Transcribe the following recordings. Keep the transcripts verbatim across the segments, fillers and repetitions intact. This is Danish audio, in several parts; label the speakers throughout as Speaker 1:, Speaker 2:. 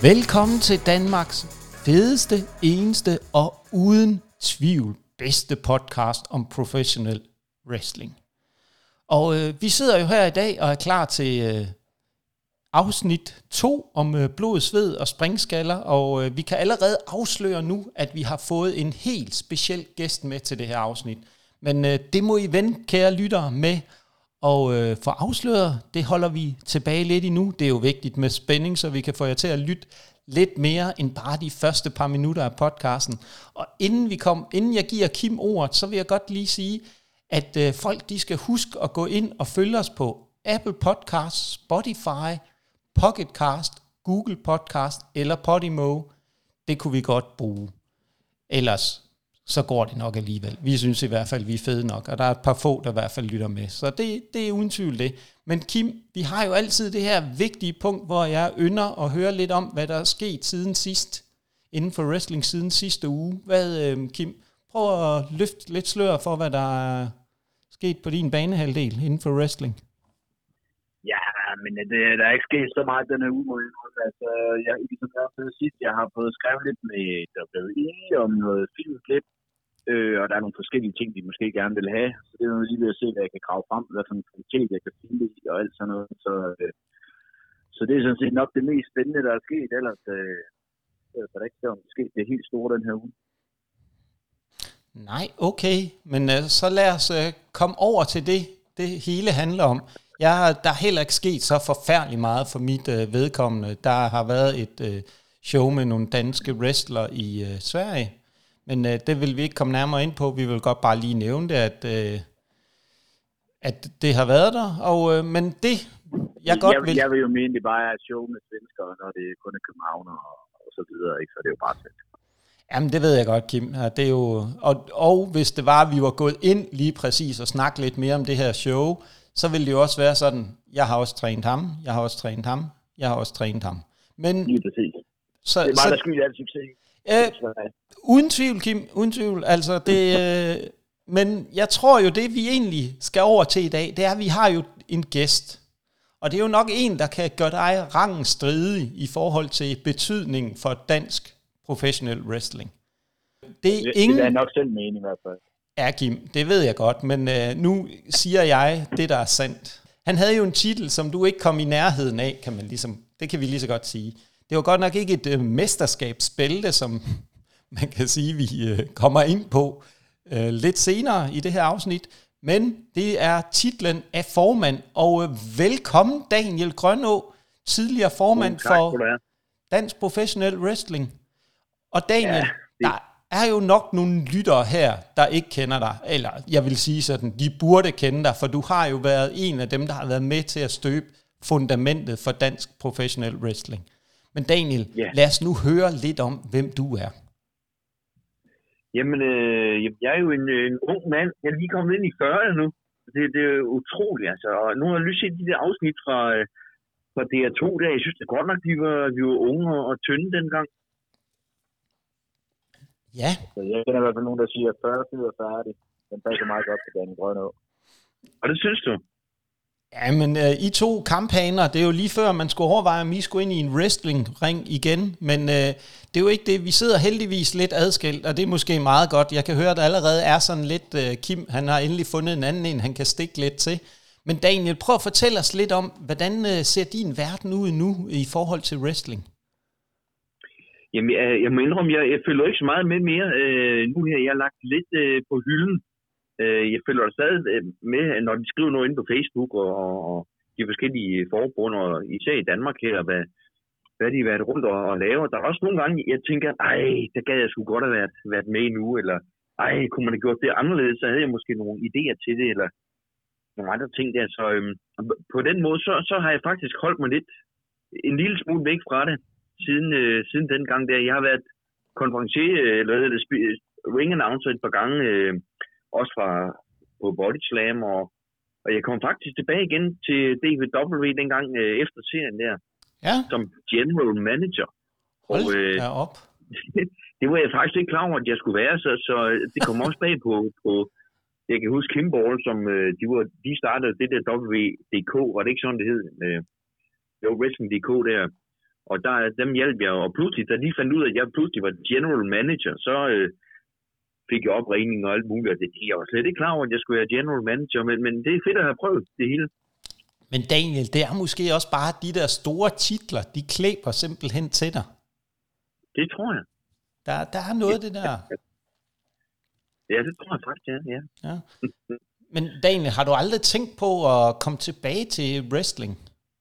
Speaker 1: Velkommen til Danmarks fedeste, eneste og uden tvivl bedste podcast om professionel wrestling. Og øh, vi sidder jo her i dag og er klar til øh, afsnit to om øh, blod, sved og springskaller. Og øh, vi kan allerede afsløre nu, at vi har fået en helt speciel gæst med til det her afsnit. Men øh, det må I vente, kære lyttere, med. Og øh, for afsløret, det holder vi tilbage lidt endnu. Det er jo vigtigt med spænding, så vi kan få jer til at lytte lidt mere end bare de første par minutter af podcasten. Og inden vi kom, inden jeg giver Kim ordet, så vil jeg godt lige sige, at øh, folk de skal huske at gå ind og følge os på Apple Podcast, Spotify, Pocket Cast, Google Podcast eller Podimo. Det kunne vi godt bruge. Ellers så går det nok alligevel. Vi synes i hvert fald, vi er fede nok, og der er et par få, der i hvert fald lytter med. Så det, det er uden tvivl det. Men Kim, vi har jo altid det her vigtige punkt, hvor jeg ynder at høre lidt om, hvad der er sket siden sidst, inden for wrestling siden sidste uge. Hvad, øh, Kim, prøv at løfte lidt slør for, hvad der er sket på din banehalvdel inden for wrestling.
Speaker 2: Ja, men det, der er ikke sket så meget den her uge, må jeg indrømme. Altså, jeg, ligesom jeg også sidst, jeg har fået skrevet lidt med W W E om noget filmklip, øh, og der er nogle forskellige ting, de måske gerne vil have. Så det er jo lige ved at se, hvad jeg kan grave frem, hvad for en kvalitet jeg kan finde i, og alt sådan noget. Så, øh, så det er sådan set nok det mest spændende, der er sket. Ellers øh, så er der ikke sket det helt store den her uge.
Speaker 1: Nej, okay. Men øh, så lad os øh, komme over til det, det hele handler om. Jeg, der er heller ikke sket så forfærdeligt meget for mit øh, vedkommende. Der har været et øh, show med nogle danske wrestler i øh, Sverige, men øh, det vil vi ikke komme nærmere ind på. Vi vil godt bare lige nævne det, at, øh, at det har været der. Og, øh, men det, jeg godt
Speaker 2: jeg,
Speaker 1: vil...
Speaker 2: Jeg vil jo mene, det bare er et show med svenskere, når det kun er København og, og så videre, ikke? Så det er jo bare fedt.
Speaker 1: Jamen, det ved jeg godt, Kim. Det er jo, og, og hvis det var, at vi var gået ind lige præcis og snakke lidt mere om det her show, så vil det jo også være sådan, jeg har også trænet ham, jeg har også trænet ham, jeg har også trænet ham. Men,
Speaker 2: lige præcis.
Speaker 1: Så,
Speaker 2: det er meget,
Speaker 1: så,
Speaker 2: der skylder alt succes.
Speaker 1: Øh, uden tvivl, Kim, uden tvivl. Altså, det, øh, men jeg tror jo, det vi egentlig skal over til i dag, det er, at vi har jo en gæst. Og det er jo nok en, der kan gøre dig rangen stridig i forhold til betydningen for dansk professionel wrestling. Det er
Speaker 2: det,
Speaker 1: ingen...
Speaker 2: det er nok selv mening i hvert fald.
Speaker 1: Ja, Kim, det ved jeg godt, men øh, nu siger jeg det, der er sandt. Han havde jo en titel, som du ikke kom i nærheden af, kan man ligesom, det kan vi lige så godt sige. Det var godt nok ikke et øh, mesterskabsbælte, som man kan sige, vi øh, kommer ind på øh, lidt senere i det her afsnit, men det er titlen af formand, og øh, velkommen Daniel Grønå, tidligere formand
Speaker 2: tak,
Speaker 1: for Dansk Professionel Wrestling. Og Daniel, ja, det... der er jo nok nogle lyttere her, der ikke kender dig, eller jeg vil sige sådan, de burde kende dig, for du har jo været en af dem, der har været med til at støbe fundamentet for dansk professionel wrestling. Men Daniel, yeah. lad os nu høre lidt om, hvem du er.
Speaker 2: Jamen, øh, jeg er jo en, en ung mand. Jeg er lige kommet ind i fyrrerne nu. Det, det er utroligt, altså. Og nu har jeg lyst til de der afsnit fra, fra D R to der. Jeg synes det er godt nok, de var, de var unge og, og tynde dengang.
Speaker 1: Ja.
Speaker 2: Så jeg kender i hvert fald nogen, der siger, at fyrre tid er færdig. Den passer meget godt til Daniel Grønå. Og det synes du?
Speaker 1: Ja, men øh, I to kamphaner, det er jo lige før, man skulle overveje, om I skulle ind i en wrestling-ring igen. Men øh, det er jo ikke det. Vi sidder heldigvis lidt adskilt, og det er måske meget godt. Jeg kan høre, at der allerede er sådan lidt, øh, Kim, han har endelig fundet en anden en, han kan stikke lidt til. Men Daniel, prøv at fortælle os lidt om, hvordan øh, ser din verden ud nu i forhold til wrestling?
Speaker 2: Jamen, jeg, jeg må indrømme, jeg, jeg følger ikke så meget med mere. Øh, nu her, jeg har lagt lidt øh, på hylden. Øh, jeg følger stadig med, når de skriver noget inde på Facebook og, og, og de forskellige forbund, og især i Danmark her, hvad, hvad de har været rundt og, og laver. Der er også nogle gange, jeg tænker, ej, der gad jeg sgu godt have været, været med nu, eller ej, kunne man have gjort det anderledes, så havde jeg måske nogle idéer til det, eller nogle andre ting der. Så øhm, på den måde, så, så har jeg faktisk holdt mig lidt en lille smule væk fra det. Siden, øh, siden den gang der. Jeg har været konferencier, eller hedder det, ring announcer et par gange, øh, også fra på Body Slam, og, og jeg kom faktisk tilbage igen til D V W dengang øh, efter serien der,
Speaker 1: ja.
Speaker 2: Som general manager.
Speaker 1: Hold
Speaker 2: og, øh,
Speaker 1: op.
Speaker 2: det var jeg faktisk ikke klar over, at jeg skulle være, så, så det kom også bag på, på jeg kan huske Kimball, som øh, de, var, de startede det der W D K, var det ikke sådan, det hed? Øh, det var Wrestling punktum D K der. Og der, dem hjalp jeg, og pludselig, da de fandt ud af, at jeg pludselig var general manager, så øh, fik jeg opringning og alt muligt, og det, jeg var slet ikke klar over, at jeg skulle være general manager, men, men det er fedt at have prøvet det hele.
Speaker 1: Men Daniel, det er måske også bare de der store titler, de klæber simpelthen til dig.
Speaker 2: Det tror jeg.
Speaker 1: Der, der er noget af det der.
Speaker 2: Ja, det tror jeg faktisk, ja. ja.
Speaker 1: ja. Men Daniel, har du aldrig tænkt på at komme tilbage til wrestling?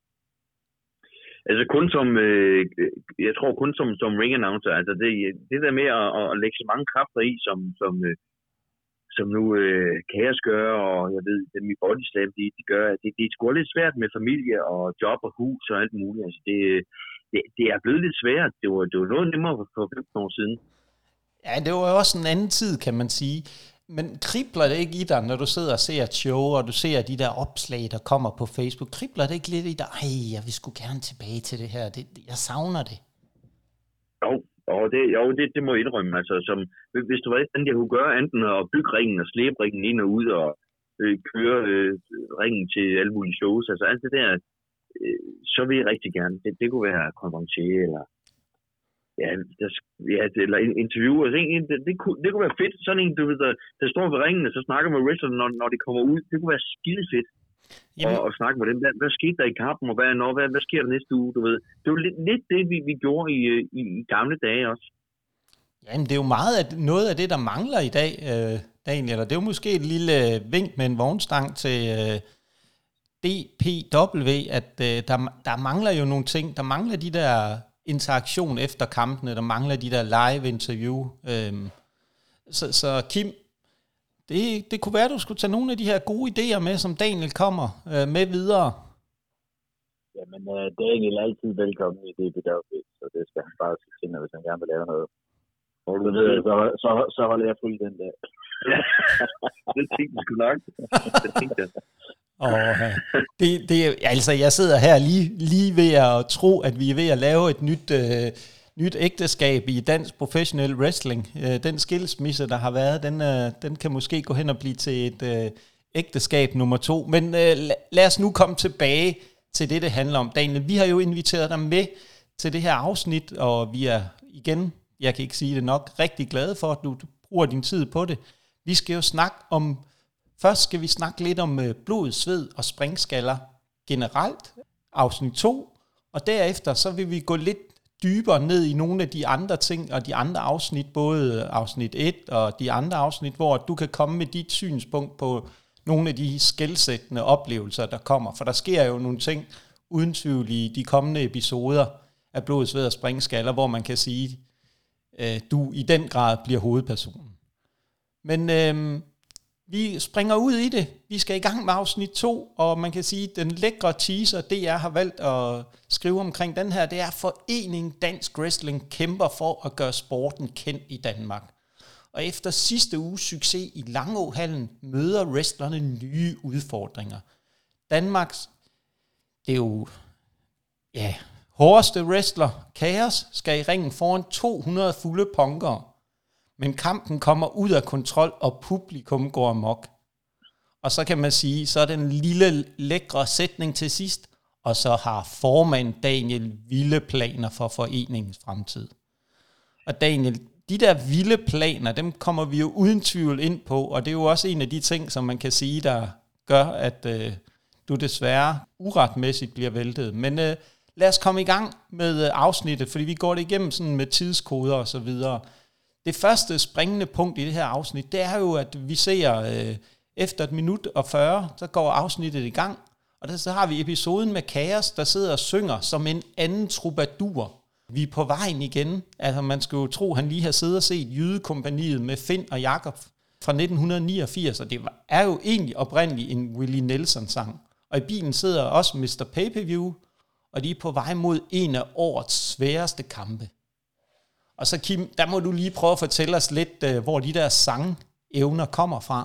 Speaker 2: Altså kun som, øh, jeg tror kun som, som ring announcer, altså det, det der med at, at lægge så mange kræfter i, som, som, øh, som nu øh, Kaos gør, og jeg ved, dem i Body Slam, de, de gør, det, det er sgu lidt svært med familie og job og hus og alt muligt. Altså det, det, det er blevet lidt svært. Det var, det var noget nemmere for femten år siden.
Speaker 1: Ja, det var jo også en anden tid, kan man sige. Men kribler det ikke i dig, når du sidder og ser et show, og du ser de der opslag, der kommer på Facebook? Kribler det ikke lidt i dig? Ej, jeg vil sgu gerne tilbage til det her. Det, jeg savner det.
Speaker 2: Jo, jo, det, jo det, det må jeg indrømme. Altså, som, hvis du var et andet, jeg kunne gøre, enten at bygge ringen og slæbe ringen ind og ud, og øh, køre øh, ringen til alle mulige shows, altså alt det der, øh, så vil jeg rigtig gerne. Det, det kunne være konferencier, eller Ja, der, ja, eller interview. Altså, det, det, kunne, det kunne være fedt. Sådan en, du ved, der, der står ved ringen, og så snakker med wrestlerne, når, når de kommer ud. Det kunne være skide fedt. Og, og snakke med dem. Hvad, hvad skete der i kampen, og hvad, når, hvad, hvad sker der næste uge, du ved. Det var lidt, lidt det, vi, vi gjorde i, i, i gamle dage også.
Speaker 1: Jamen, det er jo meget af, noget af det, der mangler i dag, øh, Daniel. Og det er jo måske et lille vink med en vognstang til øh, D P W, at øh, der, der mangler jo nogle ting. Der mangler de der interaktion efter kampene, der mangler de der live interview. Øhm, så, så Kim, det, det kunne være, at du skulle tage nogle af de her gode idéer med, som Daniel kommer øh, med videre.
Speaker 3: Jamen, uh, Daniel er altid velkommen i D P W, så det skal han bare sige til, hvis han gerne vil lave noget. Og du ved, så, så, så holder jeg fri den der.
Speaker 2: Ja, det tænkte jeg sgu nok. Det tænkte jeg.
Speaker 1: Og det, det, altså jeg sidder her lige, lige ved at tro, at vi er ved at lave et nyt, øh, nyt ægteskab i dansk professionel wrestling. Øh, den skilsmisse, der har været, den, øh, den kan måske gå hen og blive til et øh, ægteskab nummer to. Men øh, lad os nu komme tilbage til det, det handler om. Daniel, vi har jo inviteret dig med til det her afsnit, og vi er igen, jeg kan ikke sige det nok, rigtig glade for, at du bruger din tid på det. Vi skal jo snakke om Først skal vi snakke lidt om blod, sved og springskaller generelt, afsnit to, og derefter så vil vi gå lidt dybere ned i nogle af de andre ting og de andre afsnit, både afsnit et og de andre afsnit, hvor du kan komme med dit synspunkt på nogle af de skelsættende oplevelser, der kommer. For der sker jo nogle ting uden tvivl i de kommende episoder af blod, sved og springskaller, hvor man kan sige, at du i den grad bliver hovedpersonen. Men øh, vi springer ud i det. Vi skal i gang med afsnit to, og man kan sige, at den lækre teaser, D R har valgt at skrive omkring den her, det er Foreningen Dansk Wrestling kæmper for at gøre sporten kendt i Danmark. Og efter sidste uges succes i Langåhallen møder wrestlerne nye udfordringer. Danmarks, det er jo, ja, hårdeste wrestler, Kaos, skal i ringen foran to hundrede fulde punkere. Men kampen kommer ud af kontrol, og publikum går amok. Og så kan man sige, så er den lille lækre sætning til sidst, og så har formand Daniel vilde planer for foreningens fremtid. Og Daniel, de der vilde planer, dem kommer vi jo uden tvivl ind på, og det er jo også en af de ting, som man kan sige, der gør, at øh, du desværre uretmæssigt bliver væltet. Men øh, lad os komme i gang med afsnittet, fordi vi går det igennem sådan med tidskoder og så videre. Det første springende punkt i det her afsnit, det er jo, at vi ser øh, efter et minut og fyrre, så går afsnittet i gang, og der, så har vi episoden med Kaos, der sidder og synger som en anden troubadour. Vi er på vejen igen. Altså man skulle jo tro, han lige har siddet og set Jydekompagniet med Finn og Jakob fra nitten niogfirs, og det er jo egentlig oprindeligt en Willie Nelson-sang. Og i bilen sidder også mister Pay-Per-View, og de er på vej mod en af årets sværeste kampe. Og så Kim, der må du lige prøve at fortælle os lidt, hvor de der sangevner kommer fra.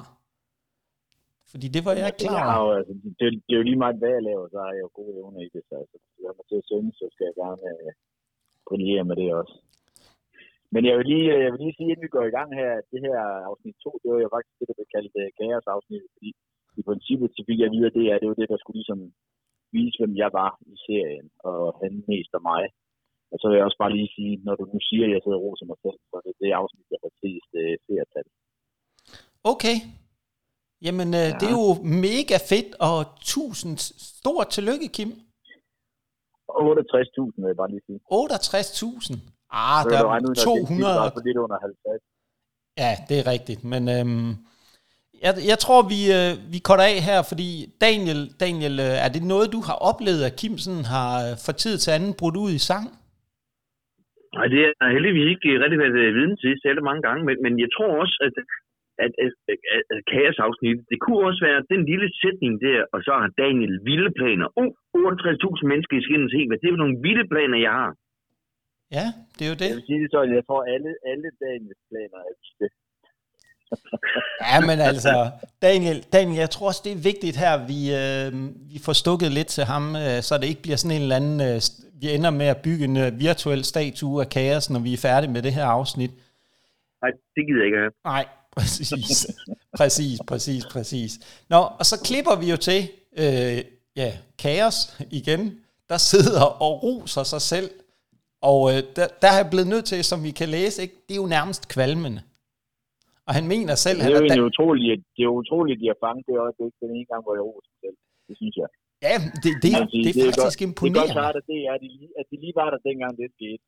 Speaker 1: Fordi det var jeg klar over.
Speaker 3: Ja, altså, det, det er jo lige meget, hvad jeg laver, så har jeg jo gode evner i det. Så altså, hvis jeg må til at synge, så skal jeg gerne uh, brillere med det også. Men jeg vil, lige, jeg vil lige sige, inden vi går i gang her, at det her afsnit to, det var jo faktisk det, der blev kaldt uh, Kaos-afsnit. Fordi i princippet, så fik jeg videre, det er, det var det, der skulle ligesom vise, hvem jeg var i serien, og han mest af mig. Og så vil jeg også bare lige sige, når du nu siger, at jeg sidder og roser mig selv, så det er det afsnit, jeg har flest øh, seertal.
Speaker 1: Okay. Jamen, øh, ja. Det er jo mega fedt, og tusind stort tillykke, Kim.
Speaker 3: otteogtres tusind vil jeg bare lige sige.
Speaker 1: otteogtres tusind? Ah, der er to hundrede.
Speaker 3: Det er lidt under halvtreds.
Speaker 1: Ja, det er rigtigt, men øhm, jeg, jeg tror, vi, øh, vi korter af her, fordi Daniel, Daniel øh, er det noget, du har oplevet, at Kim sådan har øh, fra tid til anden brudt ud i sang?
Speaker 2: Nej, det er heldigvis ikke rigtig været viden til selv mange gange, men, men jeg tror også, at, at, at, at, at kaosafsnittet, det kunne også være den lille sætning der, og så har Daniel vilde planer. Oh, otteogtres tusind mennesker i skinnen se, hvad det er for nogle vilde planer, jeg har.
Speaker 1: Ja, det er jo det.
Speaker 3: Jeg vil sige det så, jeg tror alle, alle Daniels planer er det.
Speaker 1: Ja, men altså, Daniel, Daniel, jeg tror også, det er vigtigt her, vi, øh, vi får stukket lidt til ham, øh, så det ikke bliver sådan en eller anden, øh, vi ender med at bygge en øh, virtuel statue af kaos, når vi er færdige med det her afsnit.
Speaker 2: Nej, det gider jeg ikke have.
Speaker 1: Nej, præcis, præcis, præcis, præcis. Nå, og så klipper vi jo til, øh, ja, kaos igen, der sidder og roser sig selv, og øh, der, der er jeg blevet nødt til, som vi kan læse, ikke? Det er jo nærmest kvalmende. Og han mener selv...
Speaker 3: Det er jo egentlig da- utroligt, at det er utroligt, at de har fanget det også. Det er ikke den ene gang, hvor jeg roser sig selv. Det synes jeg.
Speaker 1: Ja, det, det,
Speaker 3: sige,
Speaker 1: det, det er
Speaker 3: det
Speaker 1: faktisk
Speaker 3: er godt,
Speaker 1: imponerende.
Speaker 3: Det er godt klart, at, det er, at, de, at de lige var der dengang, det skete.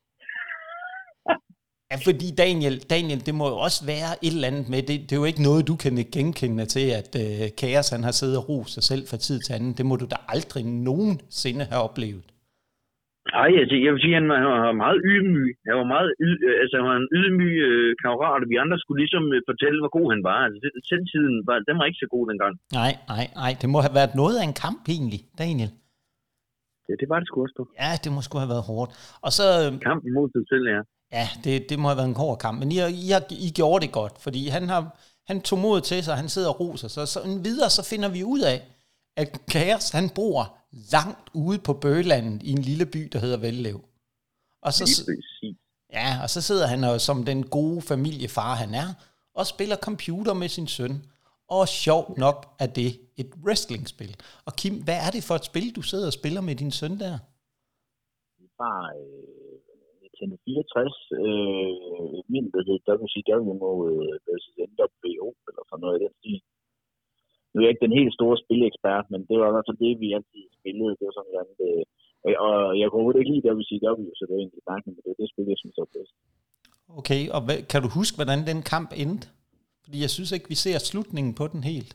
Speaker 1: Ja, fordi Daniel, Daniel, det må jo også være et eller andet med, det, det er jo ikke noget, du kan genkende til, at uh, Kaos, han har siddet og rost sig selv fra tid til anden. Det må du da aldrig nogensinde have oplevet.
Speaker 2: Nej, altså, jeg vil sige, at han var, han var meget ydmyg. Han var meget yd, altså, han var en ydmyg øh, kammerat, og vi andre skulle ligesom øh, fortælle, hvor god han var. Altså, selvtiden var, den var ikke så god dengang.
Speaker 1: Nej, nej, nej. Det må have været noget af en kamp egentlig, Daniel.
Speaker 2: Ja, det var det sgu også, du.
Speaker 1: Ja, det må sgu have været hårdt. Og så...
Speaker 2: Kampen mod sig selv, ja.
Speaker 1: Ja, det, det må have været en hård kamp. Men I, I, I gjorde det godt, fordi han, har, han tog mod til sig, han sidder og roser sig. Så videre så finder vi ud af, at Kaos, han bor langt ude på Bøgelandet i en lille by, der hedder Vellev. Og så, ja, og så sidder han jo som den gode familiefar, han er, og spiller computer med sin søn. Og sjovt nok er det et wrestlingspil. Og Kim, hvad er det for et spil, du sidder og spiller med din søn der?
Speaker 3: Det er bare øh, Nintendo fireogtres, øh, min, der hedder W C W mod versus N W O, eller sådan noget i den stil. Nu er jeg ikke den helt store spilekspert, men det var i hvert fald det, vi altid spillede. Det var sådan noget andet. Øh, og jeg kunne overhovedet ikke lide W C W, så det var egentlig snakken, men det var det spil, jeg synes var bedst.
Speaker 1: Okay, og hvad, kan du huske, hvordan den kamp endte? Fordi jeg synes ikke, vi ser slutningen på den helt.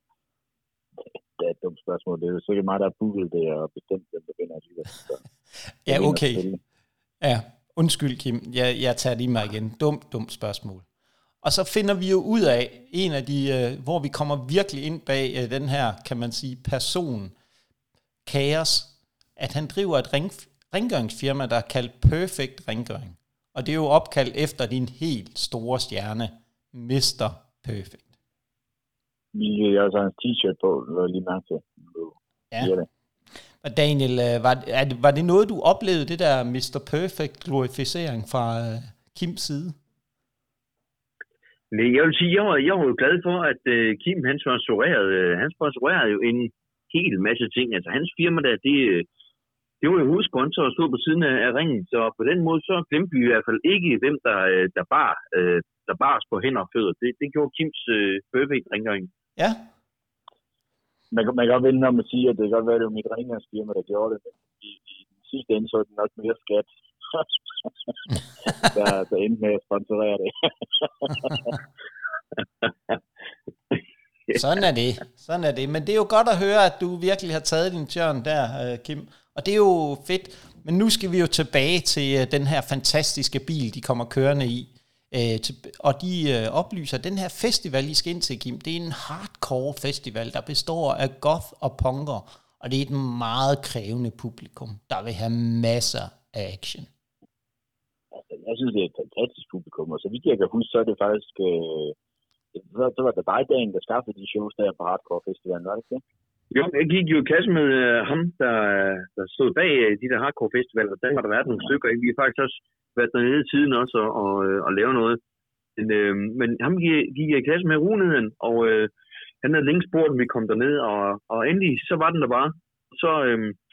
Speaker 3: Det er et dumt spørgsmål. Det er jo sikkert meget, der er booket det, og bestemt, hvem der vinder alligevel.
Speaker 1: Ja, okay. Ja, undskyld, Kim. Jeg, jeg tager det i mig igen. Dumt, dumt spørgsmål. Og så finder vi jo ud af, en af de, uh, hvor vi kommer virkelig ind bag uh, den her, kan man sige, person, Kaos, at han driver et ring, rengøringsfirma, der er kaldt Perfect Rengøring. Og det er jo opkaldt efter din helt store stjerne, mister Perfect.
Speaker 3: Vi har også en t-shirt på, eller lige mærke til.
Speaker 1: Ja. Og Daniel, var, er det, var det noget, du oplevede, det der mister Perfect glorificering fra uh, Kims side?
Speaker 2: Nej, jeg vil sige, jeg var, jeg var jo glad for, at uh, Kim, han sponsorerede, uh, han sponsorerede jo en hel masse ting. Altså hans firma der, det, det var jo hovedsponsor og stod på siden af, af ringen. Så på den måde, så glemte vi i hvert fald ikke, hvem der, der bar, uh, der bar os på hænder og fødder. Det, det gjorde Kims uh, perfect rengøring.
Speaker 1: Ja.
Speaker 3: Man kan, man kan godt vende om at sige, at det kan godt være, at det var mit rengøringsfirma, der gjorde det, men i, i den sidste ende, så er det nok mere skat, der, der endte med at sponsorere det.
Speaker 1: Sådan er det, sådan er det. Men det er jo godt at høre, at du virkelig har taget din tørn der, Kim. Og det er jo fedt. Men nu skal vi jo tilbage til den her fantastiske bil, de kommer kørende i. Og de oplyser, at den her festival, I skal ind til, Kim, det er en hardcore festival, der består af goth og punker. Og det er et meget krævende publikum, der vil have masser af action.
Speaker 3: Altså, jeg synes, det er et fantastisk publikum. Og så vidt jeg kan huske, så er det faktisk... Øh, så, så var det dig, Dagen, der skaffede de shows der på Hardcore Festivalen, var det ikke det?
Speaker 2: Jo, jeg gik jo i kasse med uh, ham, der, der stod bag uh, de der Hardcore Festivaler. Der har der været nogle stykker. Vi har faktisk også været dernede i tiden også og, og, og lave noget. Men, øh, men ham gik, gik jeg i kasse med Runeden, og øh, han havde længe spurgt, om vi kom derned, og, og endelig så var den der bare. Så, øh,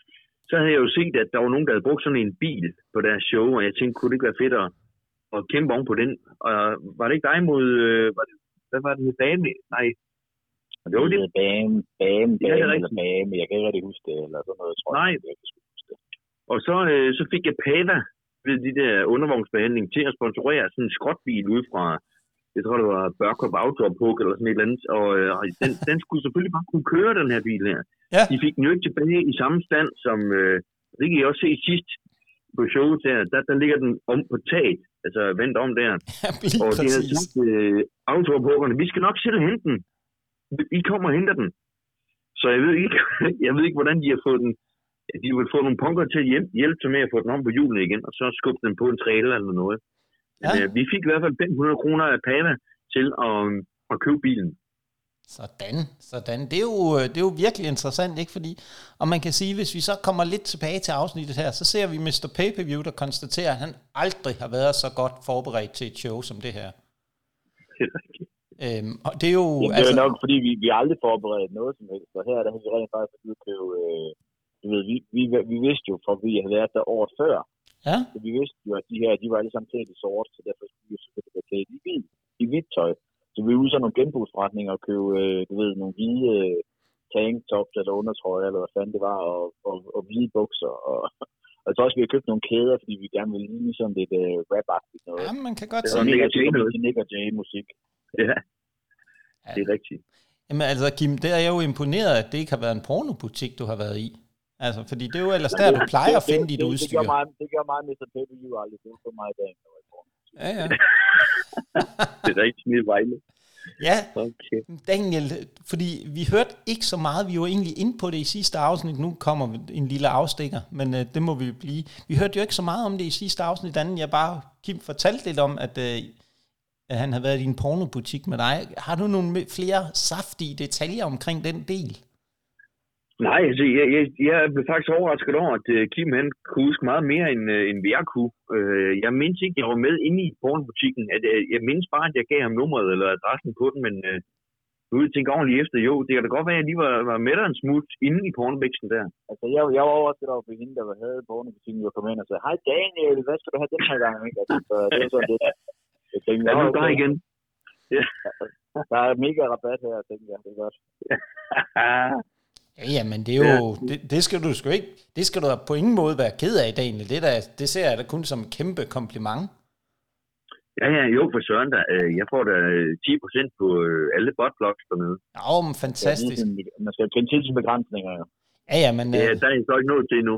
Speaker 2: så havde jeg jo set, at der var nogen, der havde brugt sådan en bil på deres show, og jeg tænkte, kunne det ikke være fedt at, at kæmpe oven på den? Og var det ikke dig mod, øh, var det, hvad var det med Bame? Nej.
Speaker 3: Det var det. Bame, Bame, Bame,
Speaker 2: ja,
Speaker 3: eller Bame, jeg kan ikke rigtig huske det, eller sådan noget, tror
Speaker 2: Nej.
Speaker 3: jeg. Jeg huske det.
Speaker 2: Og så, øh, så fik jeg Pava ved de der undervognsbehandling til at sponsorere sådan en skrotbil ud fra, jeg tror det var Børkop Outdoor Puk eller sådan et eller andet, og øh, den, den skulle selvfølgelig bare kunne køre, den her bil her.
Speaker 1: Ja.
Speaker 2: De fik den jo ikke tilbage i samme stand, som øh, det kan I også se sidst på showet der, der, der ligger den om på taget, altså vendt om der.
Speaker 1: Ja,
Speaker 2: og de havde sagt, øh, Outdoor Pukkerne, vi skal nok selv hente den. I kommer og henter den. Så jeg ved ikke, jeg ved ikke hvordan de har fået den. De vil få nogle punker til at hjælpe, hjælpe til med at få den om på hjulene igen, og så skubbe den på en trailer eller noget. Ja. Men, øh, vi fik i hvert fald fem hundrede kroner af Pava til at, at købe bilen.
Speaker 1: Sådan, sådan. Det er, jo, det er jo virkelig interessant, ikke? Fordi, og man kan sige, hvis vi så kommer lidt tilbage til afsnittet her, så ser vi mister Pay-Per-View, der konstaterer, at han aldrig har været så godt forberedt til et show som det her.
Speaker 2: Det er rigtigt.
Speaker 1: Øhm, og det er jo...
Speaker 3: Jamen, det er altså, nok, fordi vi, vi aldrig forberedt noget som helst, og her der har vi rent faktisk udkøbe, øh, du ved, vi, vi, vi vidste jo, for vi havde været der året før,
Speaker 1: ja.
Speaker 3: Så vi vidste jo, at de her, de var alle sammen klædt i sort, så derfor skulle vi jo selvfølgelig være klædt i hvid, i hvidt tøj. Så vi var ude sådan nogle genbrugsforretninger og købe, øh, du ved, nogle hvide øh, tanktops eller undertrøjer, eller hvad fanden det var, og, og, og hvide bukser, og... Og jeg tror også, vi har købt nogle kæder, fordi vi gerne vil lige sådan lidt uh, rap-agtigt noget.
Speaker 1: Ja, man kan godt
Speaker 2: se.
Speaker 3: Det er Nick og Jay, Nick og Jay musik.
Speaker 2: Ja, det er rigtigt.
Speaker 1: Jamen altså, Kim, det er jeg jo imponeret, at det ikke har været en pornobutik, du har været i. Altså, fordi det er jo ellers der, du plejer at finde dit udstyr.
Speaker 3: Det gør mig, det gør mig mister Pay-Per-View aldrig. Det er for mig i dag, når jeg var i
Speaker 1: Ja, ja.
Speaker 2: Det er rigtig smidt Vejle.
Speaker 1: Ja,
Speaker 2: okay.
Speaker 1: Daniel, fordi vi hørte ikke så meget, vi var egentlig inde på det i sidste afsnit, nu kommer en lille afstikker, men uh, det må vi blive. Vi hørte jo ikke så meget om det i sidste afsnit, anden jeg bare, Kim fortalte lidt om, at, uh, at han havde været i en pornobutik med dig. Har du nogle flere saftige detaljer omkring den del?
Speaker 2: Nej, altså, jeg, jeg, jeg blev faktisk overrasket over, at uh, Kim han kunne huske meget mere, end, uh, end jeg kunne. Uh, jeg mindes ikke, jeg var med inde i pornobutikken. At, uh, jeg mindes bare, at jeg gav ham nummeret eller adressen på den, men uh, nu vil jeg tænke ordentligt efter. Jo, det kan da godt være, at jeg lige var, var med der en smut inde i pornobiksen der.
Speaker 3: Altså, jeg, jeg var overrasket over for hende, der havde pornobutikken, og kom ind og sagde, hej Daniel, hvad skal du have den her gang? Ikke? Altså, så det var sådan lidt. Jeg tænkte,
Speaker 2: jeg er okay. igen.
Speaker 3: Ja. Der er mega rabat her, tænker jeg. Det er godt.
Speaker 1: Ja, ja, men det er jo, ja. det, det skal du sgu ikke, det skal du på ingen måde være ked af, Daniel. Det, der, det ser jeg da kun som en kæmpe kompliment.
Speaker 2: Ja, ja, jo, for søren da. Jeg får da ti procent på alle botblocks dernede.
Speaker 1: Ja, men fantastisk.
Speaker 3: Ja, man skal kende til sine begrænsninger, jo.
Speaker 1: Ja, ja, men...
Speaker 2: Ja, der er jeg så ikke nået til endnu.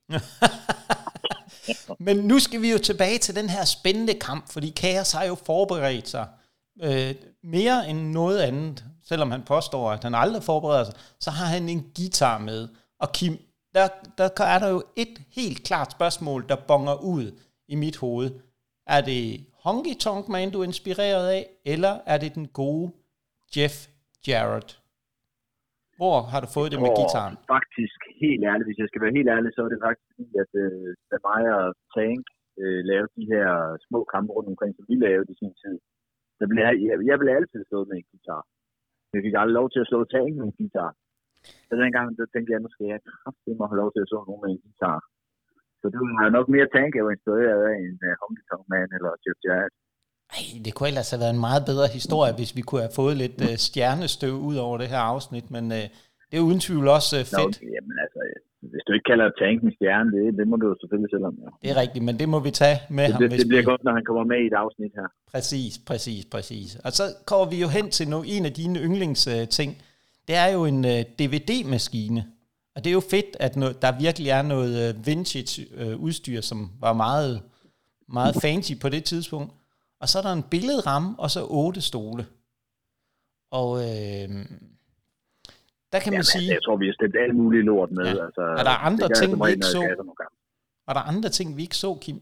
Speaker 1: Men nu skal vi jo tilbage til den her spændende kamp, fordi Kaos har jo forberedt sig øh, mere end noget andet. Selvom han påstår, at han aldrig forbereder sig, så har han en guitar med. Og Kim, der, der er der jo et helt klart spørgsmål, der bonger ud i mit hoved. Er det Honky Tonk Man, du er inspireret af, eller er det den gode Jeff Jarrett? Hvor har du fået det med guitaren?
Speaker 3: Faktisk, helt ærligt, hvis jeg skal være helt ærlig, så er det faktisk fordi, at øh, da mig og Tank øh, lavede de her små kampe rundt omkring, som vi lavede i sin tid, så blev jeg, jeg, jeg blev altid slået med en guitar. Jeg fik aldrig lov til at slå Tank med en guitar. Så dengang der tænkte jeg, at nu skal jeg kraftigt have lov til at slå nogen med en guitar. Så det var nok mere Tank, jeg var inspireret af en uh, Honky Tonk Man eller Jeff Jarrett.
Speaker 1: Ej, det kunne ellers have været en meget bedre historie, hvis vi kunne have fået lidt uh, stjernestøv ud over det her afsnit, men uh, det er uden tvivl også uh, fedt.
Speaker 3: Nå, jamen altså, hvis du ikke kalder Tank en stjerne, det, det må du jo selvfølgelig selv om. Ja.
Speaker 1: Det er rigtigt, men det må vi tage med
Speaker 3: det,
Speaker 1: ham.
Speaker 3: Det,
Speaker 1: hvis
Speaker 3: det bliver
Speaker 1: vi...
Speaker 3: godt, når han kommer med i et afsnit her.
Speaker 1: Præcis, præcis, præcis. Og så kommer vi jo hen til no, en af dine yndlingsting. Uh, det er jo en uh, D V D-maskine. Og det er jo fedt, at no, der virkelig er noget uh, vintage uh, udstyr, som var meget, meget fancy på det tidspunkt. Og så er der en billedramme, og så otte stole. Og øh, der kan man
Speaker 3: Jamen,
Speaker 1: sige...
Speaker 3: Jeg tror, vi har stemt alt muligt lort med.
Speaker 1: Ja.
Speaker 3: Altså,
Speaker 1: er der andre ting, vi ikke så?
Speaker 3: Er
Speaker 1: der andre ting, vi ikke så, Kim?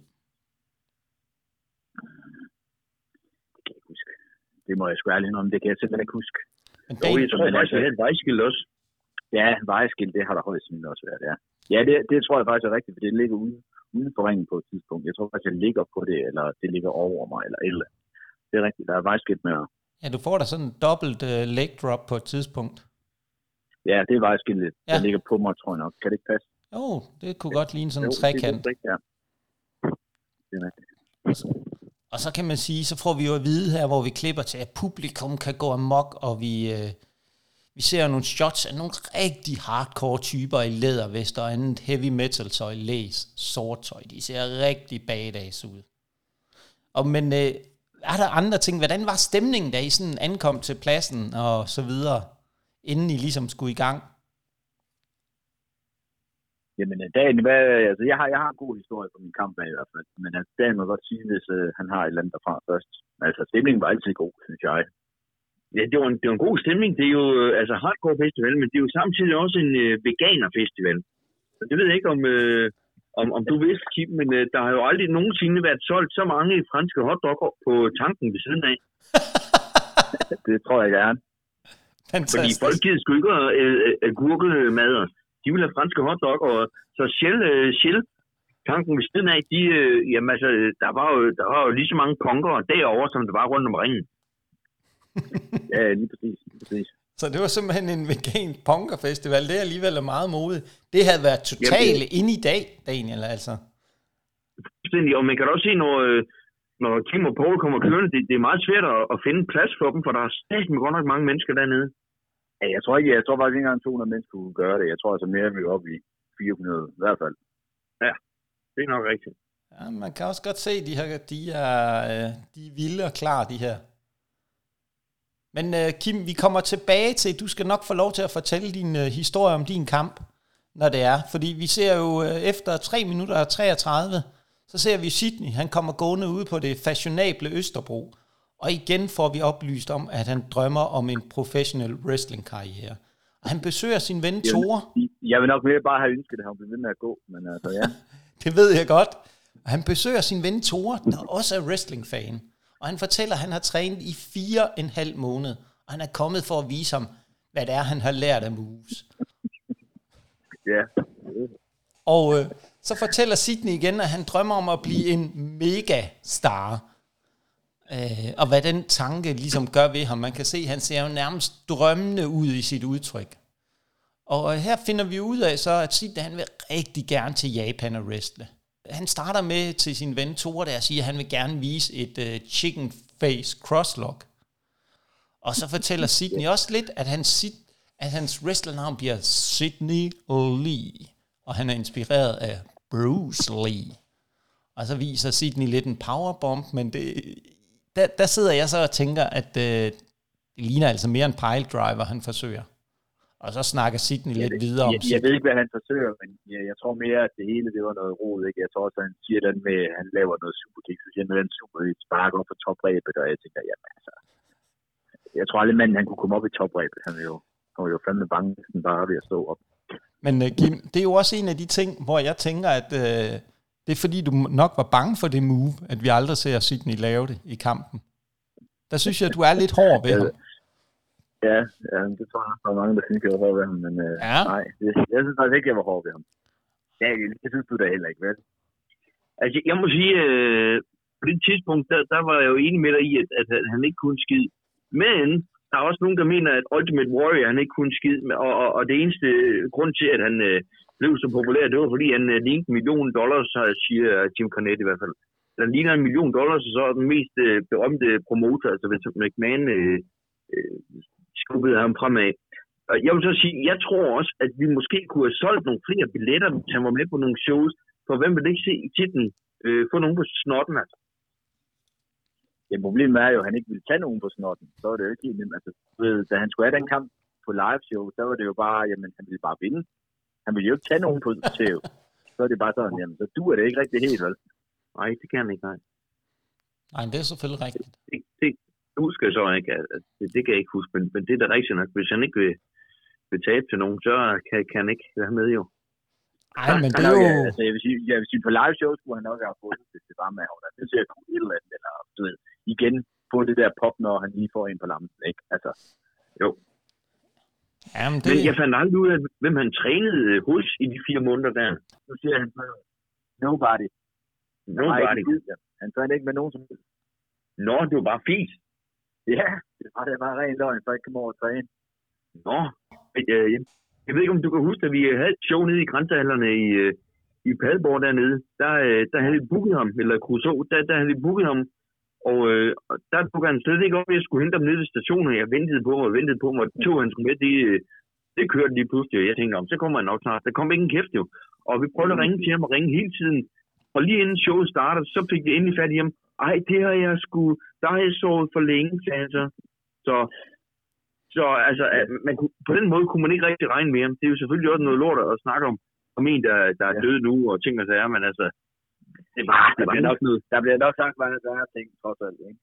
Speaker 3: Det kan jeg ikke huske. Det må jeg sgu ærlig om. Det kan jeg simpelthen ikke huske.
Speaker 2: Men jo, jeg tror faktisk, at det er et vejskilt også.
Speaker 3: Ja, vejskilt, det har der højst sandsynligt også været, ja. Ja, det, det tror jeg faktisk er rigtigt, for det ligger ude, uden for ringen på et tidspunkt. Jeg tror faktisk, jeg ligger på det, eller det ligger over mig, eller et eller andet. Det er rigtigt, der er vejskilt med.
Speaker 1: Ja, du får da sådan en dobbelt uh, leg drop på et tidspunkt.
Speaker 3: Ja, det er vejskiltet, ja. Der ligger på mig, tror jeg nok. Kan det ikke passe?
Speaker 1: Åh, oh, det kunne godt ligne sådan en
Speaker 3: Jo,
Speaker 1: trekant.
Speaker 3: Det er det, ja. Det er rigtigt.
Speaker 1: Og så, og så kan man sige, så får vi jo at vide her, hvor vi klipper til, at publikum kan gå amok, og vi, øh, vi ser nogle shots af nogle rigtig hardcore typer i lædervest og andet heavy metal tøj, læs, sort tøj. De ser rigtig badass ud. Og men øh, er der andre ting? Hvordan var stemningen, da I sådan ankom til pladsen og så videre, inden I ligesom skulle i gang?
Speaker 3: Jamen, dagen, hvad, altså, jeg har, jeg har en god historie på min kamp af i hvert fald, men altså, dagen må godt sige, hvis uh, han har et eller andet derfra først. Altså, stemningen var altid god, synes jeg.
Speaker 2: Ja, det var en, det var en god stemning. Det er jo øh, altså hardcore festival, men det er jo samtidig også en øh, veganer festival. Det ved jeg ikke, om, øh, om, om du vidste, Kim, men øh, der har jo aldrig nogensinde været solgt så mange franske hotdogger på tanken ved siden af.
Speaker 3: Det tror jeg gerne.
Speaker 1: Fantastisk.
Speaker 2: Fordi folk gider sgu ikke øh, agurkemader. De vil have franske hotdogger, og så Shell, øh, Shell tanken ved siden af, de, øh, jamen altså, der var, jo, der var jo lige så mange punkere derovre, som der var rundt om ringen.
Speaker 3: Ja, lige præcis, lige præcis.
Speaker 1: Så det var simpelthen en vegan punkerfestival. Det er alligevel meget modigt. Det havde været totalt
Speaker 2: Jamen,
Speaker 1: ind i dag, Daniel, altså.
Speaker 2: Og man kan da også se, når, når Kim og Paul kommer kørende, det, det er meget svært at, at finde plads for dem, for der er stadig godt nok mange mennesker dernede.
Speaker 3: Ja, jeg tror ikke, jeg tror faktisk ikke engang to hundrede mennesker kunne gøre det. Jeg tror altså mere, vi er oppe i fire hundrede i hvert fald.
Speaker 2: Ja, det er nok rigtigt.
Speaker 1: Ja, man kan også godt se, de her, de er, de er vilde og klar, de her. Men uh, Kim, vi kommer tilbage til, du skal nok få lov til at fortælle din uh, historie om din kamp, når det er. Fordi vi ser jo uh, efter tre minutter og treogtredive, så ser vi Sydney, han kommer gående ud på det fashionable Østerbro. Og igen får vi oplyst om, at han drømmer om en professionel wrestling-karriere. Og han besøger sin ven Thor.
Speaker 3: Jeg vil nok mere bare have ønsket, at han blev ved med at gå, men altså ja.
Speaker 1: Det ved jeg godt. Og han besøger sin ven Thor, der også er wrestling-fan. Og han fortæller, at han har trænet i fire og en halv måned. Og han er kommet for at vise ham, hvad det er, han har lært af moves.
Speaker 3: Ja.
Speaker 1: Og øh, så fortæller Sydney igen, at han drømmer om at blive en megastar. Øh, og hvad den tanke ligesom gør ved ham. Man kan se, at han ser jo nærmest drømmende ud i sit udtryk. Og her finder vi ud af så, at Sydney, han vil rigtig gerne til Japan og wrestle. Han starter med til sin ven Thor, der siger, at han vil gerne vise et uh, chicken face crosslock. Og så fortæller Sydney også lidt, at, han sit, at hans wrestlernavn bliver Sydney Lee. Og han er inspireret af Bruce Lee. Og så viser Sydney lidt en powerbomb, men det, der, der sidder jeg så og tænker, at uh, det ligner altså mere en piledriver, han forsøger. Og så snakker Sydney lidt
Speaker 3: jeg,
Speaker 1: videre om
Speaker 3: jeg, jeg ved ikke, hvad han forsøger, men jeg, jeg tror mere, at det hele det var noget rod. Ikke? Jeg tror også, at han siger den med, at han laver noget superkick, så siger han den super spark op for topræbet, og jeg tænker, jamen altså, jeg tror aldrig, manden han kunne komme op i topræbet. Han var jo, han var jo fandme bange, næsten bare ved at stå op.
Speaker 1: Men uh, Kim, det er jo også en af de ting, hvor jeg tænker, at uh, det er fordi, du nok var bange for det move, at vi aldrig ser Sydney lave det i kampen. Der synes jeg, at du er lidt hård ved ham.
Speaker 3: Ja, ja, det tror jeg, der er mange, der synes, jeg var hård ved ham, men øh,
Speaker 1: ja.
Speaker 3: nej, det, jeg synes faktisk ikke, jeg var hård ved ham. Ja, det synes du da heller ikke, vel?
Speaker 2: Altså, jeg må sige, øh, på det tidspunkt, der, der var jeg jo enig med dig i, at, at han ikke kunne skide. Men der er også nogen, der mener, at Ultimate Warrior, han ikke kunne skide. Og, og, og det eneste grund til, at han øh, blev så populær, det var, fordi han øh, lignede en million dollars, siger Jim Cornette i hvert fald. Han ligner en million dollars, og så er den mest øh, berømte promotor, altså hvis McMahon øh, øh, skubbede ham fremad. Og jeg vil så sige, jeg tror også, at vi måske kunne have solgt nogle flere billetter, hvis han var med på nogle shows, for hvem vil ikke se til den, øh, få nogen på snotten, altså.
Speaker 3: Ja, problemet er jo, at han ikke ville tage nogen på snotten. Så var det jo ikke helt nemt. Altså, da han skulle have den kamp på live show, så var det jo bare, jamen, han ville bare vinde. Han ville jo ikke tage nogen på tv. Så er det bare sådan, jamen, så duer det ikke rigtig helt, vel?
Speaker 2: Nej, det kan han ikke, nej.
Speaker 1: Nej, det er selvfølgelig rigtigt.
Speaker 2: Det, det, det husker jeg så ikke, altså, det, det kan jeg ikke huske, men, men det er da rigtigt nok. Hvis han ikke vil, vil tabe til nogen, så kan, kan han ikke være med, jo.
Speaker 1: Nej, men det er jo...
Speaker 3: Ja, altså, jeg vil sige, jeg vil sige, på live show skulle han nok have fået det, hvis det var med ham. Det ser jeg kunne et eller andet, eller du ved, igen få det der pop, når han lige får en på lampen, ikke? Altså, jo.
Speaker 1: Jamen, det...
Speaker 2: Men jeg fandt aldrig ud af, hvem han trænede hos i de fire måneder der.
Speaker 3: Nu siger han, nobody.
Speaker 2: Nobody.
Speaker 3: Han trænede ikke med nogen som helst.
Speaker 2: Nå, det var bare fint.
Speaker 3: Ja, det var det bare ren løgn, så ikke komme over at træne.
Speaker 2: Nå, øh, Jeg ved ikke, om du kan huske, at vi havde et show nede i grænsehandlerne i, i Padborg dernede. Der, der havde vi booket ham, eller Crusoe, der, der havde vi booket ham. Og øh, der tog han slet ikke op, at jeg skulle hente ham nede ved stationen. Jeg ventede på mig og ventede på mig, og tog han skulle med, det, det kørte lige pludselig. Og jeg tænkte, om så kommer han nok snart. Der kom ikke en kæft jo. Og vi prøvede at ringe til ham og ringe hele tiden. Og lige inden showet startede, så fik vi endelig fat i ham. Ej, det har jeg sgu, der har jeg sovet for længe, sagde han så. Så, så altså, man kunne, på den måde kunne man ikke rigtig regne med ham. Det er jo selvfølgelig også noget lort at snakke om, om en, der, der er død nu og ting og sager, men altså, det var, det var
Speaker 3: der,
Speaker 2: nok noget.
Speaker 3: Der bliver nok sagt, hvad der er ting, trods alt, ikke?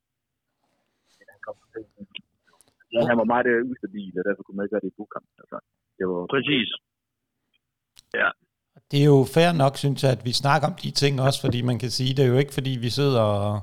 Speaker 3: Ja, han var meget øh, ustabil, og derfor kunne man ikke gøre det i bookkamp. Altså, det var
Speaker 2: præcis. Ja.
Speaker 1: Det er jo fair nok, synes jeg, at vi snakker om de ting også, fordi man kan sige, det er jo ikke, fordi vi sidder og,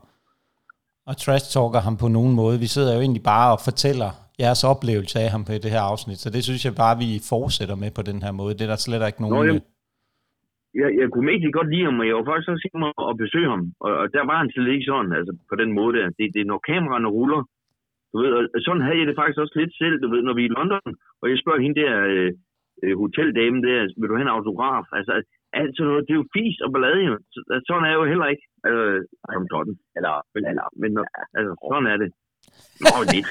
Speaker 1: og trash-talker ham på nogen måde. Vi sidder jo egentlig bare og fortæller jeres oplevelse af ham på det her afsnit, så det synes jeg bare, vi fortsætter med på den her måde. Det er der slet ikke nogen...
Speaker 2: Nå, jeg, jeg, jeg kunne mægtig godt lide ham, og jeg var faktisk også sikker mig at besøge ham, og, og der var han slet ikke sådan, altså på den måde der. Det, det er når kameraerne ruller, du ved, og sådan havde jeg det faktisk også lidt selv, du ved, når vi er i London, og jeg spørger hende der... Øh, hoteldamen der, vil du have en autograf? Altså, altså det er jo fis og ballade jo. Sådan er jeg jo heller ikke. Altså, som sådan. Eller, eller, men altså, sådan er det. Nå, lidt.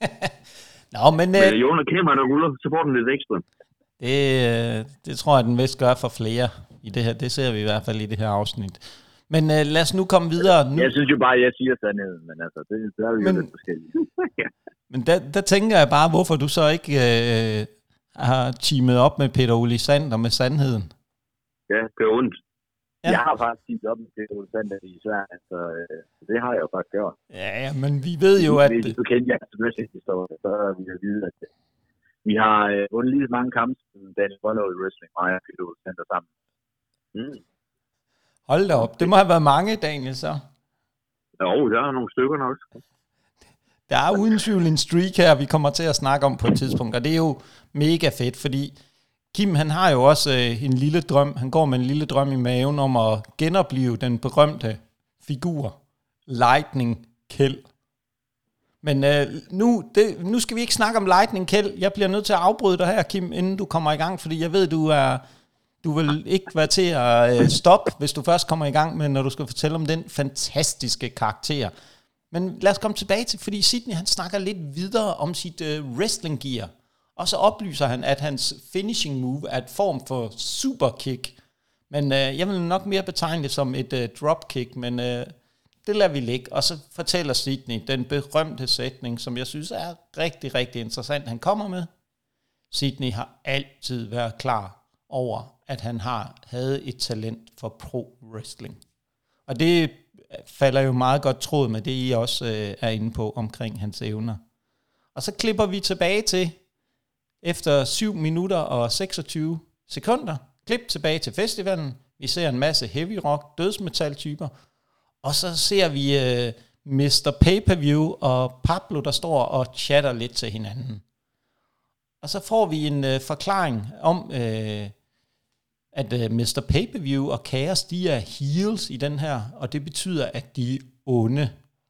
Speaker 1: Nå, men...
Speaker 2: Men øh, jo, når kameraet der ruller, så får den lidt ekstra.
Speaker 1: Det, det tror jeg, den vist gør for flere i det her. Det ser vi i hvert fald i det her afsnit. Men uh, lad os nu komme videre. Nu.
Speaker 3: Jeg synes jo bare, at jeg siger sandheden, men altså, det, det er jo men, lidt forskelligt.
Speaker 1: Men der, der tænker jeg bare, hvorfor du så ikke... Øh, har teamet op med Peter Olisander med sandheden.
Speaker 2: Ja, det er ondt.
Speaker 3: Ja. Jeg har faktisk teamet op med Peter Olisander i Sverige, så øh, det har jeg jo faktisk gjort.
Speaker 1: Ja, ja, men vi ved jo, at...
Speaker 3: Hvis du kender jeres wrestling-historie, så er vi at vide, at vi har øh, vundet lige så mange kampe som Daniel Bollov i wrestling, mig og Peter Olisander sammen.
Speaker 2: Mm.
Speaker 1: Hold da op, det må have været mange, Daniel, så.
Speaker 2: Jo, der er nogle stykker nok.
Speaker 1: Der er uden tvivl en streak her, vi kommer til at snakke om på et tidspunkt, og det er jo mega fedt, fordi Kim, han har jo også øh, en lille drøm, han går med en lille drøm i maven om at genopleve den berømte figur, Lightning Kjeld. Men øh, nu, det, nu skal vi ikke snakke om Lightning Kjeld, jeg bliver nødt til at afbryde dig her, Kim, inden du kommer i gang, fordi jeg ved, du er... Du vil ikke være til at øh, stoppe, hvis du først kommer i gang med, når du skal fortælle om den fantastiske karakter. Men lad os komme tilbage til, fordi Sidney han snakker lidt videre om sit øh, wrestling gear. Og så oplyser han, at hans finishing move er et form for superkick. Men øh, jeg vil nok mere betegne det som et øh, dropkick, men øh, det lader vi ligge. Og så fortæller Sidney den berømte sætning, som jeg synes er rigtig, rigtig interessant, han kommer med. Sidney har altid været klar over, at han har havde et talent for pro-wrestling. Og det falder jo meget godt tråd med det, I også øh, er inde på omkring hans evner. Og så klipper vi tilbage til, efter syv minutter og seksogtyve sekunder, klip tilbage til festivalen. Vi ser en masse heavy rock, dødsmetal-typer. Og så ser vi øh, mister Pay-Per-View og Pablo, der står og chatter lidt til hinanden. Og så får vi en øh, forklaring om... Øh, at uh, mister Pay-Per-View og Chaos, de er heels i den her, og det betyder, at de er onde.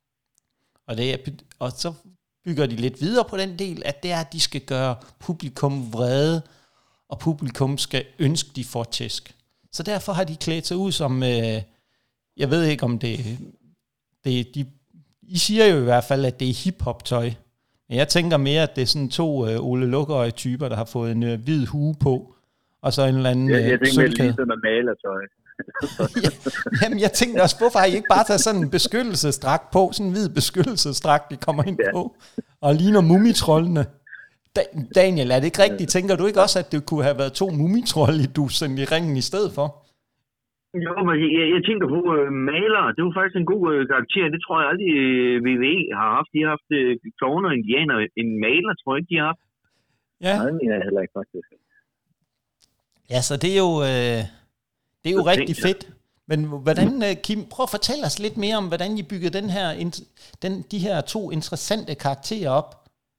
Speaker 1: Og, det er, og så bygger de lidt videre på den del, at det er, at de skal gøre publikum vrede, og publikum skal ønske, de får tæsk. Så derfor har de klædt sig ud som, øh, jeg ved ikke om det, det de, I siger jo i hvert fald, at det er hip-hop-tøj. Men jeg tænker mere, at det er sådan to øh, Ole Lukøje typer, der har fået en øh, hvid hue på, og så en eller anden
Speaker 3: jeg, jeg tænker
Speaker 1: sølvkæde.
Speaker 3: lige med malertøj.
Speaker 1: Jamen, jeg tænkte også, hvorfor har I ikke bare taget sådan en beskyttelsesdragt på, sådan en hvid beskyttelsesdragt, de kommer ind på, og ligner mumitrollene. Da- Daniel, er det ikke rigtigt? Tænker du ikke også, at det kunne have været to mumitrolde, du sendte i ringen i stedet for?
Speaker 2: Jo, men jeg, jeg tænker på uh, maler. Det var faktisk en god uh, karakter. Det tror jeg aldrig uh, V V E har haft. De har haft uh, klovner og indianer. En maler tror jeg ikke, de har haft.
Speaker 1: Ja.
Speaker 3: Nej, det mener jeg heller ikke faktisk.
Speaker 1: Ja, så det er jo, øh, det er jo rigtig fedt. Men hvordan, øh, Kim, prøv at fortælle os lidt mere om, hvordan I byggede den her, den, de her to interessante karakterer op.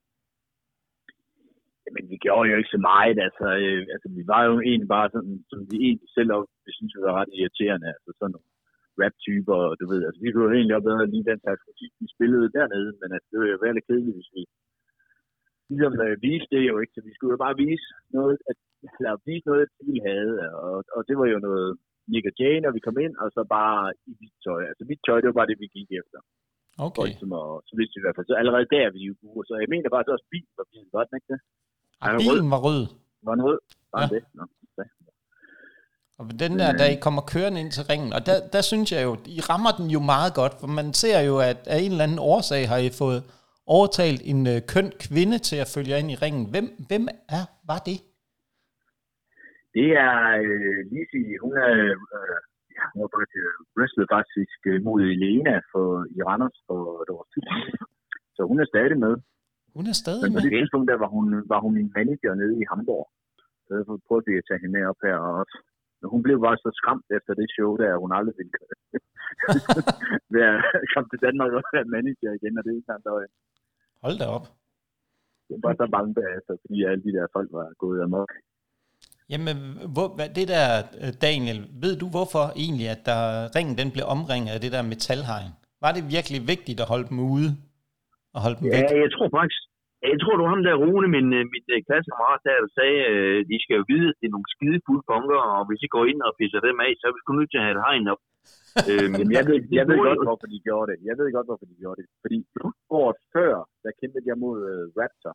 Speaker 3: Jamen, vi gjorde jo ikke så meget. Altså, øh, altså vi var jo egentlig bare sådan, som vi egentlig selv også, vi synes, vi var ret irriterende. Altså sådan nogle rap-typer, du ved. Altså, vi kunne jo egentlig også bedre lige den slags musik, vi spillede dernede, men altså, det var jo virkelig kedeligt, hvis vi ligesom øh, vise det jo ikke, så vi skulle jo bare vise noget, at, eller vise noget, at vi havde, og, og det var jo noget Nick og Jane, og vi kom ind, og så bare i hvidt tøj. Altså hvidt tøj, det var bare det, vi gik efter.
Speaker 1: Okay.
Speaker 3: Ligesom, og, så vidste vi i hvert fald, så allerede der er vi jo gode, så jeg mener bare, så også bilen var bilen godt, ikke det?
Speaker 1: Ja, bilen var rød.
Speaker 3: Var den rød? Var ja. Det? Nå, okay.
Speaker 1: Og den der, da I kommer kørende ind til ringen, og der, der synes jeg jo, I rammer den jo meget godt, for man ser jo, at af en eller anden årsag har I fået overtalt en uh, køn kvinde til at følge ind i ringen. Hvem, hvem er, var det?
Speaker 3: Det er øh, Lizzie, hun er, øh, ja, hun har faktisk wrestlet faktisk øh, mod Elena for, i Randers for et års tid. Så hun er stadig med.
Speaker 1: Hun er stadig
Speaker 3: Men
Speaker 1: med?
Speaker 3: på det tidspunkt, der var hun, var hun en manager nede i Hamburg. Så derfor prøvede vi at tage hende med op her også. Men hun blev bare så skræmt efter det show, der hun aldrig ville ved at komme til Danmark og være manager igen, og det er ikke engang døje.
Speaker 1: Hold da op.
Speaker 3: Det var bare så bange bagefter, fordi alle de der folk var gået amok.
Speaker 1: Jamen, hvor, det der, Daniel, ved du hvorfor egentlig, at der, ringen den blev omringet af det der metalhegn? Var det virkelig vigtigt at holde dem ude og holde dem
Speaker 2: ja,
Speaker 1: væk?
Speaker 2: Ja, jeg tror faktisk, jeg tror, du var ham der Rune, min, min klassekammerat der, der sagde, at de skal jo vide, at det er nogle skide fulde bunker, og hvis I går ind og pisser dem af, så er vi sgu nødt til at have et hegn op.
Speaker 3: øhm, jeg ved, jeg ved godt, hvorfor de gjorde det. Jeg ved godt, hvorfor de gjorde det. Fordi året før, der kæmpede jeg mod uh, Raptor.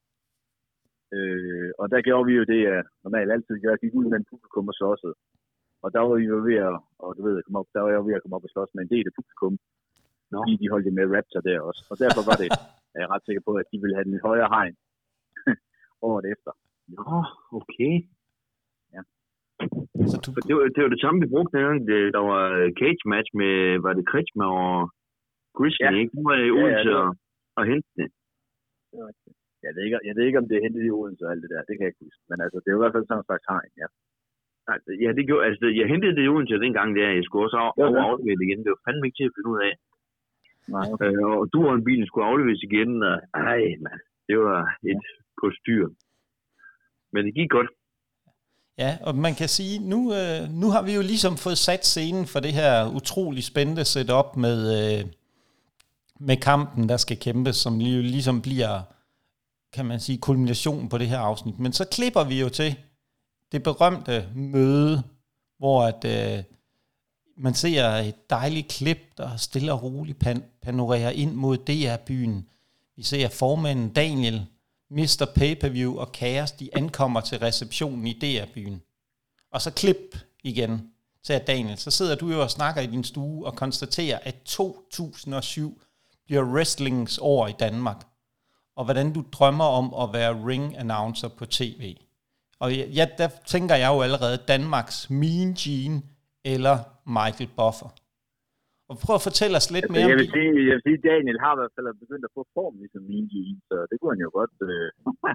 Speaker 3: Øh, og der gjorde vi jo det, jeg normalt altid gør. Jeg gik ud med en publikum og slåssede. Og der var vi jo ved at, og du ved, komme op, der var jeg ved at komme op og slås med en del af publikum. No. Fordi de holdt med Raptor der også. Og derfor var det, jeg er ret sikker på, at de ville have den højere hegn året efter.
Speaker 2: Nå, okay.
Speaker 3: Ja.
Speaker 2: Så du... det, var, det var det samme, vi brugte dengang. Der var cage match med, var det Kretschmer og Grizzly, ja. Ikke? Nu var jeg i Odense ja, ja, og, og hente det.
Speaker 3: Det var ikke. Jeg ved, ikke, jeg ved ikke, om det er hentet i Odense og alt det der. Det kan jeg ikke huske. Men altså, det er jo i hvert fald sådan en slags hegn, ja.
Speaker 2: Altså, ja, det gjorde, altså, jeg hentede det i Odense dengang, der. Jeg skulle også over aflevere det igen. Det var fandme ikke til at finde ud af.
Speaker 3: Nej, okay.
Speaker 2: øh, og du og en bil skulle afleveres igen, og ej, man, det var et ja. Postyr. Men det gik godt.
Speaker 1: Ja, og man kan sige, nu, øh, nu har vi jo ligesom fået sat scenen for det her utrolig spændende setup med, øh, med kampen, der skal kæmpes, som ligesom bliver, kan man sige, kulminationen på det her afsnit. Men så klipper vi jo til det berømte møde, hvor at, øh, man ser et dejligt klip, der stille og roligt pan- panorerer ind mod D R-byen. Vi ser formanden Daniel, mister Pay-Per-View og Kaos, de ankommer til receptionen i D R-byen. Og så klip igen til Daniel. Så sidder du jo og snakker i din stue og konstaterer, at to tusind og syv bliver wrestlings år i Danmark. Og hvordan du drømmer om at være ring announcer på tv. Og ja, der tænker jeg jo allerede Danmarks Mean Gene eller Michael Buffer. Og prøv at fortælle os lidt
Speaker 3: altså,
Speaker 1: mere
Speaker 3: jeg
Speaker 1: om
Speaker 3: vil sige, jeg vil sige, Daniel har i hvert fald begyndt at få form ligesom Mean Gene, så det kunne han jo godt, øh...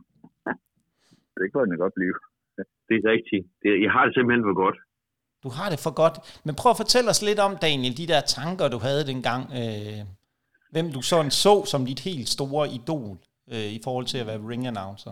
Speaker 3: det kunne han jo godt blive.
Speaker 2: Det er rigtigt. Det, jeg har det simpelthen for godt.
Speaker 1: Du har det for godt. Men prøv at fortælle os lidt om, Daniel, de der tanker, du havde dengang. Øh, hvem du sådan så som dit helt store idol øh, i forhold til at være ring announcer.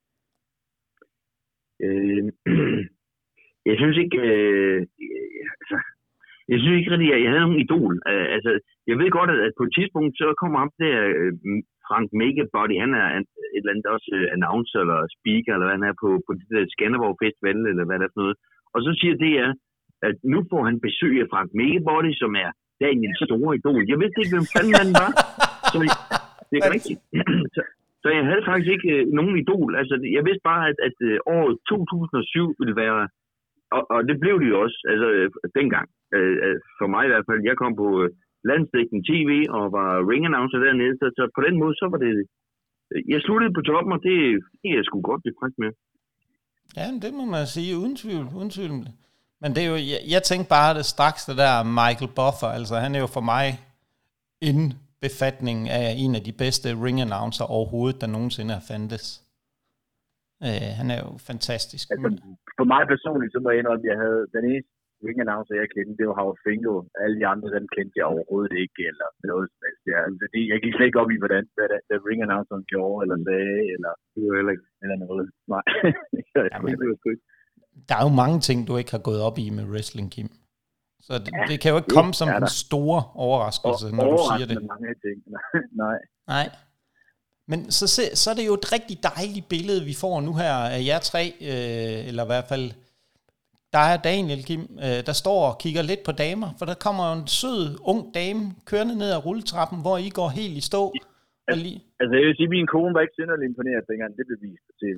Speaker 2: Øh, jeg synes ikke, øh, altså, jeg synes ikke rigtig, at jeg havde nogen idol. Uh, altså, jeg ved godt, at på et tidspunkt, så kommer ham der, uh, Frank Megabody, han er et eller andet også uh, announcer eller speaker, eller hvad han er på, på det der Skanderborg Festival, eller hvad der er for noget. Og så siger det er, at nu får han besøg af Frank Megabody, som er Daniels store idol. Jeg vidste ikke, hvem fanden han var. Så det er rigtigt. så, så jeg havde faktisk ikke uh, nogen idol. Altså, jeg vidste bare, at, at uh, året to tusind og syv ville være, og, og det blev det jo også, altså uh, dengang. Uh, for mig i hvert fald. Jeg kom på uh, landsdækkende T V og var ring announcer dernede, så, så på den måde, så var det, jeg sluttede på toppen, og det, det er jeg sgu godt tilfreds med.
Speaker 1: Ja, det må man sige, uden tvivl, uden tvivl. Men det er jo, jeg, jeg tænkte bare det straks, det der Michael Buffer, altså han er jo for mig indbefatning af en af de bedste ring announcer overhovedet, der nogensinde har fandtes. Uh, han er jo fantastisk.
Speaker 3: Altså, for mig personligt, så må jeg indrømme, at jeg havde den eneste ring announcer, jeg kendte, det var Howard Fingo. Alle de andre, dem kendte jeg overhovedet ikke, eller noget som helst. Ja, altså, det, jeg gik slet ikke op i, hvordan hvad det, det ring announceren gjorde, eller sagde, eller, eller, eller noget. Nej.
Speaker 1: Ja, men, der er jo mange ting, du ikke har gået op i med wrestling, Kim. Så det, ja, det kan jo ikke komme som en store overraskelse, når du siger det.
Speaker 3: Mange ting. Nej.
Speaker 1: Nej. Men så, så er det jo et rigtig dejligt billede, vi får nu her af jer tre, øh, eller i hvert fald dig og Daniel, Kim, øh, der står og kigger lidt på damer, for der kommer en sød, ung dame kørende ned ad rulletrappen, hvor I går helt i stå.
Speaker 3: Altså, lige... altså jeg vil sige, at min kone var ikke synderligt imponeret, dengang det blev vist på tv.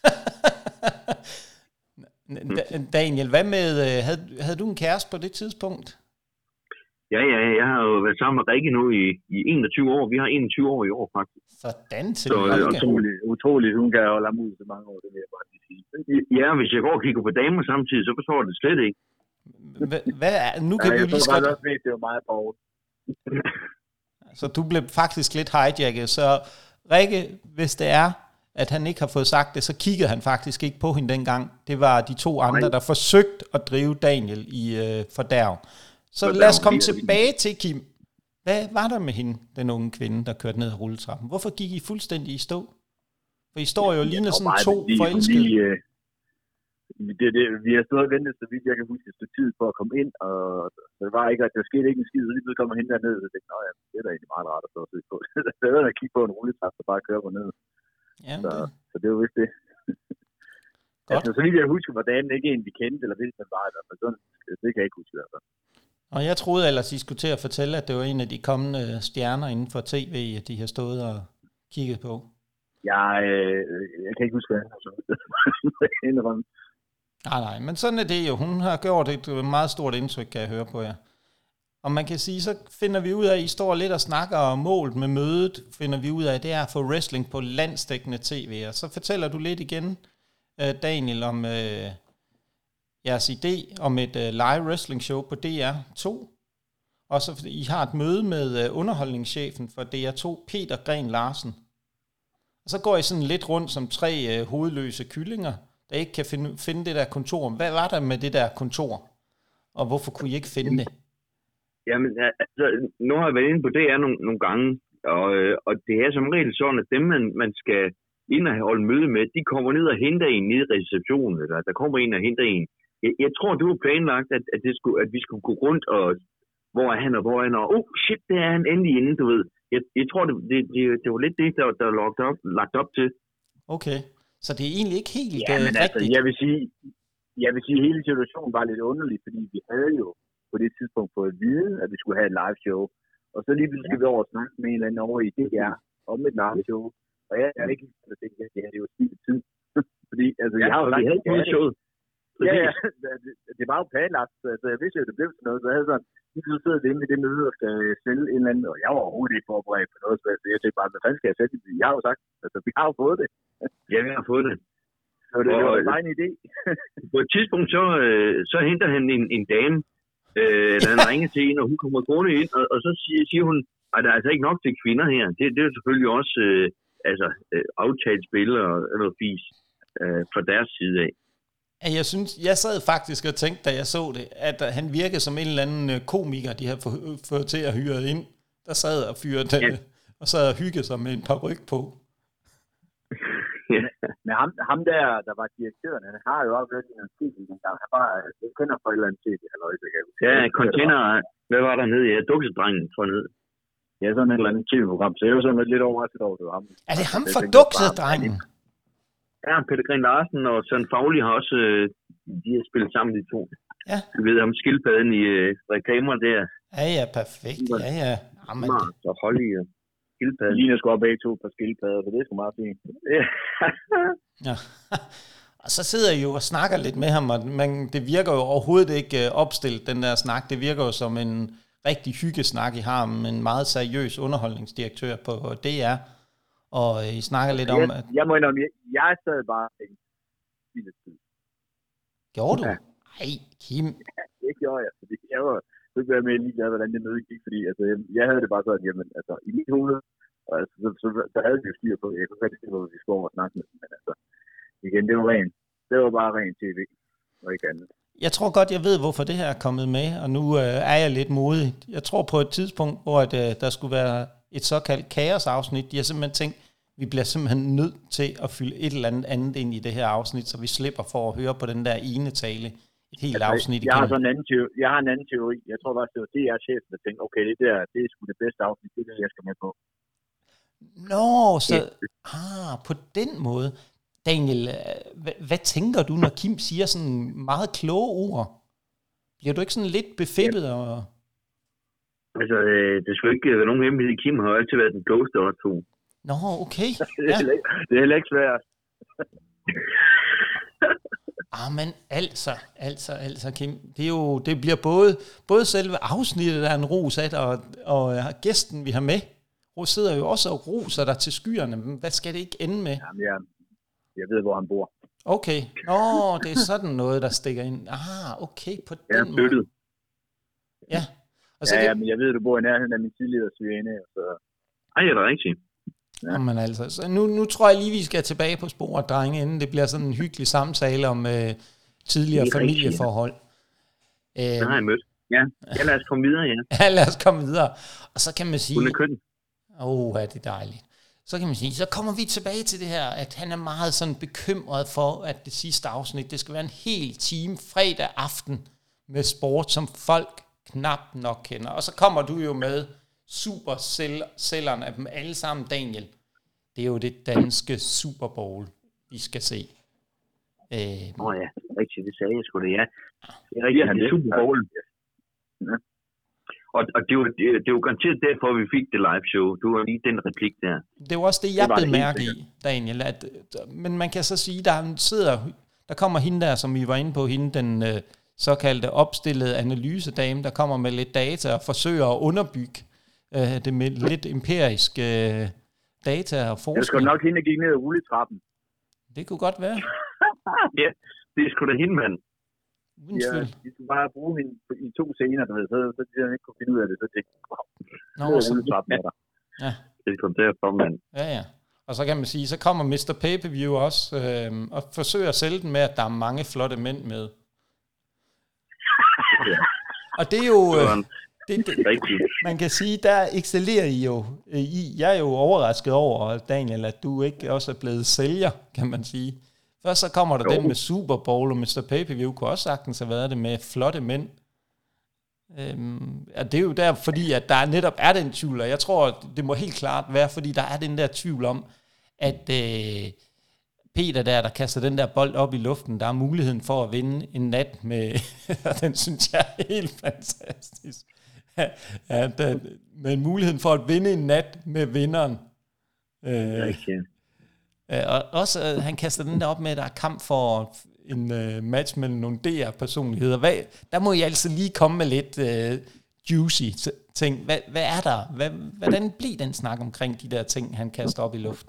Speaker 1: Daniel, hvad med, havde, havde du en kæreste på det tidspunkt?
Speaker 2: Ja, ja, jeg har jo været sammen med Rikke nu i, i enogtyve år. Vi har enogtyve år i år, faktisk.
Speaker 1: Sådan til
Speaker 3: så, øh, utroligt, utroligt, hun kan holde ham ud så mange år, det vil jeg bare lige sige.
Speaker 2: Ja, hvis jeg går og kigger på damer samtidig, så forstår jeg det slet ikke.
Speaker 1: Hvad er, nu kan
Speaker 3: ja,
Speaker 1: vi
Speaker 3: jeg
Speaker 1: lige
Speaker 3: tror faktisk også, at det var meget hårdt.
Speaker 1: Så du blev faktisk lidt hijacket, så Rikke, hvis det er, at han ikke har fået sagt det, så kiggede han faktisk ikke på hende dengang. Det var de to andre, der forsøgte at drive Daniel i øh, fordærv. Så lad os komme tilbage til, Kim. Hvad var der med hende, den unge kvinde, der kørte ned ad rulletrappen? Hvorfor gik I fuldstændig i stå? For I står jo og ligner sådan to forelskede.
Speaker 3: Øh, det, det, vi har stået og ventet, så vidt jeg kan huske, et stykke tid for at komme ind, og det var ikke, at der skete ikke en skid, så lige pludselig kommer hende derned, og så tænkte jeg, ja, det er da egentlig meget rart at stå og se på. Så er der at kigge på en rulletrappe, og bare køre på ned.
Speaker 1: Jamen,
Speaker 3: så,
Speaker 1: det.
Speaker 3: så det var vist det. Altså, så vidt jeg husker, var damen ikke en, vi kendte, eller vidste, man var der, men sådan, det kan jeg ikke huske. Altså.
Speaker 1: Og jeg troede ellers, I skulle til at fortælle, at det var en af de kommende stjerner inden for tv, at de har stået og kigget på.
Speaker 3: Jeg, øh, jeg kan ikke huske, hvad han har så.
Speaker 1: Nej, nej, men sådan er det jo. Hun har gjort et meget stort indtryk, kan jeg høre på jer. Og man kan sige, så finder vi ud af, at I står lidt og snakker om målet med mødet, finder vi ud af, at det er at få wrestling på landsdækkende tv. Og så fortæller du lidt igen, Daniel, om øh, jeres idé om et øh, live wrestling show på D R to. Og så I har et møde med øh, underholdningschefen for D R to, Peter Gren Larsen. Og så går I sådan lidt rundt som tre øh, hovedløse kyllinger, der ikke kan finde, finde det der kontor. Hvad var der med det der kontor? Og hvorfor kunne I ikke finde det?
Speaker 2: Jamen, altså, nu har jeg været inde på D R nogle, nogle gange, og, og det er som regel sådan, at dem, man, man skal ind og holde møde med, de kommer ned og henter en nede i receptionen, eller der kommer en og henter en. Jeg, jeg tror, det var planlagt, at, at, det skulle, at vi skulle gå rundt, og hvor er han, og hvor er han, og oh shit, det er han endelig inde, du ved. Jeg, jeg tror, det, det, det, det var lidt det, der, der var lagt op, lagt op til.
Speaker 1: Okay, så det er egentlig ikke helt
Speaker 3: ja, men altså, jeg vil sige, jeg vil sige, at hele situationen var lidt underlig, fordi vi havde jo på det tidspunkt fået at vide, at vi skulle have et live show. Og så lige pludselig skal vi over og snakke med en eller anden over i D R om et live show. Og jeg er ikke helt at tænke, at det her det er jo skidt tid. Fordi, altså, jeg har jo sagt,
Speaker 2: at det showet.
Speaker 3: Ja, ja, det, det var jo planlagt, så jeg vidste jo, at det blev sådan noget. Så jeg havde sådan, lige pludselig sidder det inde i det møde og skal sælge en eller anden, og jeg var overhovedet ikke forberedt på noget, så jeg tænkte bare, hvad fanden skal jeg sætte det? Jeg har jo sagt, altså, vi har jo fået det.
Speaker 2: Ja, vi har fået det.
Speaker 3: Så det, det var jo bare en idé.
Speaker 2: På et tidspunkt, så, så henter han en, en dame, øh, der han ringer til en, og hun kommer gående ind, og, og så siger, siger hun, at der er altså ikke nok til kvinder her. Det, det er jo selvfølgelig også øh, altså, øh, aftalt spil og noget fis øh, fra deres side af.
Speaker 1: Jeg synes, jeg sad faktisk og tænkte, da jeg så det, at han virkede som en eller anden komiker, de har fået til at hyre ind, der sad og fyrede ja. og sad og hyggede sig med en par ryg på.
Speaker 3: Ja. Men ham, ham der, der var direktøren, han har jo også været i en tid, han bare, jeg kender for et eller andet tid,
Speaker 2: ja, container, hvad var der nede? Ja, duksedrengen, tror jeg nede.
Speaker 3: Ja, sådan et eller andet tv-program, så jeg var sådan lidt overrasket over, det var ham.
Speaker 1: Er det ham for duksedrengen?
Speaker 2: Ja, Peter Gren Larsen og Søren Fagli har også, øh, de har spillet sammen, de to.
Speaker 1: Ja.
Speaker 2: Du ved om skildpadden i øh, reklamer der.
Speaker 1: Ja, ja, perfekt. Ja, ja. Jamen,
Speaker 2: så hold i uh, skildpadden.
Speaker 3: De ligner sgu op begge to på skildpadder, så det er sgu meget fint.
Speaker 1: Ja. Og så sidder I jo og snakker lidt med ham, og man, det virker jo overhovedet ikke opstillet, den der snak. Det virker jo som en rigtig hyggesnak, I har med en meget seriøs underholdningsdirektør på D R. Og I snakker lidt
Speaker 3: jeg,
Speaker 2: Altså,
Speaker 1: om, at...
Speaker 3: Jeg må indrømme, jeg, jeg sad bare i det tid.
Speaker 1: Gjorde du?
Speaker 3: Ja.
Speaker 1: Ej, Kim.
Speaker 3: Ja, det gjorde jeg, fordi jeg var så ikke være med ligeglad, hvordan det møde gik, fordi altså, jeg, jeg havde det bare sådan, jamen, altså, i mit hoved, og altså, så, så, så havde vi jo styr på, jeg kunne godt ikke, hvor vi skulle over og snakke med dem, men altså, igen, det var rent, det var bare rent tv, og ikke andet.
Speaker 1: Jeg tror godt, jeg ved, hvorfor det her er kommet med, og nu øh, er jeg lidt modig. Jeg tror på et tidspunkt, hvor at, øh, der skulle være et såkaldt kaosafsnit, de har simpelthen tænkt, vi bliver simpelthen nødt til at fylde et eller andet andet ind i det her afsnit, så vi slipper for at høre på den der ene tale. Et helt altså, afsnit igen.
Speaker 3: Jeg har, sådan en anden teori. jeg har en anden teori. Jeg tror faktisk, det var D R-chefen, der tænkte, okay, det der, det er sgu det bedste afsnit, det er det, jeg skal med på.
Speaker 1: Nå, så ah, på den måde. Daniel, hvad, hvad tænker du, når Kim siger sådan meget kloge ord? Bliver du ikke sådan lidt befippet? Ja. Og...
Speaker 2: Altså, øh, det skulle ikke være nogen hemmelighed. Kim har jo altid været den klogeste af to.
Speaker 1: Nå, okay.
Speaker 3: det, er ja. det er heller ikke svært.
Speaker 1: Ah, men altså, altså, altså, Kim, det, er jo, det bliver både, både selve afsnittet, der er en ros af, og, og gæsten, vi har med, hun sidder jo også og roser dig til skyerne. Men hvad skal det ikke ende med?
Speaker 3: Jamen, jeg, jeg ved, hvor han bor.
Speaker 1: Okay. Nå, det er sådan noget, der stikker ind. Ah, okay, på den
Speaker 2: måde. Jeg er flyttet.
Speaker 1: Ja. Og så
Speaker 3: ja,
Speaker 1: det...
Speaker 3: ja, men jeg ved, du bor i nærheden af min tidligere svigerinde. Så...
Speaker 2: Ej, er det rigtigt?
Speaker 1: Ja. Jamen altså, så nu, nu tror jeg lige, vi skal tilbage på sporet, drenge, inden det bliver sådan en hyggelig samtale om øh, tidligere familieforhold.
Speaker 2: Øh, det har jeg mødt. Ja, ja, lad os komme videre, ja.
Speaker 1: Ja, lad os komme videre. Og så kan man sige...
Speaker 2: Hun er køn.
Speaker 1: Åh, oh, er det dejligt. Så kan man sige, så kommer vi tilbage til det her, at han er meget sådan bekymret for, at det sidste afsnit, det skal være en hel time fredag aften med sport, som folk knap nok kender. Og så kommer du jo med superselleren af dem alle sammen, Daniel. Det er jo det danske Super Bowl, vi skal se.
Speaker 2: Åh øh, oh ja, rigtigt, det sagde jeg sgu det, ja. Det er rigtigt, det er Super Bowl. Ja. Og, og det, var, det, det var garanteret derfor, vi fik det live show. Du var lige den replik der.
Speaker 1: Det var også det, jeg blev mærke i, Daniel. At, men man kan så sige, der sidder, der kommer hende der, som vi var inde på, hende den øh, såkaldte opstillede analysedame, der kommer med lidt data og forsøger at underbygge øh, det med lidt empirisk øh, data og forskning.
Speaker 3: Jeg skal nok hende, der gik ned ad rulletrappen.
Speaker 1: Det kunne godt være.
Speaker 2: Ja, det er sgu da hende, mand.
Speaker 3: Ja, de skulle bare bruge hende i to scener, du ved, så, så de ikke kunne finde ud af det, så det
Speaker 1: Nå, så
Speaker 3: ja.
Speaker 2: Ja. Det kom til at komme, mand.
Speaker 1: Ja, ja. Og så kan man sige, så kommer mister Pay-Per-View også, øh, og forsøger at sælge den med, at der er mange flotte mænd med.
Speaker 2: Ja.
Speaker 1: Og det er jo... Øh, det, det, man kan sige, der excellerer I jo i. Jeg er jo overrasket over, Daniel, at du ikke også er blevet sælger, kan man sige. Først så kommer der jo. Den med Super Bowl, og mister Pay-Per-View kunne også sagtens have været det med flotte mænd. Øhm, og det er jo der, fordi at der netop er den tvivl, og jeg tror, det må helt klart være, fordi der er den der tvivl om, at øh, Peter der, der kaster den der bold op i luften, der er muligheden for at vinde en nat med, og den synes jeg er helt fantastisk. Ja, der, med muligheden for at vinde en nat med vinderen. Øh,
Speaker 2: okay.
Speaker 1: Og også, øh, han kaster den der op med, at der er kamp for en øh, match mellem nogle D R-personligheder. Hvad, der må I altså lige komme med lidt øh, juicy ting. Hvad, hvad er der? Hvad, hvordan bliver den snak omkring de der ting, han kaster op i luften?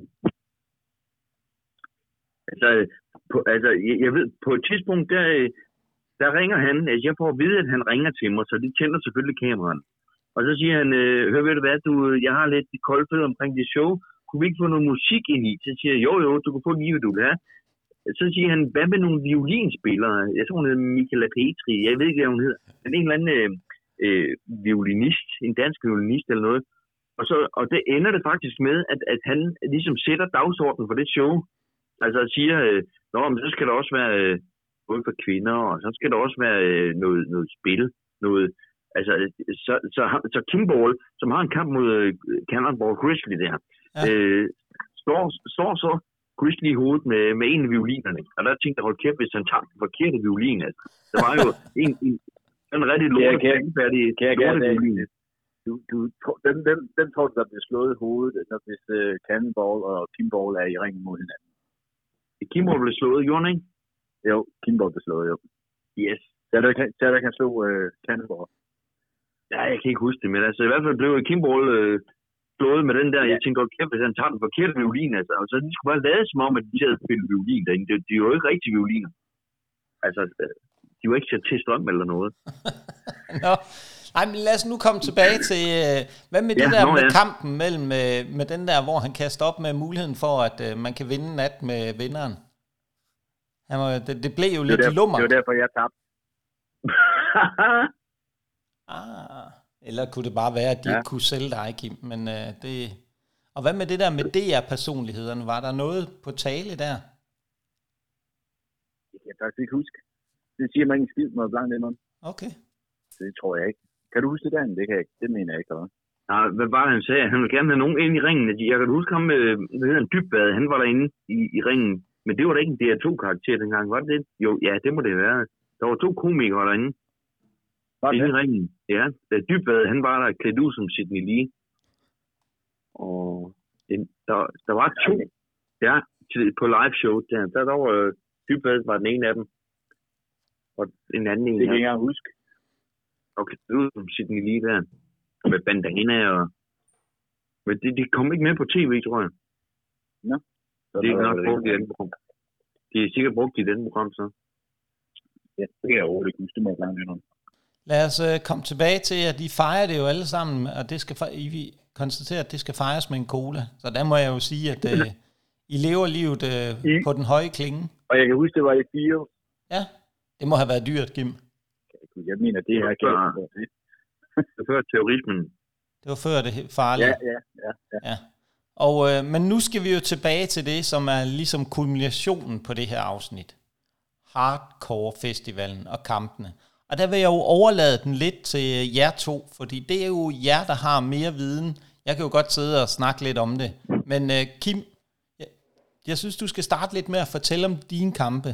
Speaker 2: Altså, på, altså jeg, jeg ved, på et tidspunkt, der, der ringer han, altså jeg får at vide, at han ringer til mig, så de tænder selvfølgelig kameraen. Og så siger han, øh, hør ved du hvad, du, jeg har lidt koldt fødder omkring det show, kunne vi ikke få noget musik ind i? Så siger jeg, jo jo, du kan få lige, hvad du vil have. Så siger han, hvad med nogle violinspillere? Jeg tror, hun hedder Michaela Petri, jeg ved ikke, hvad hun hedder. Men en eller anden øh, øh, violinist, en dansk violinist eller noget. Og, så, og det ender det faktisk med, at, at han ligesom sætter dagsordenen for det show. Altså siger, øh, nå, men så skal der også være øh, både for kvinder, og så skal der også være øh, noget, noget spil, noget... Altså, så, så, så Kimball, som har en kamp mod øh, Cannonball Grizzly der, ja. øh, står, står så Grizzly i hovedet med, med en af violinerne. Og der tænkte jeg, hold kæft, hvis han tager den forkerte violin. Altså. Der var jo en, en, en rigtig lortet færdig violin.
Speaker 3: Du, du, den, den, den tror du, der bliver slået i hovedet, når hvis uh, Cannonball og Kimball er i ringen mod hinanden.
Speaker 2: Kimball blev slået, gjorde han ikke?
Speaker 3: Jo, Kimball blev slået, jo.
Speaker 2: Yes.
Speaker 3: Så der kan, så der kan slå uh, Cannonball.
Speaker 2: Ja, jeg kan ikke huske det, men altså i hvert fald blev Kimball øh, slået med den der, ja. Jeg tænkte godt kæft, hvis han tager den forkerte violin, altså, og så de skulle bare lade som om, at de havde spillet violin derinde. De, de er jo ikke rigtige violiner. Altså, de var ikke sat til strøm eller noget.
Speaker 1: Nå, ej, men lad os nu komme tilbage til, øh, hvad med ja, det der nå, med ja. kampen mellem, øh, med den der, hvor han kaster op med muligheden for, at øh, man kan vinde nat med vinderen. Han var, det, det blev jo det lidt lummer.
Speaker 3: Det var derfor, jeg tabte.
Speaker 1: Ah, eller kunne det bare være, at de ja. ikke kunne sælge dig, Kim? Men øh, det... Og hvad med det der med D R-personlighederne? Var der noget på tale der?
Speaker 3: Det kan jeg faktisk ikke huske. Det siger man ikke skid med blankt indånd.
Speaker 1: Okay.
Speaker 3: Det tror jeg ikke. Kan du huske det der? Det kan jeg ikke. Det mener jeg ikke. Eller?
Speaker 2: Nej, hvad var det, han sagde? Han ville gerne have nogen ind i ringen. Jeg kan huske ham med, hvad hedder han, Dybbad, han var derinde i, i ringen. Men det var da ikke en D R to-karakter dengang, var det det? Jo, ja, det må det være. Der var to komikere derinde. Var det? Inde i ringen. Ja, da Dybbad, han var der klædt ud som Sidney Lee. Og den, der, der var to, ja, på live show der. Der, der var Dybbad, var den ene af dem. Og en anden en.
Speaker 3: Det kan jeg ikke engang huske.
Speaker 2: Og klædt ud som Sidney Lee der. Med bandana og... Men det, de kom ikke med på tv, tror jeg.
Speaker 3: Nå.
Speaker 2: Det er ikke nok brugt i den program. De er sikkert brugt i den program, så.
Speaker 3: Ja, det kan jeg overhovedet ikke huske, det må jeg gerne høre.
Speaker 1: Lad os uh, komme tilbage til, at de fejrer det jo alle sammen, og det skal I konstatere, at det skal fejres med en cola. Så der må jeg jo sige, at uh, I lever livet uh, I. på den høje klinge.
Speaker 3: Og jeg kan huske, det var i fire.
Speaker 1: Ja, det må have været dyrt, Kim.
Speaker 3: Jeg mener, det her kan jeg ikke.
Speaker 2: Det var før terrorismen.
Speaker 1: Det var før det farlige.
Speaker 3: Ja, ja, ja. ja.
Speaker 1: ja. Og, øh, men nu skal vi jo tilbage til det, som er ligesom kulminationen på det her afsnit. Hardcore Festivalen og kampene. Og der vil jeg jo overlade den lidt til jer to, fordi det er jo jer, der har mere viden. Jeg kan jo godt sidde og snakke lidt om det. Men øh, Kim, jeg, jeg synes, du skal starte lidt med at fortælle om dine kampe.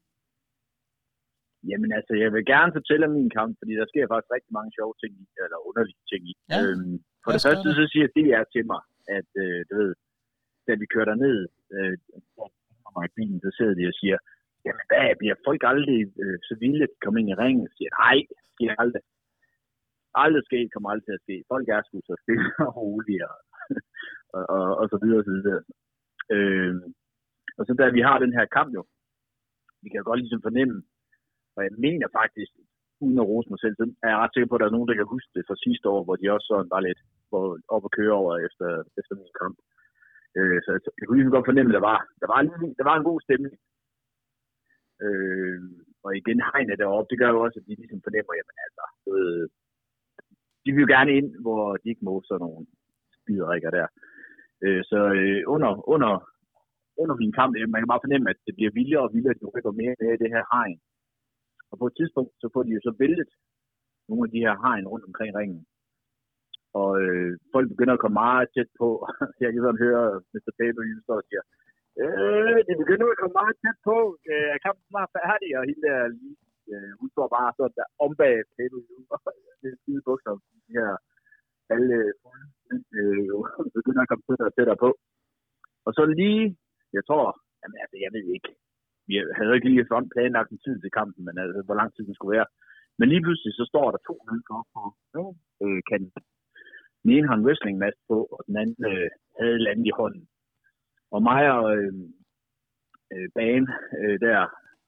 Speaker 3: Jamen altså, jeg vil gerne fortælle om min kamp, fordi der sker faktisk rigtig mange sjove ting i, eller underlige ting i. Ja, øhm, for det første, så siger D R til mig, at øh, du ved, da vi kører derned, øh, i bilen, så sidder de og siger, jamen hvad, bliver folk aldrig øh, så vilde, at de kommer ind i ringen? Og siger, nej, det sker aldrig. Aldrig sker, kommer aldrig til at ske. Folk er sgu så stille og rolige, og, og, og, og så videre og så videre. Øh, og så da vi har den her kamp jo, vi kan jo godt ligesom fornemme, og jeg mener faktisk, uden at rose mig selv, så er jeg ret sikker på, at der er nogen, der kan huske det fra sidste år, hvor de også sådan var lidt op at køre over efter, efter min kamp. Øh, så jeg kunne ligesom godt fornemme, at der var, der var, en, der var en god stemning. Øh, og igen, hegnet deroppe, det gør jo også, at de ligesom fornemmer, jamen altså, øh, de vil jo gerne ind, hvor de ikke må sådan nogle skiderikker der. Øh, så øh, under, under, under min kamp, man kan bare fornemme, at det bliver vildere og vildere, at de rykker mere med det her hegn. Og på et tidspunkt, så får de jo så væltet nogle af de her hegn rundt omkring ringen. Og øh, folk begynder at komme meget tæt på. Jeg kan sådan høre mister Paper står og siger, øh, det begynder at komme meget tæt på. Øh, jeg kan snart færdig, og hende der lige, øh, hun står bare sådan der om bag Paper og det er skide bukser, de her alle fulde, øh, begynder at komme tættere og tættere på. Og så lige, jeg tror, jamen altså, jeg ved ikke, vi havde ikke lige sådan planlagt en tid til kampen, men altså, hvor lang tid den skulle være. Men lige pludselig, så står der to mennesker op på øh, kanten. Den ene har en wrestlingmask på, og den anden øh, havde landet i hånden. Og mig og øh, øh, Bane øh, der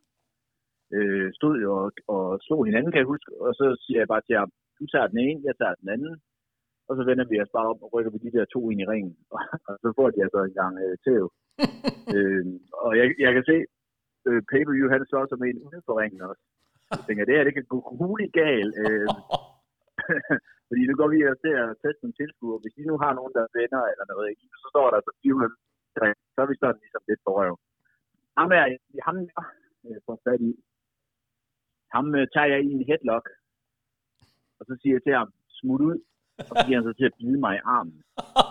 Speaker 3: øh, stod jo og, og slog hinanden, kan jeg huske. Og så siger jeg bare til ham, du tager den ene, jeg tager den anden. Og så vender vi os bare op og rykker vi de der to ind i ringen. Og så får de altså en gang øh, tæv. øh, og jeg, jeg kan se, øh, Pay-Per-View, han så som en uden for ringen også. Jeg tænker, det her, det kan gå huligt galt. Øh, fordi nu går vi og ser og tester nogle tilskuere. Hvis de nu har nogen, der venner eller noget, så står der så fire hundrede, så er vi sådan ligesom lidt på røv. Ham er, ham jeg får fat i, ham tager jeg i en headlock, og så siger jeg til ham, smut ud, og så giver han så til at bide mig i armen.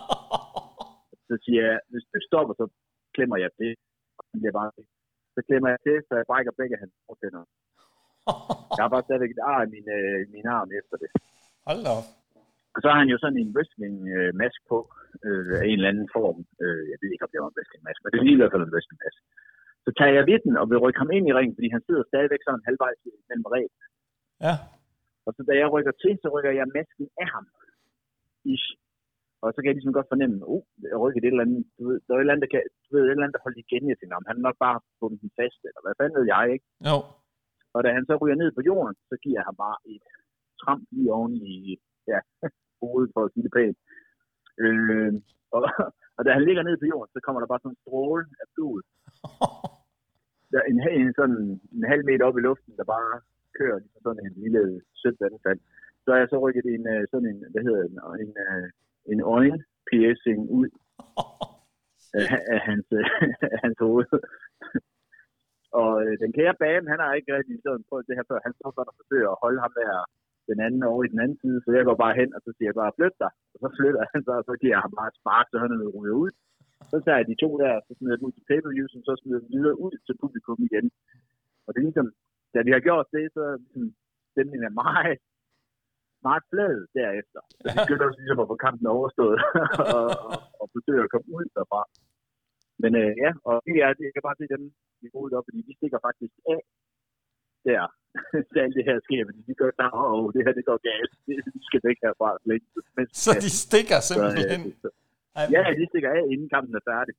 Speaker 3: Så siger jeg, hvis du stopper, så klemmer jeg det. Bare, så klemmer jeg til, så jeg brækker begge hans fortænder. Jeg har bare stadigvæk et ar i min, øh, min arm efter det.
Speaker 1: Hold da op.
Speaker 3: Og så har han jo sådan en wrestling-mask på, øh, af en eller anden form. Øh, jeg ved ikke, om det var en wrestling-mask, men det er i hvert fald en wrestling-mask. Så tager jeg ved den og vil rykke ham ind i ringen, fordi han sidder stadigvæk sådan halvvejs mellem ræb.
Speaker 1: Ja.
Speaker 3: Og så da jeg rykker til, så rykker jeg masken af ham. Ish. Og så kan jeg ligesom godt fornemme, oh, jeg rykker det et eller andet, du ved, der er et eller andet, der, kan, du ved, et eller andet, der holder igen, jeg tænker, om han er nok bare fundet den fast, eller hvad fanden ved jeg, ikke?
Speaker 1: Jo.
Speaker 3: Og da han så ryger ned på jorden, så giver han bare et tramp lige oven i, ja, hovedet, for at sige det pænt. Øh, og, og da han ligger ned på jorden, så kommer der bare sådan en stråle af blod. Der er en, en, sådan, en halv meter op i luften, der bare kører ligesom sådan en lille sødt vandfald. Så er jeg så rykket en, sådan en, hvad hedder en, en, en øjenpiercing ud af, af, hans, af hans hoved. Og den kære Bam, han har ikke rigtig sådan prøvet det her før. Han står sådan og forsøger at holde ham der den anden over i den anden side, så jeg går bare hen, og så siger jeg bare, flyt dig. Og så flytter han sig, og så giver jeg ham bare et spark, så han er ryger ud. Så tager jeg de to der, så smider jeg dem ud til pay-per-view, så smider jeg dem videre ud til publikum igen. Og det er ligesom, da vi har gjort det, så er ligesom, stemningen er meget, meget flad derefter. Så det begynder også ligesom at få kampen overstået, og, og, og forsøge at komme ud derfra. Men øh, ja, og det er, det kan bare se dem, de går ud op, fordi de stikker faktisk af der, så alt det her sker, fordi de gør der, åh, oh, det her, det går galt, vi skal væk herfra.
Speaker 1: Så de stikker simpelthen?
Speaker 3: Så, ja, ja, de stikker af, inden kampen er færdig.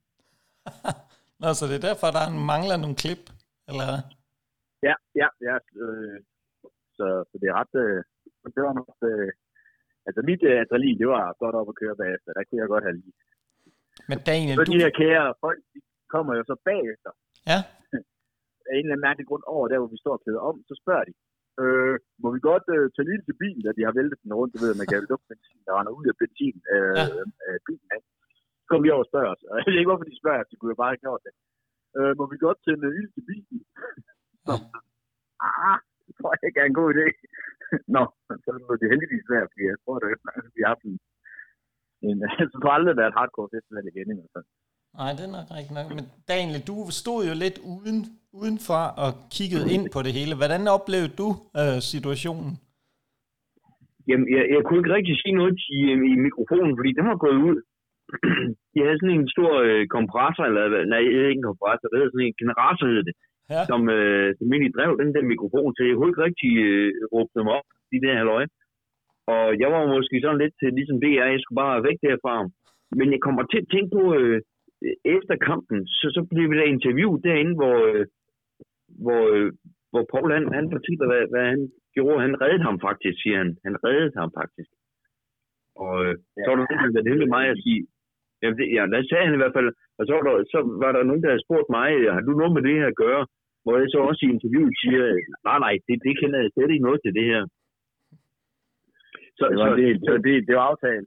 Speaker 1: Nå, så det er derfor, der mangler nogle klip, eller hvad?
Speaker 3: Ja, ja, ja, øh, så, så det er ret, øh, det var nok, øh, altså mit øh, adrenalin, det var godt op at køre bagefter, der kunne jeg godt have lige.
Speaker 1: Men Daniel,
Speaker 3: så
Speaker 1: du...
Speaker 3: de her kære folk, de kommer jo så bagefter.
Speaker 1: Ja.
Speaker 3: Af en eller anden mærkelig grund over der, hvor vi står og klæder om, så spørger de, øh, må vi godt øh, tage lige til bilen, da de har væltet den rundt, du ved, man kan lukke benzin, der render ud af benzin, øh, ja. øh, bilen af. Så kommer de over og spørger os, og jeg ved ikke, hvorfor de spørger os, de kunne jo bare have gjort det. Øh, må vi godt tænde ild til bilen? Så, ah, det tror jeg ikke er en god idé. Nå, så er det heldigvis svært, fordi jeg tror, at vi har haft en, en så tror aldrig været hardcore festival igen i hvert fald.
Speaker 1: Nej, det er nok rigtig nok. Men Daniel, du stod jo lidt uden, udenfor og kiggede ind på det hele. Hvordan oplevede du øh, situationen?
Speaker 2: Jamen, jeg, jeg kunne ikke rigtig sige noget i, i mikrofonen, fordi den var gået ud. De havde sådan en stor øh, kompressor, eller nej, ikke en kompressor, det hedder sådan en generator, hedder det, ja. som, øh, som egentlig drev den der mikrofon, så jeg kunne ikke rigtig øh, råbe dem op, de der halvøje. Og jeg var måske sådan lidt til ligesom det er, jeg skulle bare væk derfra. Men jeg kommer til at tænke på, øh, efter kampen, så, så blev vi der interviewet derinde, hvor, øh, hvor, øh, hvor Paul, han, han fortæller, hvad, hvad han gjorde. Han reddede ham faktisk, siger han. Han reddede ham faktisk. Og øh, ja. Så var der nogen, der hældte mig at sige, jamen det, ja, der sagde han i hvert fald, og så var, der, så var der nogen, der havde spurgt mig, har du noget med det her at gøre? Hvor jeg så også i interviewet siger, nej, nej, det, det kender jeg slet ikke noget til det her. Så,
Speaker 3: det, var
Speaker 2: så,
Speaker 3: det, så det, det var aftalt.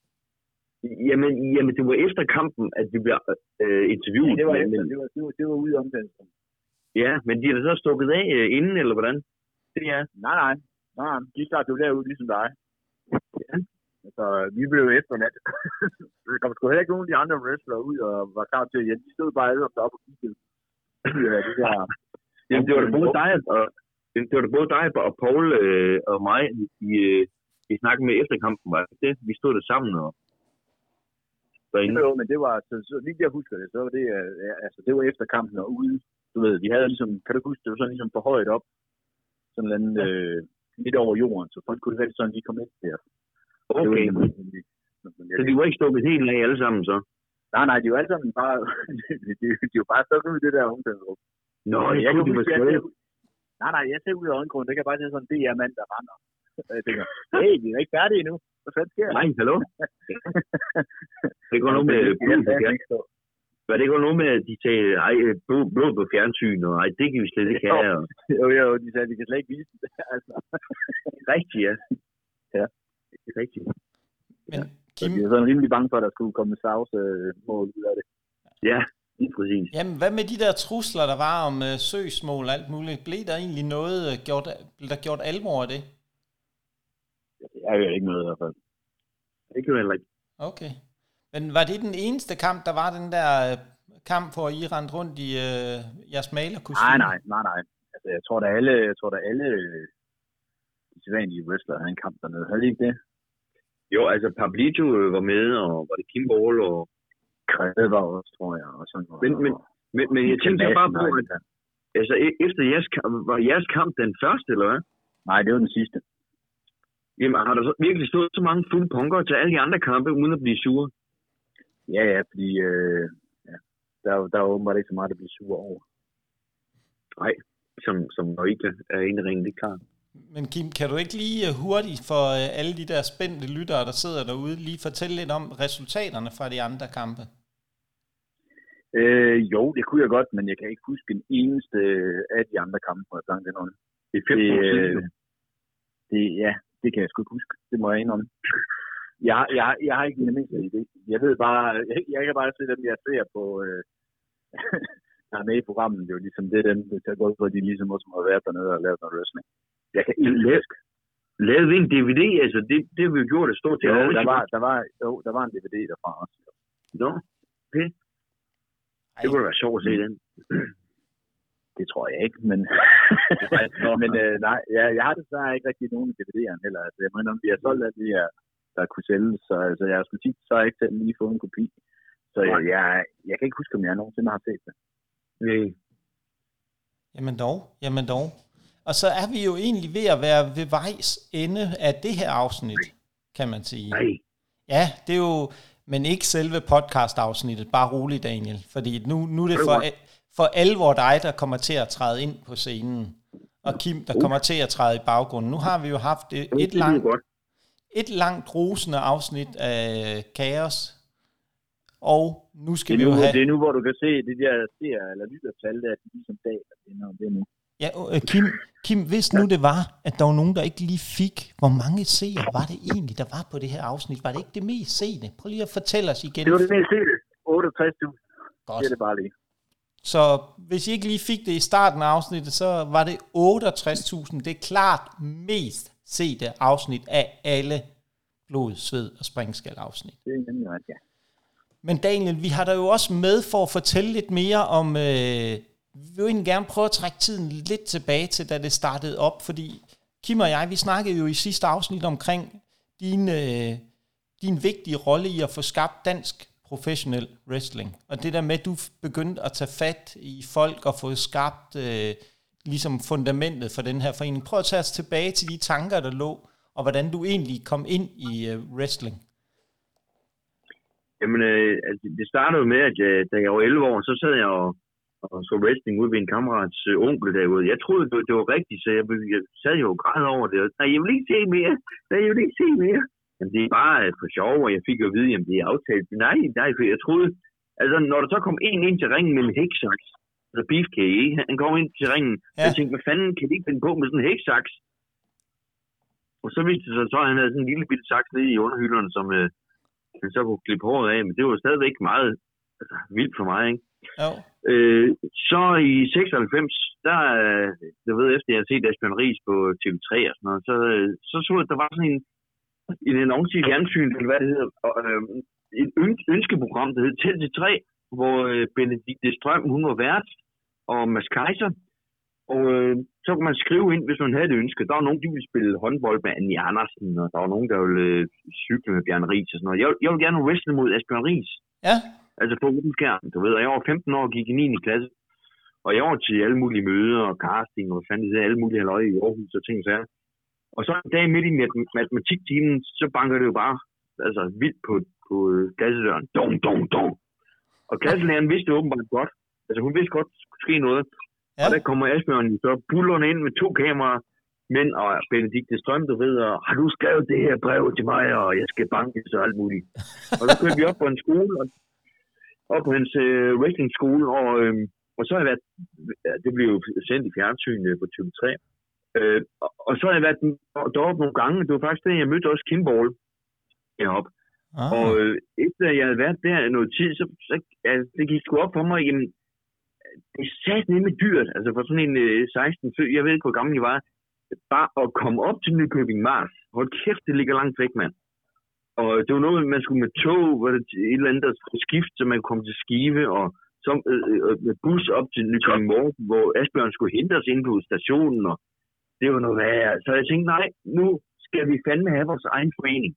Speaker 2: Jamen, jamen, det var efter kampen, at vi blev øh, interviewet.
Speaker 3: Ja, det var
Speaker 2: men,
Speaker 3: efter, det var, det var, det var ude om den.
Speaker 2: Ja, men de har så stukket af øh, inden, eller hvordan? Det er.
Speaker 3: Nej, nej. Nej, de startede jo derude, ligesom dig.
Speaker 2: Ja.
Speaker 3: Så vi blev jo efterladt. Der kom sgu heller ikke nogen af de andre wrestlere ud og var klar til at hjælpe. De stod bare alle deroppe og kiggede. det der...
Speaker 2: Jamen, det var da både dig og, det var da både dig og Paul øh, og mig, i, øh, i snakken med efterkampen, var det. Vi stod der sammen og
Speaker 3: derinde. Jo, men det var, så, så lige jeg husker det, så var det, ja, altså det var efter kampen og ude, du ved, vi havde ligesom, kan du huske, det var sådan ligesom for højt op, sådan en anden, ja. øh, lidt over jorden, så folk kunne rigtig sådan lige komme ind der.
Speaker 2: Okay. Det var, så de var ikke stukket helt af alle sammen, så?
Speaker 3: Nej, nej, de var alle sammen bare, de, de, de var bare stukket ud i det der omklædningsrum.
Speaker 2: Nå, jeg, jeg kunne de var skrevet.
Speaker 3: Nej, nej, jeg ser ud af øjenkrogen, det kan bare se sådan en D R-mand, der render. Jeg tænker, hey, vi er ikke færdige endnu. Hvad fanden sker?
Speaker 2: Nej, hallo? Det går noget med blod på fjernsyn. Hvad det går noget med, at de sagde, ej, blod på fjernsyn, og ej, det kan vi slet ikke have.
Speaker 3: Jo, jo, de sagde, vi kan slet ikke vise det. Altså.
Speaker 2: Rigtigt, ja. Ja, det er rigtigt.
Speaker 1: Men
Speaker 3: Kim... Så jeg er sådan rimelig bange for, at der skulle komme savs-mål ud af det.
Speaker 2: Ja, lige præcis.
Speaker 1: Jamen, hvad med de der trusler, der var om uh, søgsmål og alt muligt? Blev der egentlig noget, uh, gjort, blev der gjort alvor af det?
Speaker 3: Jeg hører ikke noget i hvert fald.
Speaker 2: Det kan jo heller ikke.
Speaker 1: Okay. Men var det den eneste kamp, der var den der uh, kamp, hvor I rendte rundt i uh, jeres malerkostyme?
Speaker 3: Nej, nej, nej, nej. Altså, jeg tror, der alle, jeg tror, der alle de sædvanlige wrestlere havde en kamp dernede. Havde de ikke det?
Speaker 2: Jo, altså Pablito var med, og var det Kim Ball, og
Speaker 3: Krede var også, tror jeg. Og sådan,
Speaker 2: men, men, men, men jeg tænkte bare på, at altså, efter jeres kamp, var jeres kamp den første, eller hvad?
Speaker 3: Nej, det var den sidste.
Speaker 2: Jamen, har der så virkelig stået så mange fulde punker til alle de andre kampe, uden at blive sure?
Speaker 3: Ja, ja, fordi øh, ja, der, der er åbenbart ikke så meget at blive sure over.
Speaker 2: Nej, som, som Norita er en ringen, det er klart.
Speaker 1: Men Kim, kan du ikke lige hurtigt for alle de der spændte lyttere, der sidder derude, lige fortælle lidt om resultaterne fra de andre kampe?
Speaker 3: Øh, jo, det kunne jeg godt, men jeg kan ikke huske en eneste af de andre kampe, hvor jeg sang det noget.
Speaker 2: Det er fem år siden.
Speaker 3: Det, ja, det kan jeg sgu ikke huske. Det må jeg indrømme. Jeg, jeg, jeg har ikke den mindste idé. Jeg ved bare, jeg, jeg kan bare se dem, jeg ser på, øh, der er med i programmet, jo ligesom det er dem, der går ud på, at de ligesom også må have været dernede og lavet noget wrestling. Jeg kan ikke læse.
Speaker 2: Lavede vi en D V D? Altså, det, det har vi jo gjort et stort til.
Speaker 3: Jo, der var, der, var, jo, der var en D V D derfra også.
Speaker 2: Nå, okay. Det kunne være sjovt at se den.
Speaker 3: Det tror jeg ikke, men, men øh, nej, jeg, jeg har desværre ikke rigtig nogen D V D'erne heller. Altså, jeg mener, om vi har solgt af de her, der kunne sælges, så altså, jeg skulle sige, så har jeg ikke selv lige fået en kopi. Så jeg, jeg, jeg kan ikke huske, om jeg nogensinde har set det.
Speaker 2: Nej.
Speaker 1: Jamen dog, jamen dog. Og så er vi jo egentlig ved at være ved vejs ende af det her afsnit, kan man sige.
Speaker 2: Nej.
Speaker 1: Ja, det er jo, men ikke selve podcast-afsnittet. Bare roligt, Daniel. Fordi nu, nu er det for, for alvor dig, der kommer til at træde ind på scenen. Og Kim, der kommer til at træde i baggrunden. Nu har vi jo haft et, et, langt, et langt rosende afsnit af kaos. Og nu skal
Speaker 3: det
Speaker 1: vi jo
Speaker 3: nu,
Speaker 1: have...
Speaker 3: Det er nu, hvor du kan se det der ser eller lyttertal, der er ligesom dag, det er nu.
Speaker 1: Ja, øh, Kim, Kim, hvis nu det var, at der var nogen, der ikke lige fik, hvor mange seere var det egentlig, der var på det her afsnit? Var det ikke det mest seende? Prøv lige at fortælle os igen.
Speaker 3: Det var det mest seende. otteogtres tusind.
Speaker 1: Godt.
Speaker 3: Det er det bare lige.
Speaker 1: Så hvis I ikke lige fik det i starten af afsnittet, så var det otteogtres tusind. Det er klart mest sete afsnit af alle blod, sved og springskal afsnit.
Speaker 3: Det er nemlig ret, ja.
Speaker 1: Men Daniel, vi har da jo også med for at fortælle lidt mere om... Øh, vi vil jo egentlig gerne prøve at trække tiden lidt tilbage til, da det startede op, fordi Kim og jeg, vi snakkede jo i sidste afsnit omkring din, øh, din vigtige rolle i at få skabt dansk professionel wrestling. Og det der med, at du begyndte at tage fat i folk og få skabt øh, ligesom fundamentet for den her forening. Prøv at tage os tilbage til de tanker, der lå, og hvordan du egentlig kom ind i øh, wrestling.
Speaker 2: Jamen, øh, altså, det startede med, at jeg, da jeg var elleve år, så sad jeg og og så wrestling ude ved en kammerats øh, onkel derude. Jeg troede, det, det var rigtigt, så jeg, jeg sad jo og græd over det. Nej, jeg vil ikke se mere. Nej, jeg vil ikke se mere. Jamen, det er bare øh, for sjov, og jeg fik jo at vide, at det er aftalt. Nej, nej, for jeg troede... Altså, når der så kom en ind til ringen med en hæksaks, altså Beefcake, han kom ind til ringen, ja. Jeg tænkte, hvad fanden kan de ikke finde på med sådan en hæksaks? Og så viste det sig så, at han havde sådan en lille bitte saks nede i underhylderne, som øh, han så kunne klippe håret af, men det var stadigvæk meget altså, vildt for mig, ikke?
Speaker 1: Ja.
Speaker 2: Øh, så i seksoghalvfems, der, jeg ved efter, jeg har set Asbjørn Riis på T V tre og sådan noget, så så, så at der var sådan en, en annonce i fjernsyn, eller hvad det hedder, øh, et ønskeprogram, der hed Tæl til tre, hvor øh, Benedikte Strøm, hun var vært, og Mads Kaiser, og øh, så kunne man skrive ind, hvis man havde det ønske. Der var nogen, der ville spille håndbold med Annie Andersen, og der var nogen, der ville øh, cykle med Bjørn Riis og sådan noget. Jeg, jeg ville gerne wrestle mod Asbjørn Riis.
Speaker 1: Ja.
Speaker 2: Altså på åben skærm, du ved, jeg var femten år og gik i niende klasse, og jeg var til alle mulige møder og casting, og fandt det alle mulige halvøje i Aarhus og ting og sager. Og så en dag midt i matematiktimen, så banker det jo bare altså vildt på, på klassedøren. Dum, dum, dum. Og klasselæreren vidste det åbenbart godt. Altså hun vidste godt, at der skulle ske noget. Ja. Og der kommer Asbjørn så bullerne ind med to kameraer, mænd og Benedikte Strøm, du ved, og har du skrevet det her brev til mig, og jeg skal banke så alt muligt. Og så kørte vi op på en skole, og op på hans øh, wrestlingskole, og, øh, og så har jeg været, det blev jo sendt i fjernsyn øh, på T V tre, øh, og, og så har jeg været deroppe nogle gange, det var faktisk det, jeg mødte også Kim Ball heroppe, ah. og øh, efter jeg havde været der noget tid, så, så altså, det gik sgu op for mig, jamen, det er sat nemlig dyrt, altså for sådan en øh, seksten, jeg ved ikke, hvor gammel jeg var, bare at komme op til Nykøbing Mars, hold kæft, det ligger langt væk, mand. Og det var noget, man skulle med tog, var det et eller andet, der skulle skifte, så man kom til Skive, og så øh, med bus op til Nykøbing Mors, hvor Asbjørn skulle hente os ind på stationen, og det var noget værre. Så jeg tænkte, nej, nu skal vi fandme have vores egen forening.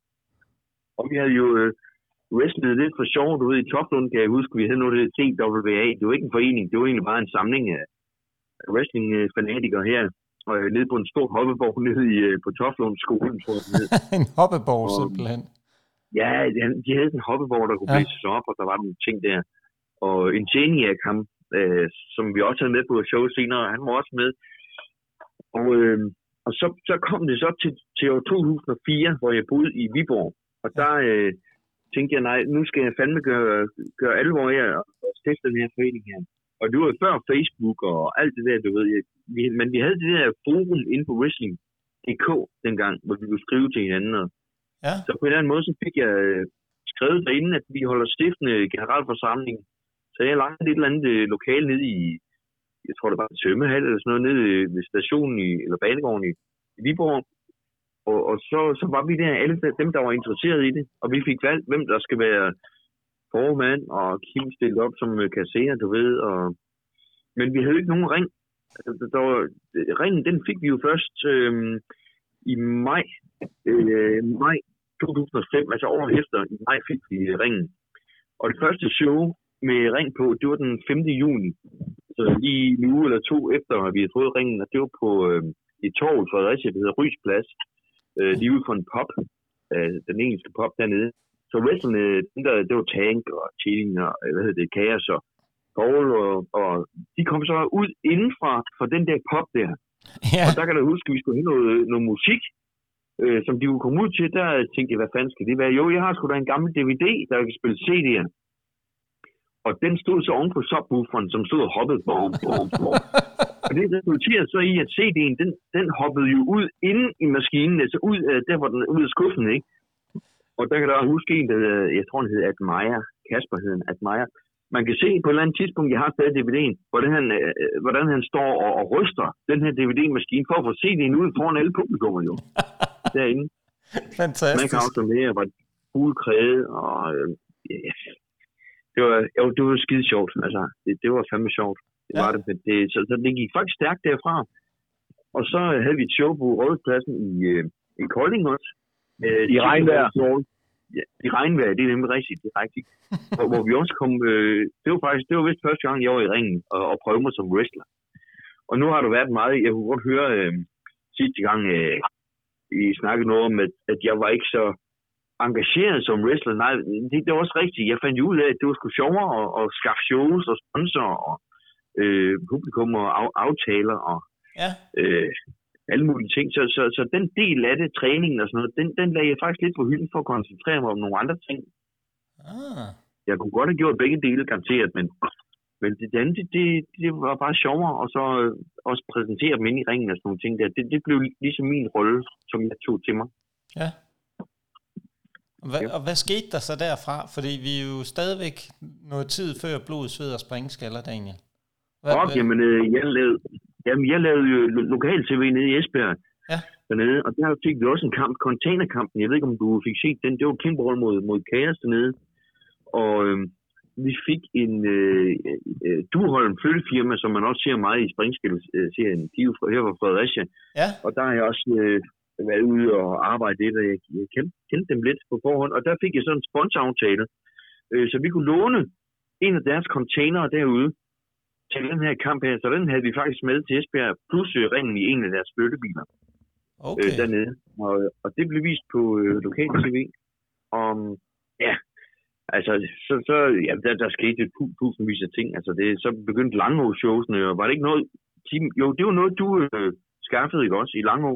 Speaker 2: Og vi havde jo øh, wrestlet lidt for sjov, du ved, i Toflund, kan jeg huske, vi havde noget, der T W A. Det var ikke en forening, det var egentlig bare en samling af wrestling-fanatikere her, og nede på en stor hoppeborg nede i, på Toflund skolen, tror jeg, det hed.
Speaker 1: En hoppeborg, og, simpelthen.
Speaker 2: Ja, de havde en hoppeborg, der kunne ja. blæse sig op, og der var nogle ting der. Og en Geniac, ham, øh, som vi også havde med på show senere, han var også med. Og, øh, og så, så kom det så til, til år to tusind og fire, hvor jeg boede i Viborg. Og der øh, tænkte jeg, nej, nu skal jeg fandme gøre, gøre alvor af at stifte den her forening her. Og det var før Facebook og alt det der, du ved. Jeg, vi, men vi havde det der forum inde på wrestling punktum d k dengang, hvor vi kunne skrive til hinanden. Og
Speaker 1: ja.
Speaker 2: Så på en eller anden måde, så fik jeg skrevet derinde, at vi holder stiftende generalforsamling. Så jeg lagde et eller andet lokale nede i, jeg tror det var en svømmehal eller sådan noget, nede ved stationen i, eller banegården i, i Viborg. og, og så, så var vi der, alle dem, der var interesseret i det, og vi fik valgt, hvem der skal være formand, og Kim stillede op som kasserer, du ved, og... men vi havde ikke nogen ring. Der var, ringen, den fik vi jo først øh, i maj, øh, maj to tusind og fem, altså året efter, i maj fik vi ringen. Og det første show med ring på, det var den femte juni. Så lige en uge eller to efter, at vi havde fået ringen, og det var på øh, et torv i Fredericia, der hedder Rys Plads, øh, lige ude for en pop, øh, den engelske pop dernede. Så wrestlerne, der, det var Tank og Chilling og hvad hedder det, Kaos og Paul, og, og de kom så ud inden fra, fra den der pop der. Ja. Og der kan du huske, at vi skulle have noget, noget musik, øh, som de kunne komme ud til. Der tænkte jeg, hvad fanden skal det være? Jo, jeg har sgu da en gammel D V D, der kan spille C D'er. Og den stod så oven på subwooferen, som stod og hoppede. Bom, bom, bom. Og det resulterede så i, at C D'en, den, den hoppede jo ud inde i maskinen, altså ud af, der hvor den ud af skuffen, ikke? Og der kan der huske en, der jeg tror, han hed Admire. Kasper hed han, Admire. Man kan se på et eller andet tidspunkt, jeg har stadig D V D'en, hvordan han, øh, hvordan han står og, og ryster den her D V D-maskine for at få C D'en ud foran alle publikummer jo. Derinde.
Speaker 1: Fantastisk.
Speaker 2: Man kan også med, og var fuld kræde, og øh, yeah. det, var, jo, det var skide sjovt. Altså, det, det var fandme sjovt. Det ja. var det, det, så, så det gik faktisk stærkt derfra. Og så havde vi et show på Rådhuspladsen i, øh, i Kolding også. Øh,
Speaker 3: I regnvejr.
Speaker 2: Ja, i regnvejr, det er nemlig rigtigt, det er rigtigt. hvor, hvor vi også kom, øh, det var faktisk, det var vist første gang, jeg var i ringen og, og prøvede mig som wrestler. Og nu har du været meget, jeg kunne godt høre øh, sidste gang, øh, I snakkede noget om, at, at jeg var ikke så engageret som wrestler. Nej, det, det var også rigtigt. Jeg fandt jo ud af, at det var sgu sjovere at, at skaffe shows og sponsorer og øh, publikum og af, aftaler og
Speaker 1: ja.
Speaker 2: øh, alle mulige ting. Så, så, så den del af det, træningen og sådan noget, den, den lagde jeg faktisk lidt på hylden for at koncentrere mig om nogle andre ting.
Speaker 1: Ah.
Speaker 2: Jeg kunne godt have gjort begge dele, garanteret, men, men det andet, det, det, det var bare sjovere, og så øh, også præsentere dem ind i ringen og sådan nogle ting der. Det, det blev ligesom min rolle, som jeg tog til mig.
Speaker 1: Ja. Hva, og hvad skete der så derfra? Fordi vi er jo stadigvæk noget tid før blod, sved og springskaller, Daniel.
Speaker 2: Hvad, og, jamen, øh, jeg lavede, jamen, jeg lavede jo lokal-tv nede i Esbjerg.
Speaker 1: Ja.
Speaker 2: Dernede, og der fik vi også en kamp, containerkampen. Jeg ved ikke, om du fik set den. Det var et kæmpe rolle mod, mod Kaos dernede. Og øh, vi fik en øh, øh, Duholm flyttefirma, som man også ser meget i springskæld-serien, de er her fra Fredericia.
Speaker 1: Ja.
Speaker 2: Og der har jeg også øh, været ude og arbejde lidt, og jeg, jeg kendte, kendte dem lidt på forhånd. Og der fik jeg sådan en sponsoraftale, øh, så vi kunne låne en af deres containere derude til den her kamp her. Så den havde vi faktisk med til Esbjerg, plus øh, ringen i en af deres flyttebiler.
Speaker 1: Okay.
Speaker 2: Øh, dernede. Og, og det blev vist på øh, lokal-tv. Og ja, altså, så, så ja, der, der skete et tusindvis af ting. Altså, det, så begyndte Langå-showsene, og var det ikke noget... Team, jo, det var noget, du øh, skaffede, ikke også, i Langå?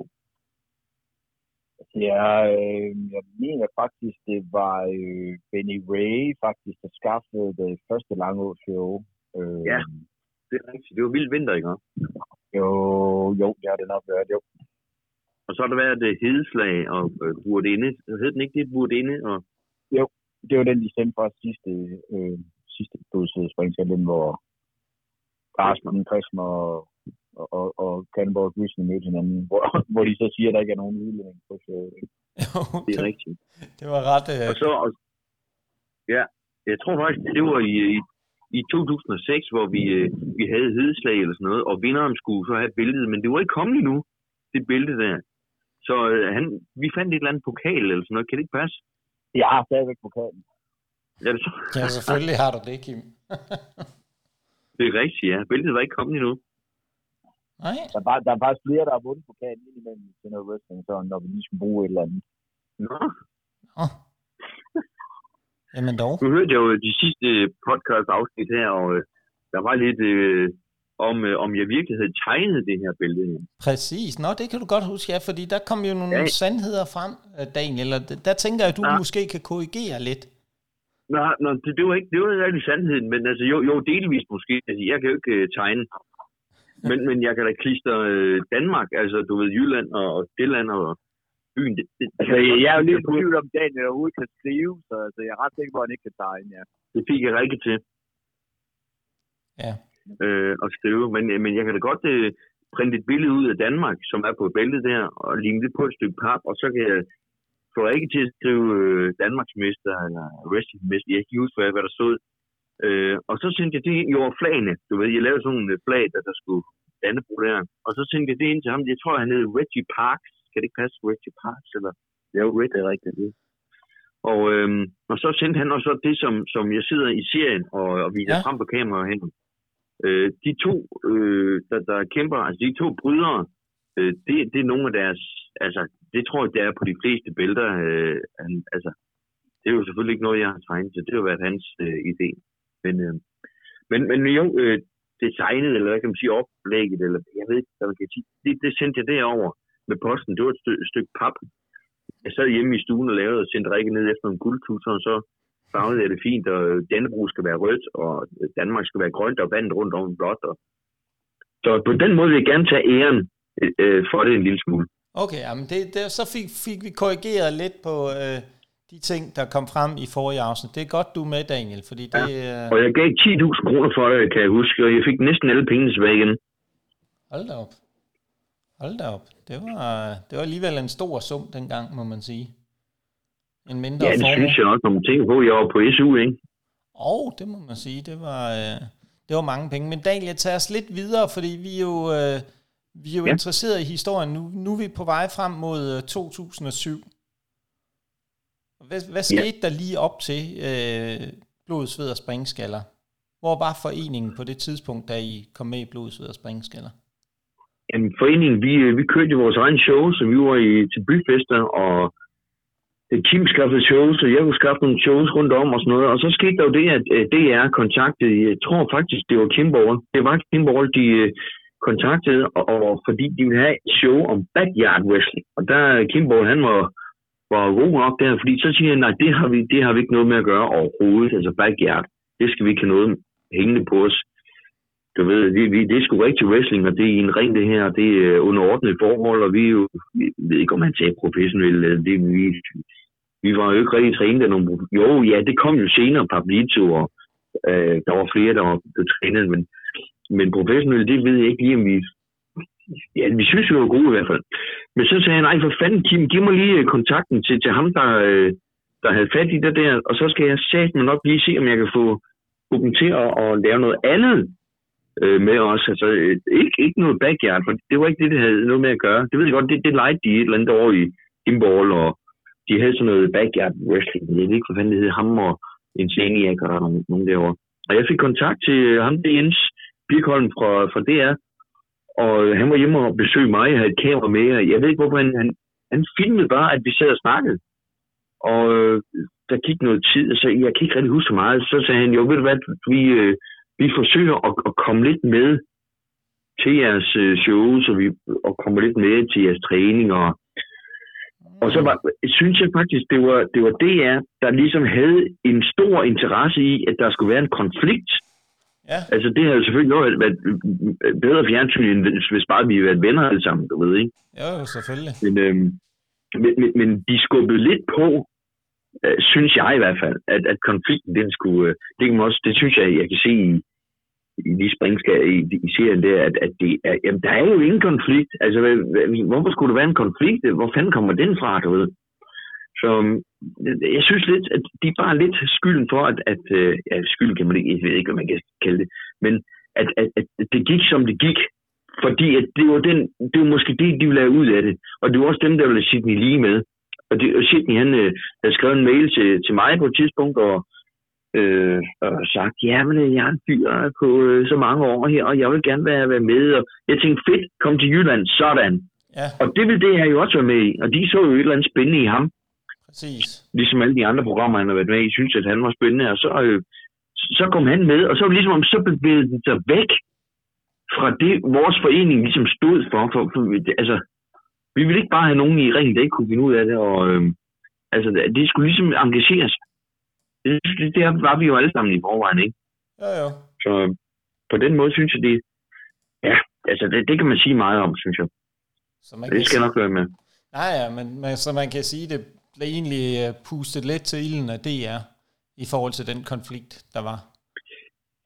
Speaker 3: Ja, øh, jeg mener faktisk, det var øh, Benny Ray, faktisk, der skaffede det første Langå-show. Øh,
Speaker 2: ja, det er rigtigt. Det var Vild Vinter, ikke også?
Speaker 3: Jo, jo, det har det nok været, jo.
Speaker 2: Og så har der været det Hedeslag og øh, Burdinde. Hed den ikke det, Burdinde? Og...
Speaker 3: Jo, det var den, de sendte fra sidste, øh, sidste blodsspringskab, den hvor Carsten, Christen og, og, og, og Cannonball Grisene mødte hinanden, hvor, hvor de så siger, at der ikke er nogen udlænding på showet.
Speaker 1: Jo,
Speaker 2: det er rigtigt.
Speaker 1: Det var ret... Øh...
Speaker 2: Og så, og, ja, jeg tror faktisk, det var i, i, i to tusind og seks, hvor vi, øh, vi havde Hedeslag eller sådan noget, og vinderen skulle så have billedet, men det var ikke kommet endnu, det billede der. Så øh, han, vi fandt et eller andet pokal eller sådan noget. Kan det ikke passe?
Speaker 3: Jeg har stadigvæk pokalen.
Speaker 2: Ja, det så.
Speaker 1: Ja, selvfølgelig har du det, Kim.
Speaker 2: Det er rigtigt, ja. Billedet var ikke kommet endnu.
Speaker 1: Nej.
Speaker 3: Der er, bare, der er faktisk flere, der har vundet pokalen indimellem til noget wrestling, så når vi lige skal bruge et eller andet.
Speaker 2: Nå.
Speaker 1: Nå. Jamen dog.
Speaker 2: Nu hørte jeg jo de sidste podcast afsnit her, og øh, der var lidt... Øh, Om, øh, om jeg virkelig havde tegnet det her billede.
Speaker 1: Præcis. Nå, det kan du godt huske, ja, fordi der kom jo nogle ja. sandheder frem, Daniel, og der tænker jeg, at du ja. måske kan korrigere lidt.
Speaker 2: Nej, nej det, det var ikke det var ikke sandheden, men altså jo, jo delvist måske. Altså, jeg kan jo ikke uh, tegne, men, men jeg kan da klister uh, Danmark, altså du ved, Jylland og, og Sjælland og byen. Det, det,
Speaker 3: altså, jeg, jeg er jo lidt på tvivl om Daniel overhovedet kan skrive, så altså, jeg er ret sikker på, at han ikke kan tegne, ja.
Speaker 2: Det fik jeg rigtig til.
Speaker 1: Ja.
Speaker 2: Øh, at skrive, men, men jeg kan da godt, øh, printe et billede ud af Danmark, som er på bæltet der, og ligne det på et stykke pap, og så kan jeg få ikke til at skrive øh, Danmarksmester eller wrestlingmester. Jeg kan ikke huske, hvad der stod. Øh, og så sendte jeg det i over flagene. Du ved, jeg lavede sådan nogle flag, der, der skulle Dannebrog der. Og så sendte jeg det ind til ham. Jeg tror, han hed Reggie Parks. Kan det ikke passe? Reggie Parks? Eller? Ja, Red er rigtigt. Og, øhm, og så sendte han også det, som, som jeg sidder i serien og, og viser ja. frem på kameraet hen. Øh, de to, øh, der, der kæmper, altså de to brydere, øh, det, det er nogle af deres, altså det tror jeg, det er på de fleste bælter. Øh, han, altså, det er jo selvfølgelig ikke noget, jeg har tegnet til. Det har jo været hans øh, idé. Men, øh, men, men jo, øh, designet, eller hvad kan man sige, oplægget, eller jeg ved ikke, hvad man kan sige, det, det sendte jeg derover med posten. Det var et, stykke, et stykke pap. Jeg sad hjemme i stuen og lavede og sendte Rikke ned efter en guldtusser, og så farvede jeg det fint, og Dannebrog skal være rødt, og Danmark skal være grønt, og vandet rundt om blåt. Og... Så på den måde vil jeg gerne tage æren øh, for det en lille smule.
Speaker 1: Okay, jamen det, det, så fik, fik vi korrigeret lidt på øh, de ting, der kom frem i forrige afsnit. Det er godt, du er med, Daniel, fordi det...
Speaker 2: Ja. Og jeg gav ti tusind kroner for det, kan jeg huske, og jeg fik næsten alle pengene tilbage igen.
Speaker 1: Hold da op. Hold da op. Det var, det var alligevel en stor sum dengang, må man sige. En mindre
Speaker 2: ja, det formue. Synes jeg også, når man tænker på, at jeg var på S U, ikke?
Speaker 1: Og oh, det må man sige, det var, øh, det var mange penge. Men Daniel, jeg tager os lidt videre, fordi vi er jo, øh, vi er jo ja. interesseret i historien. Nu, nu er vi på vej frem mod øh, to tusind og syv. Hvad, hvad skete ja. der lige op til øh, Blod, Sved og Springskaller? Hvor var foreningen på det tidspunkt, da I kom med i Blod, Sved og Springskaller?
Speaker 2: Jamen, foreningen, vi, vi kørte vores egen show, så vi var i, til byfester, og Kim skaffede shows, og jeg kunne skaffe nogle shows rundt om og sådan noget. Og så skete der jo det, at D R kontaktede, jeg tror faktisk, det var Kimborg. Det var Kimborg, de kontaktede, og, og fordi de ville have et show om backyard wrestling. Og der Kimborg, han var, var god nok der, fordi så siger han, nej, det har, vi, det har vi ikke noget med at gøre overhovedet, altså backyard. Det skal vi ikke have noget hængende på os. Du ved, vi, vi, det er sgu rigtig wrestling, og det er en ring det her, og det er underordnet forhold, og vi er jo, jeg ved ikke, om han sagde professionelle, det vi, vi var jo ikke rigtig trænet af nogle, jo, ja, det kom jo senere, Pablito, og øh, der var flere, der var blevet trænet, men, men professionelle, det ved jeg ikke lige, om vi, ja, vi synes, vi var gode i hvert fald. Men så sagde han, nej, for fanden, Kim, giv mig lige kontakten til, til ham, der, der havde fat i det der, og så skal jeg satme nok lige se, om jeg kan få, få dem til at, at lave noget andet med os, altså ikke, ikke noget backyard, for det var ikke det, det havde noget med at gøre. Det ved jeg godt, det, det legede de et eller andet år i Kimball, og de havde sådan noget backyard wrestling. Jeg ved ikke, hvad fanden det hed, ham og en Seniak og nogen, nogen derovre. Og jeg fik kontakt til ham, det Jens Birkholm fra, fra D R, og han var hjemme og besøgte mig, jeg havde et kamera med, og jeg ved ikke, hvorfor han, han, han filmede bare, at vi sad og snakkede. Og øh, der gik noget tid, så jeg kan ikke rigtig huske så meget. Så sagde han, jo, ved du hvad, vi... Øh, Vi forsøger at, at komme lidt med til jeres shows, og vi og komme lidt med til jeres træning. Og, og så var, synes jeg faktisk, det var, det var D R, der ligesom havde en stor interesse i, at der skulle være en konflikt. Ja. Altså det havde selvfølgelig noget været bedre fjernsyn, end hvis bare vi havde været venner alle sammen, du ved, ikke?
Speaker 1: Jo, selvfølgelig.
Speaker 2: Men, øhm, men, men, men de skubbede lidt på, øh, synes jeg i hvert fald, at, at konflikten, den skulle, øh, det kan man også, det synes jeg, jeg kan se i, i de springskab, i, i serien der, at, at det er, jamen, der er jo ingen konflikt. Altså, hvorfor skulle der være en konflikt? Hvor fanden kommer den fra, du ved? Så jeg synes lidt, at de er bare lidt skylden for, at, at ja, skylden kan man ikke, jeg ved ikke, hvad man kan kalde det, men at, at, at det gik, som det gik, fordi at det var den, det var måske det, de ville have ud af det, og det var også dem, der ville have Sidney lige med, og, det, og Sidney, han øh, havde skrevet en mail til, til mig på et tidspunkt, og, øh, og sagt, ja, men jeg er en fyr på øh, så mange år her, og jeg vil gerne være, være med, og jeg tænkte, fedt, kom til Jylland, sådan. Ja. Og det ville det her jo også være med i, og de så jo et eller andet spændende i ham.
Speaker 1: Præcis.
Speaker 2: Ligesom alle de andre programmer, han har været med i, synes, at han var spændende, og så, øh, så kom han med, og så var det ligesom, så bevægede den sig væk fra det, vores forening ligesom stod for, for, for altså, vi ville ikke bare have nogen i ringen, der ikke kunne finde ud af det, og øh, altså, det skulle ligesom engageres. Det, det, det var vi jo alle sammen i forvejen, ikke?
Speaker 1: Ja, ja.
Speaker 2: Så på den måde synes jeg, det, ja, altså, det, det kan man sige meget om, synes jeg. Så man det skal sige... nok være med.
Speaker 1: Nej, ja, men, men så man kan sige, det blev egentlig pustet lidt til ilden af D R i forhold til den konflikt, der var.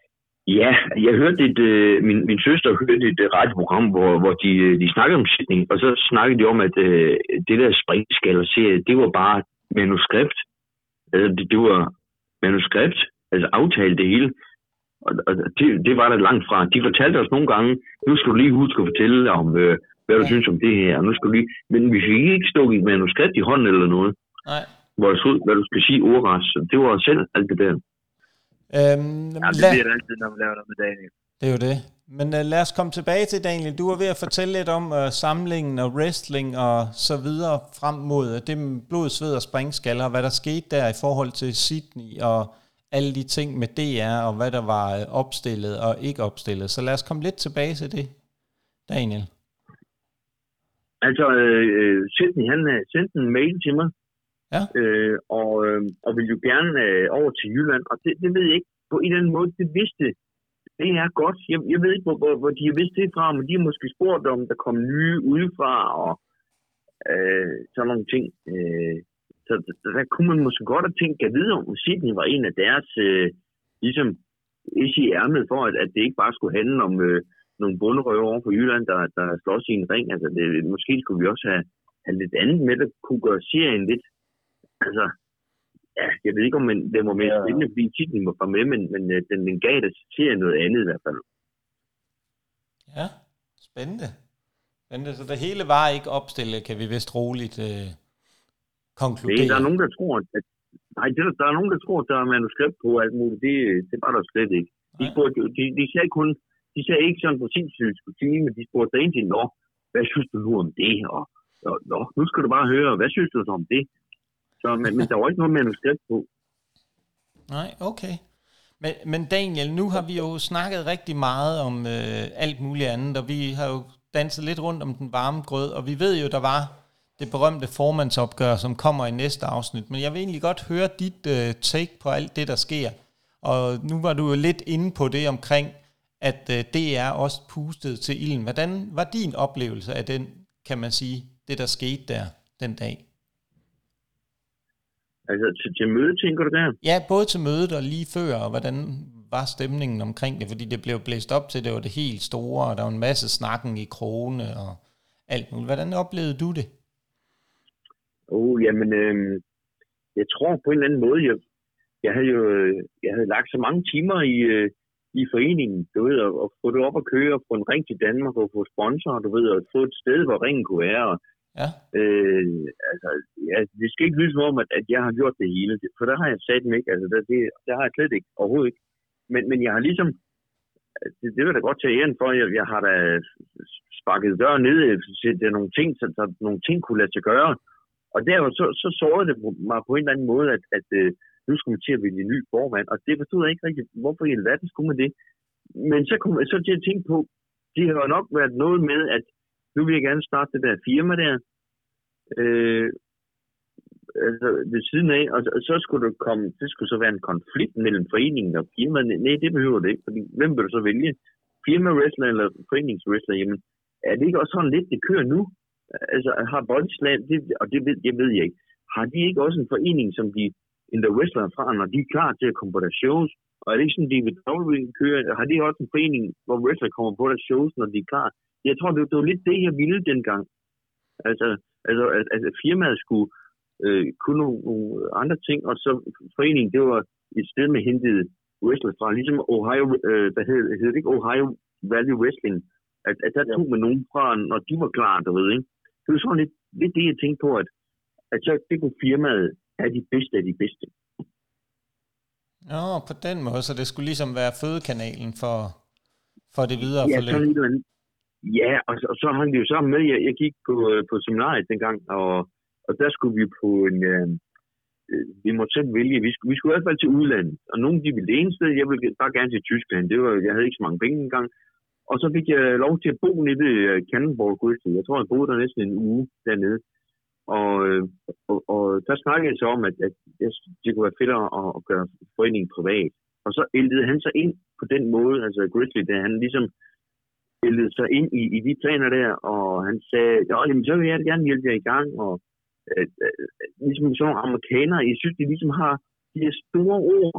Speaker 2: Ja, jeg hørte et, øh, min, min søster hørte et øh, radioprogram, hvor, hvor de, de snakkede om Sydney, og så snakkede de om, at øh, det der springskaller-serie, det var bare manuskript. Altså, det, det var manuskript, altså aftalt det hele. Og, og det, det var der langt fra. De fortalte os nogle gange, nu skal du lige huske at fortælle om, øh, hvad du ja. synes om det her, og nu skal du lige... Men vi fik ikke stukket et manuskript i hånden eller noget.
Speaker 1: Nej.
Speaker 2: Hvor der stod, hvad du skal sige ordret. Så det var selv alt det der.
Speaker 1: Øhm,
Speaker 3: ja, det
Speaker 1: lad...
Speaker 3: bliver det altid, når man laver noget med Daniel.
Speaker 1: Det er jo det. Men uh, lad os komme tilbage til, Daniel. Du var ved at fortælle lidt om uh, samlingen og wrestling og så videre frem mod uh, det med blod, sved og springskaller, og hvad der skete der i forhold til Sydney og alle de ting med D R, og hvad der var uh, opstillet og ikke opstillet. Så lad os komme lidt tilbage til det, Daniel.
Speaker 2: Altså, øh, Sydney, han uh, sendte en mail til mig,
Speaker 1: ja.
Speaker 2: øh, og, øh, og ville jo gerne øh, over til Jylland, og det, det ved jeg ikke på en eller anden måde, det vidste det er godt. Jeg, jeg ved ikke, hvor, hvor, hvor de har vidst det fra, men de har måske spurgt om, der kom nye udefra, og øh, sådan nogle ting. Øh, så der, der kunne man måske godt have tænkt, at vide om, at Sydney var en af deres, øh, ligesom, is i ærmet for, at, at det ikke bare skulle handle om øh, nogle bunderøver over på Jylland, der, der slås i en ring. Altså, det, måske skulle vi også have, have lidt andet med, der kunne gøre serien lidt, altså, ja, jeg ved ikke, om man, det var mere ja. spændende, fordi titlen var med, men, men den, den gav det serien noget andet i hvert fald.
Speaker 1: Ja, spændende. spændende. Så det hele var ikke opstillet, kan vi vist roligt øh, konkludere.
Speaker 2: Det, der er nogen, der tror, at nej, det, der er nogen, der tror, at der er manuskript på alt muligt. Det, det var der slet ikke. De, spurgte, de, de sagde kun, de sagde ikke sådan præcis, at vi skulle sige, men de spurgte sig ind til, nå, hvad synes du nu om det? Og, og nå, nu skal du bare høre, hvad synes du så om det? Så, men, men der var ikke noget manuskript på.
Speaker 1: Nej, okay. Men, men Daniel, nu har vi jo snakket rigtig meget om øh, alt muligt andet, og vi har jo danset lidt rundt om den varme grød, og vi ved jo, der var det berømte formandsopgør, som kommer i næste afsnit. Men jeg vil egentlig godt høre dit øh, take på alt det, der sker. Og nu var du jo lidt inde på det omkring, at øh, D R også pustede til ilden. Hvordan var din oplevelse af den, kan man sige, det der skete der den dag?
Speaker 2: Altså til, til mødet, tænker du der?
Speaker 1: Ja, både til mødet og lige før, og hvordan var stemningen omkring det? Fordi det blev blæst op til, det var det helt store, og der var en masse snakken i krone og alt muligt. Hvordan oplevede du det?
Speaker 2: Oh, jamen, øh, jeg tror på en eller anden måde, jeg, jeg havde jo jeg havde lagt så mange timer i, øh, i foreningen, du ved, at, at få det op at køre, få en ring til Danmark og få sponsorer, du ved, og få et sted, hvor ringen kunne være, og
Speaker 1: ja.
Speaker 2: Øh, altså, ja, det skal ikke lyde som om, at, at jeg har gjort det hele, for der har jeg sat mig ikke, altså, det, det, det har jeg slet ikke, overhovedet ikke. Men, men jeg har ligesom, det, det vil jeg da godt tage æren for, jeg, jeg har da sparket døren ned, så det er nogle ting, så, så nogle ting kunne lade sig gøre, og der så, så sårede det mig på en eller anden måde, at, at øh, nu skulle man til at vælge en ny formand, og det forstod jeg ikke rigtigt, hvorfor i alverden skulle man det. Men så kom jeg så til at tænke på, det har jo nok været noget med, at nu vil jeg gerne starte det der firma der, øh, altså ved siden af, og så, og så skulle det komme, det skulle så være en konflikt mellem foreningen og firmaet. Nej, det behøver det ikke, fordi hvem vil du så vælge? Firma-wrestler eller forenings-wrestler? Jamen, er det ikke også sådan lidt, det kører nu? Altså, har Bodyslam, det, og det ved, det ved jeg ikke, har de ikke også en forening, som de henter wrestlere fra, når de er klar til at komme på deres shows? Og er det ikke sådan, de ved W kører? Har de også en forening, hvor wrestler kommer på deres shows, når de er klar? Jeg tror, det, det var lidt det, jeg ville dengang. Altså, altså at, at firmaet skulle øh, kunne nogle, nogle andre ting, og så foreningen, det var et sted med hentede wrestler fra, ligesom Ohio, øh, der hed, hed det ikke Ohio Valley Wrestling, at, at der tog man nogen fra, når de var klar, du ved, ikke? Det var sådan lidt, lidt det, jeg tænkte på, at, at så det kunne firmaet have de bedste af de bedste.
Speaker 1: Nå, på den måde, så det skulle ligesom være fødekanalen for, for det videre
Speaker 2: ja,
Speaker 1: forløb.
Speaker 2: Sådan lidt, ja, og, og så hang det jo sammen med, jeg, jeg gik på, på seminariet dengang, og, og der skulle vi på en, øh, vi måtte selv vælge, vi skulle, vi skulle i hvert fald til udlandet, og nogle de ville det ene sted, jeg ville bare gerne til Tyskland, det var, jeg havde ikke så mange penge engang, og så fik jeg lov til at bo nede ved Cannonball Crystal, jeg tror jeg boede der næsten en uge dernede, og, og, og der snakkede jeg så om, at, at det kunne være fedt at, at gøre foreningen privat, og så ældede han sig ind på den måde, altså Grizzly, da han ligesom ældede sig ind i, i de planer der, og han sagde, jamen, så vil jeg gerne hjælpe jer i gang, og øh, øh, ligesom sådan nogle amerikanere, jeg synes, de ligesom har de her store ord,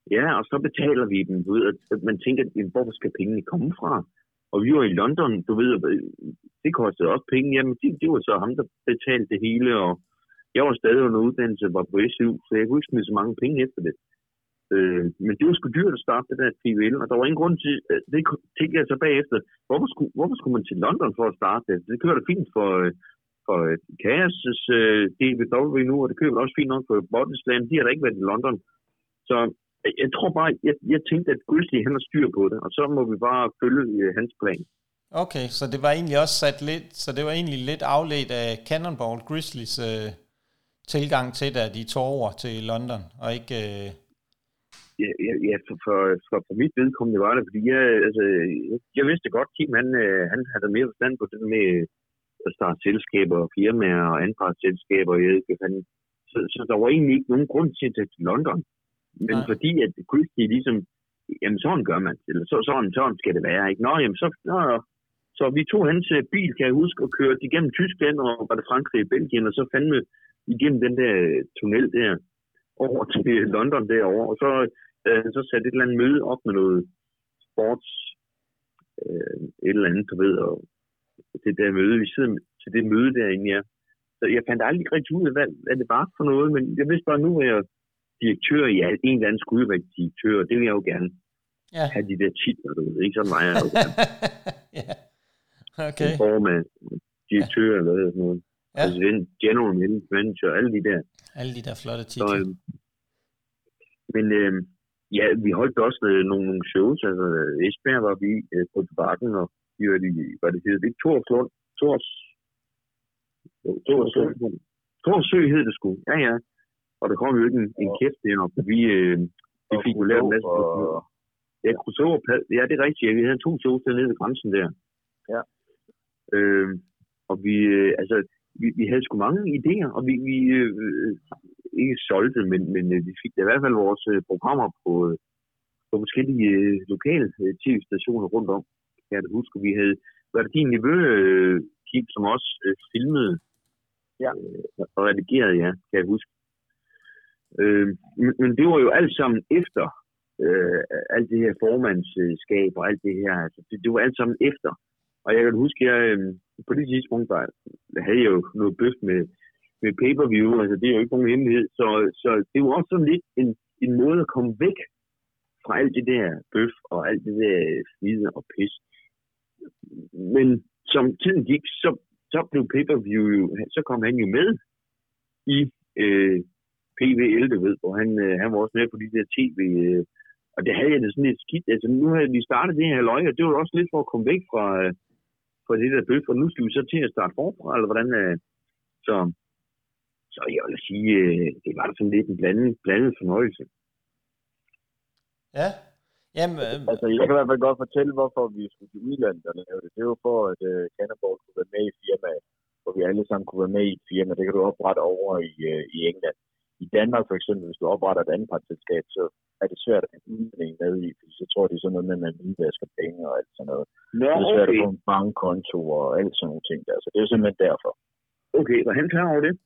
Speaker 2: Ja, og så betaler vi dem, du ved, at man tænker, hvor skal pengene komme fra? Og vi var i London, du ved, det kostede også penge. Jamen, det, det var så ham, der betalte det hele, og jeg var stadig under uddannelse, var på S U, så jeg kunne ikke smide så mange penge efter det. Øh, men det var sgu dyrt at starte det der P V L, og der var ingen grund til, det tænkte jeg så bagefter, hvorfor skulle, hvorfor skulle man til London for at starte det? Det kører da fint for, for Chaos' uh, D V W nu, og det kører også fint nok for Bodyslam, de har da ikke været i London. Så jeg tror bare, jeg, jeg tænkte, at Grizzly han har styr på det, og så må vi bare følge uh, hans plan.
Speaker 1: Okay, så det var egentlig også sat lidt, så det var egentlig lidt afledt af Cannonball Grizzlies øh, tilgang til det, at de tog over til London, og ikke... Øh...
Speaker 2: Ja, ja, ja for, for, for, for mit vedkommende var det, fordi jeg, altså, jeg vidste godt, Kim, han, han havde mere forstand på det med at starte selskaber og firmaer og anpartsselskaber, og jeg ikke, han, så, så der var egentlig ikke nogen grund til at tage til London. Men Nej. Fordi at Christy ligesom, jamen sådan gør man, eller så, sådan, sådan skal det være, ikke? Nå, jamen så, nå, så vi tog hans bil, kan jeg huske, og kørte igennem Tyskland, og var det Frankrig i Belgien, og så fandme igennem den der tunnel der, over til London derovre, og så, øh, så satte et eller andet møde op med noget sports, øh, et eller andet, du ved, og det der møde, vi sidder til det møde derinde, ja. Så jeg fandt aldrig rigtig ud af, hvad, hvad det var for noget, men jeg vidste bare, nu er jeg direktør i alt. En eller anden skulle være direktør, og det vil jeg jo gerne ja. Have de der titler, du ved, ikke? Så meget jeg jo gerne.
Speaker 1: Ja, okay.
Speaker 2: En form af direktør, ja. Eller hvad sådan noget. Ja. Præsident, general manager, alle de der.
Speaker 1: Alle de der flotte titler. Så, øh,
Speaker 2: men øh, ja, vi holdt også øh, nogle, nogle shows, altså Esbjerg var vi øh, på Tobakken, og vi var de, hvad det hedder, det er Torslund, Tors, Torsø, Torsø hed det sgu, ja ja, og der kom jo ikke en, en kæft deroppe, vi, øh, vi fik jo lavet en masse, og... ja, Krusover, ja det er rigtigt, vi havde to shows dernede ved grænsen der,
Speaker 3: ja,
Speaker 2: øh, og vi, øh, altså, vi, vi havde sgu mange idéer, og vi, vi øh, ikke solgte, men, men vi fik da i hvert fald vores øh, programmer på, øh, på forskellige øh, lokale øh, tv-stationer rundt om. Jeg kan huske, vi havde været din nevø, øh, Kim, som også øh, filmede
Speaker 3: ja.
Speaker 2: øh, og redigerede, ja, kan jeg huske. Øh, men, men det var jo alt sammen efter øh, alt det her formandskab og alt det her. Altså, det, det var alt sammen efter. Og jeg kan huske, jeg øh, på det tidspunkt der, der havde jeg jo noget bøf med, med pay-per-view, altså det er jo ikke nogen hemmelighed. Så, så det var også sådan lidt en, en måde at komme væk fra alt det der bøf og alt det der skide og pis. Men som tiden gik, så, så blev pay-per-view jo, så kom han jo med i øh, P V L, du ved, og han, øh, han var også med på de der tv, øh, og det havde jeg det sådan lidt skidt. Altså nu havde vi startet det her løg, og det var også lidt for at komme væk fra, øh, fra det der bøf, og nu skal vi så til at starte forfra, eller hvordan, øh, så, så jeg vil sige, øh, det var sådan lidt en blandet, blandet fornøjelse.
Speaker 1: Ja. Jamen, øh...
Speaker 3: altså, jeg kan i hvert fald godt fortælle, hvorfor vi skulle til udlandet og lave det. Det var for, at uh, Cannonball kunne være med i firmaet, hvor vi alle sammen kunne være med i et firma. Det kan du oprette over i, uh, i England. I Danmark for eksempel, hvis du opretter et anpartsselskab, så er det svært at have udlænding med i, fordi så tror de sådan noget med, at man hvidvasker penge og alt sådan noget. Nå, det er svært okay. At få en bankkonto og alt sådan nogle ting der, så det er simpelthen derfor.
Speaker 2: Okay, var han klar over det?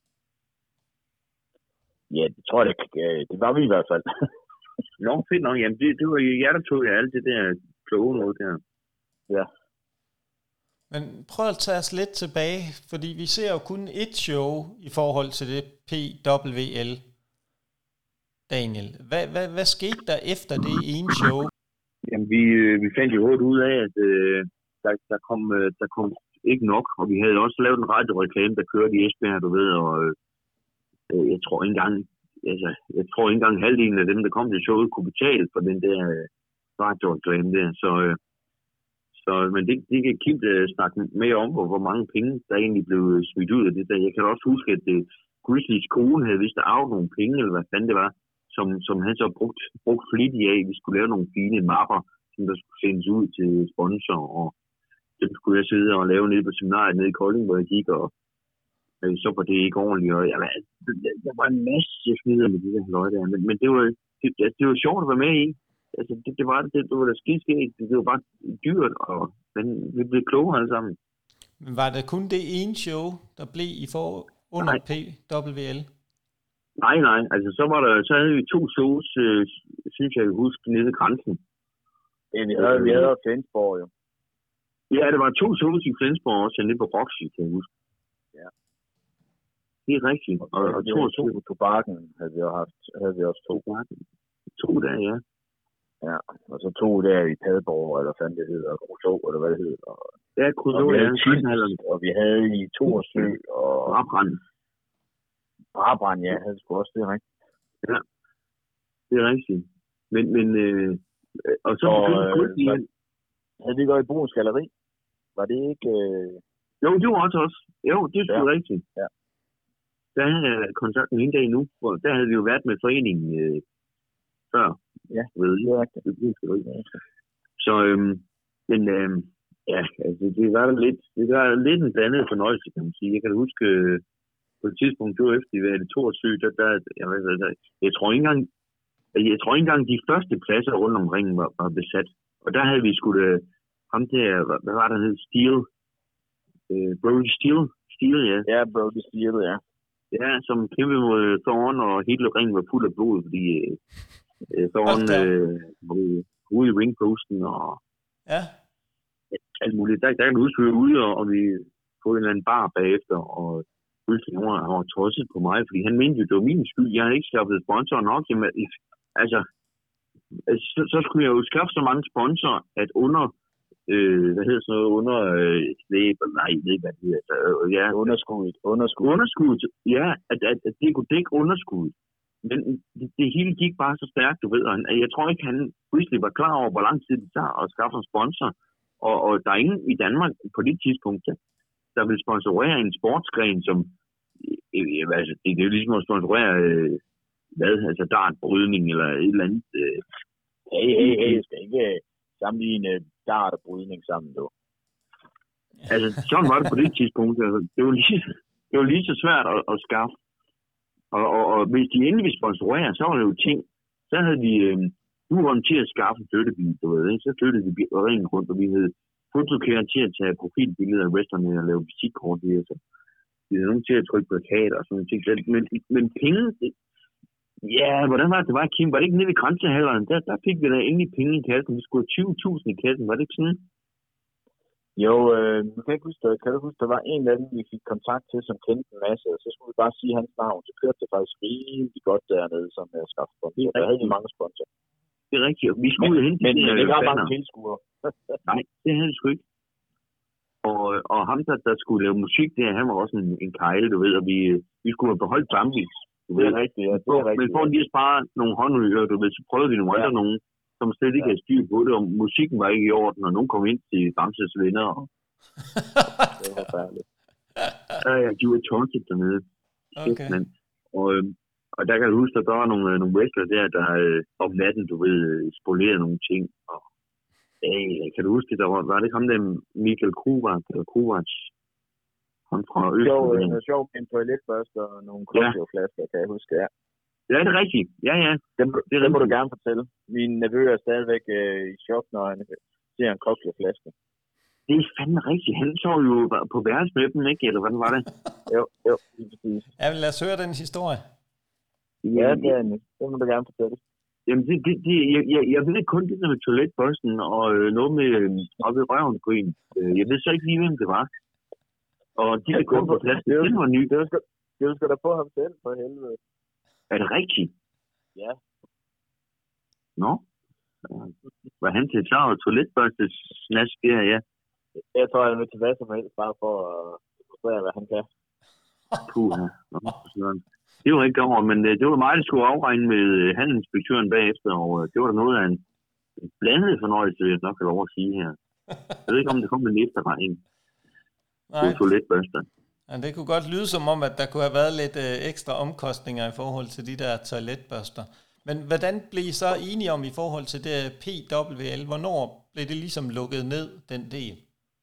Speaker 3: Ja, det tror jeg, det, det var vi i hvert fald.
Speaker 2: Nå, fedt nok. Jamen, det, det var jo jer, der tog jer alt det der kloge noget der.
Speaker 3: Ja.
Speaker 1: Men prøv at tage os lidt tilbage, fordi vi ser jo kun et show i forhold til det P W L. Daniel, hvad, hvad, hvad skete der efter det ene show?
Speaker 2: Jamen, vi, vi fandt jo hurtigt ud af, at øh, der, der, kom, der kom ikke nok, og vi havde også lavet en radioreklame, der kørte i Esbjerg, du ved, og øh, jeg tror ikke engang, altså, jeg tror ikke engang halvdelen af dem, der kom til showet, kunne betale for den der øh, radioreklame der, så, øh, så men det, det kan Kim øh, snakke mere om, hvor, hvor mange penge, der egentlig blev smidt ud af det der. Jeg kan også huske, at øh, Grizzlys kone havde vist arvet nogle penge, eller hvad fanden det var, som, som han så brugt, brugt flittigt af. Vi skulle lave nogle fine mapper, som der skulle sendes ud til sponsor, og dem skulle jeg sidde og lave nede på seminariet nede i Kolding, hvor jeg gik, og øh, så var det ikke ordentligt. Og, jamen, der var en masse smider med de der løg der, men, men det, var, det, det var sjovt at være med i. Altså, det, det var det, det var der skidt skægt. Det var bare dyrt, og men vi blev klogere alle sammen.
Speaker 1: Men var det kun det ene show, der blev i for under P W L?
Speaker 2: Nej, nej. Altså, så var der, så havde vi to shows, øh, synes jeg, jeg husker, nede ved grænsen.
Speaker 3: Ja, vi havde, vi havde også Flensborg, jo.
Speaker 2: Ja, det var to shows i Flensborg også, nede på Roxy, kan jeg huske.
Speaker 3: Ja.
Speaker 2: Det er rigtigt. Og, og, og to,
Speaker 3: to på Tobakken havde vi også haft, havde vi også to.
Speaker 2: To der, ja.
Speaker 3: Ja, og så to der i Padborg, eller hvad det hedder, Kruså, eller hvad det hedder.
Speaker 2: Ja, Kruså,
Speaker 3: ja.
Speaker 2: Og,
Speaker 3: og vi havde i Torsø og...
Speaker 2: Brabrand.
Speaker 3: Brabrand, ja, havde sgu også, det er rigtigt.
Speaker 2: Ja, det er rigtigt. Men, men, øh, og så begyndte
Speaker 3: øh,
Speaker 2: kun igen.
Speaker 3: Havde vi gået i Bruns Galleri? Var det ikke... Øh...
Speaker 2: Jo, det var også også. Jo, det er sgu ja. rigtigt.
Speaker 3: Ja.
Speaker 2: Der havde jeg kontakten en dag nu, hvor der havde vi jo været med foreningen øh, før.
Speaker 3: Ja,
Speaker 2: ved,
Speaker 3: det er rigtigt.
Speaker 2: Så, øhm, men øhm, ja, altså, det var lidt, det var lidt en blandet fornøjelse, kan man sige. Jeg kan huske, øh, på et tidspunkt, det var efter vi var i Torsø, der, der, jeg, jeg, jeg tror ikke engang, jeg tror ikke engang, de første pladser rundt omkring var, var besat. Og der havde vi skulle øh, ham der, hvad, hvad var der hed, Steel, øh, Brody Steel, Steel, ja.
Speaker 3: Ja, Brody Steel, ja.
Speaker 2: Ja, som kæmpede mod Thorn, og hele ringen var fuld af blod, fordi øh, Thorn øh, ude i ringposten og
Speaker 1: ja.
Speaker 2: alt muligt. Der, der kan du huske, vi var ude, og, og vi få en eller anden bar bagefter, og pludselig han var, han var tosset på mig, fordi han mente jo, det var min skyld. Jeg havde ikke skaffet sponsorer nok. Jamen, altså, så, så skulle jeg jo skaffe så mange sponsorer, at under, øh, hvad hedder sådan noget, under øh, slæb, nej, jeg ved ikke, hvad det hedder. Øh, ja,
Speaker 3: underskuddet. Underskud.
Speaker 2: Underskuddet, ja, at, at, at det kunne dække underskuddet. Men det, det hele gik bare så stærkt, du ved. Og jeg tror ikke, han pludselig var klar over, hvor lang tid det tager at skaffe en sponsor. Og, og der er ingen i Danmark på det tidspunkt, der vil sponsorere en sportsgren, som øh, altså, det er jo ligesom at sponsorere øh, hvad, altså dartbrydning eller et eller andet. Øh.
Speaker 3: Hey, hey, hey, jeg skal ikke sammenligne dart og brydning sammen, du.
Speaker 2: Altså, sådan var det på det tidspunkt. Altså, det, var lige, det var lige så svært at, at skaffe. Og, og, og hvis de endelig ville sponsorere, så var det jo ting. Så havde de øh, uren til at skaffe en flyttebil, du ved, ikke? Så flyttede de ringen rundt, og vi havde fotokære til at tage profilbilleder af wrestlerne og lave visitkort i, så vi havde nogen til at trykke plakater og sådan nogle ting. Men, men penge, det, ja, hvordan var det, det var, Kim? Var det ikke nede ved grænsehandleren? Der, der fik vi da endelig penge i kassen. Vi skulle have tyve tusind i kassen, var det ikke sådan?
Speaker 3: Jo, øh, du kan ikke huske det. Kan du huske, der var en af dem, vi fik kontakt til, som kendte en masse, og så skulle vi bare sige hans navn. Så kørte det faktisk rigtig godt dernede, som jeg skaffede på. Der havde vi mange sponsorer.
Speaker 2: Det er rigtigt. Vi skulle
Speaker 3: men,
Speaker 2: hen til
Speaker 3: men,
Speaker 2: det.
Speaker 3: Men det var mange tilskuere.
Speaker 2: Nej, det havde vi sgu ikke. Og, og ham, der, der skulle lave musik der, han var også en, en kejle, du ved, og vi, vi skulle have beholdt Bambi.
Speaker 3: Det er rigtigt, ja. Det er rigtigt,
Speaker 2: men for at lige at spare nogle håndører, du ved, så prøvede vi nogle ja. andre nogen, som slet ikke ja. havde styr på det, og musikken var ikke i orden, og nogen kom ind til Bamses venner. Og
Speaker 3: det var færdigt.
Speaker 2: Ja, ja, de var tosset dernede.
Speaker 1: Okay.
Speaker 2: Men, og, og der kan jeg huske, at der var nogle, nogle wrestler der, der øh, om natten, du ved, spolerede nogle ting. Og, øh, kan du huske, der var, var det ham der Michael Kovac, eller Kovac? Han fra Østrig.
Speaker 3: Det var sjovt med en toiletbørste og nogle kokosflasker, ja. Kan jeg huske, ja.
Speaker 2: Ja, det er rigtigt. Ja, ja.
Speaker 3: Det, det, det må du gerne fortælle. Min nevø er stadigvæk øh, i chok, når han ser en kokosflaske.
Speaker 2: Det er fandme rigtigt. Han så jo på værelse med dem, ikke? Eller hvordan var det?
Speaker 3: jo, jo, lige præcis.
Speaker 1: Ja, men lad os høre den historie.
Speaker 3: Ja, det er det. Det må du gerne fortælle.
Speaker 2: Jamen, det, det, det, jeg, jeg, jeg ved kun det der med toiletbørsten og øh, noget med øh, oppe i røven på en. Øh, jeg ved så ikke lige, hvem det var. Og de der kom på plads, det var ny.
Speaker 3: Det skal, det skal da på ham selv, for helvede.
Speaker 2: Er det rigtigt?
Speaker 3: Ja.
Speaker 2: Nå? Var han til klar og toiletbørste snask der, ja?
Speaker 3: Jeg tror, jeg er nødt til hvad som helst, bare for at demonstrere, hvad han kan.
Speaker 2: Puha. Det var ikke over, men det var mig, der skulle afregne med handelsinspektøren bagefter, og det var da noget af en blandet fornøjelse, vil jeg nok have lov at sige her. Jeg ved ikke, om det kom med en efterregning.
Speaker 1: Nej.
Speaker 2: Toiletbørster.
Speaker 1: Ja, det kunne godt lyde som om, at der kunne have været lidt øh, ekstra omkostninger i forhold til de der toiletbørster. Men hvordan blev I så enige om i forhold til det P W L? Hvornår blev det ligesom lukket ned, den del?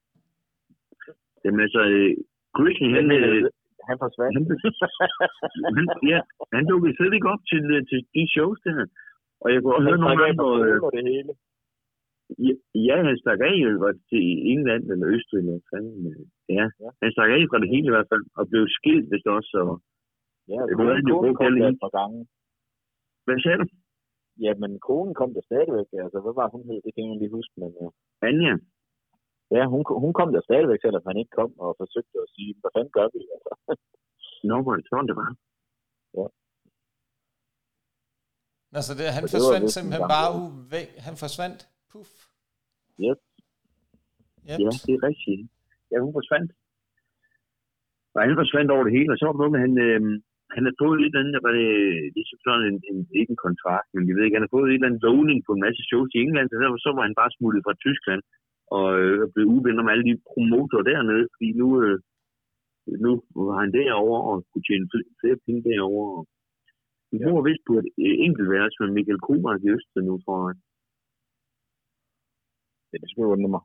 Speaker 2: Jamen altså, Grizzly, han,
Speaker 3: han, han forsvandt.
Speaker 2: Han, han, ja, han dukkede slet ikke op til, til de shows der. Og jeg kunne også høre nogle gange, hvor
Speaker 3: det hele.
Speaker 2: Ja, ja, han stak af var til England eller Østrig eller fanden. Ja, ja, han stak af fra det hele i hvert fald, og blev skilt vist også. Og,
Speaker 3: Ja, så konen kom der et par gange.
Speaker 2: Hvad sagde du?
Speaker 3: Jamen, konen kom der stadigvæk. Altså, hvad var hun hed? Det kan jeg lige huske, men... Ja.
Speaker 2: Anja?
Speaker 3: Ja, hun, hun kom der stadigvæk, selvom han ikke kom og forsøgte at sige, hvad fanden gør vi? Altså.
Speaker 2: Nå, hvor er det sådan, det var.
Speaker 3: Ja.
Speaker 1: Altså, det, han det forsvandt simpelthen bare ud væk. Han forsvandt. Puff.
Speaker 3: Yep.
Speaker 1: Yep.
Speaker 2: Ja, det er rigtigt. Ja, hun forsvandt. Og han forsvandt over det hele, og så var det noget med, han, øh, han havde fået et eller andet, der var det, ligesom sådan en, en, ikke en kontrakt, men jeg ved ikke, han havde fået et eller andet lovning på en masse shows i England, så derfor så var han bare smuttet fra Tyskland, og øh, blev uvenner med alle de promotorer dernede, fordi nu, øh, nu var han derovre, og kunne tjene flere penge derovre. Og vi bor vist på et enkelt værelse med Michael Kovac i Østrig nu, tror jeg.
Speaker 3: Det er det skulle nummer.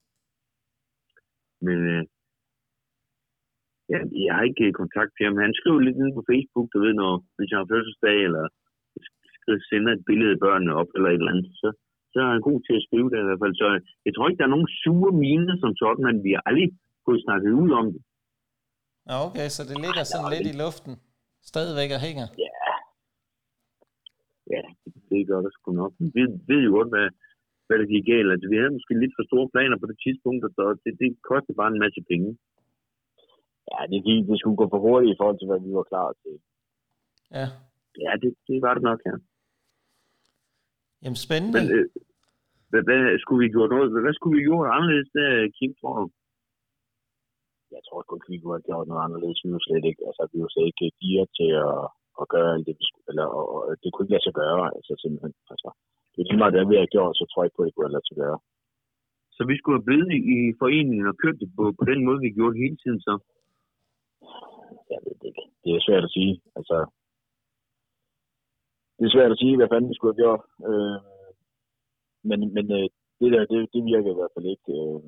Speaker 2: Men øh, ja, jeg har ikke kontakt til ham. Han skriver lidt nede på Facebook, du ved, når hvis jeg har fødselsdag, eller sender et billede af børnene op, eller et eller andet, så, så er han god til at skrive det i hvert fald. Så jeg tror ikke, der er nogen sure miner som sådan, men vi har aldrig fået snakket ud om det.
Speaker 1: Ja, okay, så det ligger sådan lidt i luften. Stadigvæk og hænger.
Speaker 2: Ja. Ja, det gør det sgu nok. Vi ved jo godt, hvad, hvad der gik galt. Altså, vi havde måske lidt for store planer på det tidspunkt, og det, det kostede bare en masse penge.
Speaker 3: Ja, det gik, det skulle gå for hurtigt i forhold til, hvad vi var klar til.
Speaker 1: Ja.
Speaker 2: Ja, det, det var det nok, ja.
Speaker 1: Jamen, spændende.
Speaker 2: Men, øh, hvad, hvad, skulle vi gjort noget? Hvad skulle vi gjort anderledes, der, Kim, tror du?
Speaker 3: Jeg tror godt, vi kunne have gjort noget anderledes. Vi var slet ikke, altså, vi var slet ikke gearet til at, at gøre alt det, vi skulle, eller og, og, det kunne ikke lade sig gøre, altså simpelthen. Altså, det er lige meget det, vi har gjort, så tror jeg ikke på, at det kunne lade sig gøre.
Speaker 2: Så vi skulle have blevet i, i foreningen og kørt det på, på den måde, vi gjorde hele tiden, så?
Speaker 3: Jeg ved det ikke. Det er svært at sige. Altså, det er svært at sige, hvad fanden vi skulle have gjort. Øh, men men øh, det der, det, det virker i hvert fald ikke. Øh,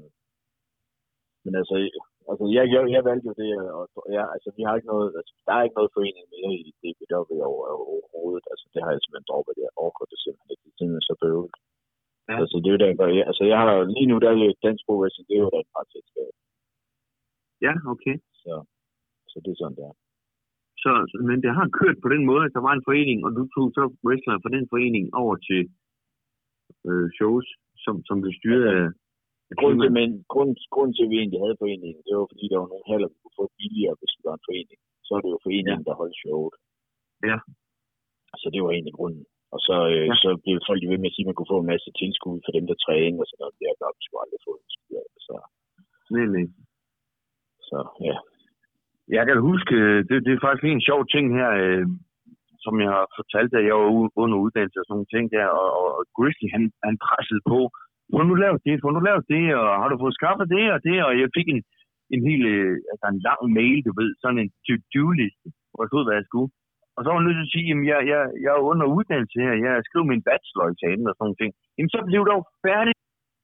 Speaker 3: men altså, altså jeg, jeg, jeg valgte jo det, og ja, altså, vi har ikke noget, altså, der er ikke noget forening mere i det, vi der ved over overhovedet. Altså, det har jeg simpelthen droppet, det jeg overgår det simpelthen ikke. Det er simpelthen så bøvlet. Ja. Altså, det er jo der, jeg, altså, jeg har lige nu, der er jo dansk pro-wrestling, det er jo der en partselskab.
Speaker 2: Ja, okay.
Speaker 3: Så, så det er sådan, der.
Speaker 2: Så, men det har kørt på den måde, at der var en forening, og du tog så wrestlere fra den forening over til øh, shows, som, som blev styret af...
Speaker 3: Grunden til, men, grund, grund til, at vi egentlig havde foreningen, det var fordi, der var nogle haller, vi kunne få billigere, hvis vi var en forening. Så er det jo foreningen, ja. Der holdt showet.
Speaker 2: Ja.
Speaker 3: Så det var egentlig grunden. Og så, øh, ja. så blev folk ved med at sige, at man kunne få en masse tilskud for dem, der træner, og sådan noget. Det har jeg sgu aldrig fået en skud af. Så...
Speaker 2: Nej, nej.
Speaker 3: Så, ja.
Speaker 2: Jeg kan huske, det, det er faktisk en sjov ting her, øh, som jeg har fortalt, at jeg var under uddannelse og sådan nogle ting der, og, og Grizzly, han, han pressede på, hvor nu lavet det, hvor nu lavet det, og har du fået skaffet det og det, og jeg fik en, en hel, altså en lang mail, du ved, sådan en to-do-liste, hvor jeg stod, hvad jeg skulle. Og så var jeg nødt til at sige, jamen jeg, jeg, jeg er under uddannelse her, jeg skrev min bachelor-eksamen og sådan nogle ting. Jamen så blev det jo færdigt.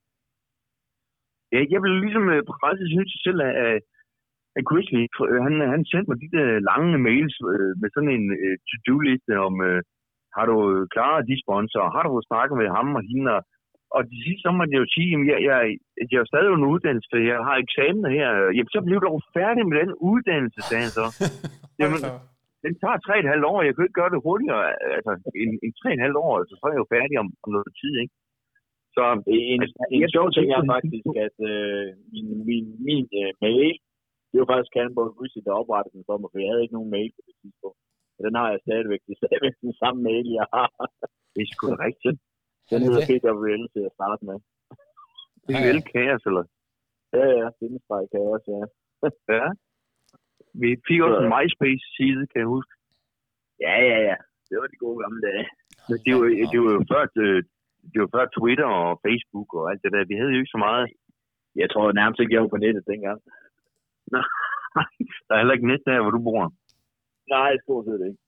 Speaker 2: Ja, jeg blev ligesom presset, synes jeg selv, af, af Grizzly. Han, han sendte mig de der lange mails øh, med sådan en øh, to-do-liste om, øh, har du klaret de sponsorer, har du fået snakket med ham og hende, og Og til sidst så må jeg jo sige, at jeg, jeg, jeg er stadig under uddannelse, for jeg har eksamener her. Jamen, så blev du færdig med den uddannelse, sagde han så. Jamen, den tager tre og et halvt år, jeg kan ikke gøre det hurtigere. Altså, en, en tre og et halvt år, så er jeg jo færdig om, om noget tid, ikke? Så
Speaker 3: en, altså, en sjov ting er faktisk, at øh, min, min, min øh, mail, det var faktisk Cannonball Grizzly, der oprettede den for mig, for jeg havde ikke nogen mail på det tidspunkt. Og den har jeg stadigvæk. Det er stadigvæk den samme mail, jeg har.
Speaker 2: Det er sgu da rigtigt.
Speaker 3: Den hedder P W L til at starte med.
Speaker 2: P W L Kaos, eller?
Speaker 3: Ja, ja. Findestreg Kaos, ja.
Speaker 2: Ja. Vi fik også en MySpace-side, kan jeg huske.
Speaker 3: Ja, ja, ja. Det var de gode gamle dage.
Speaker 2: Men det var, det var jo før, det var før Twitter og Facebook og alt det der. Vi havde jo ikke så meget.
Speaker 3: Jeg tror nærmest ikke, jeg var på nettet dengang.
Speaker 2: Nej, der er heller ikke net der, hvor du bor.
Speaker 3: Nej, stort set ikke.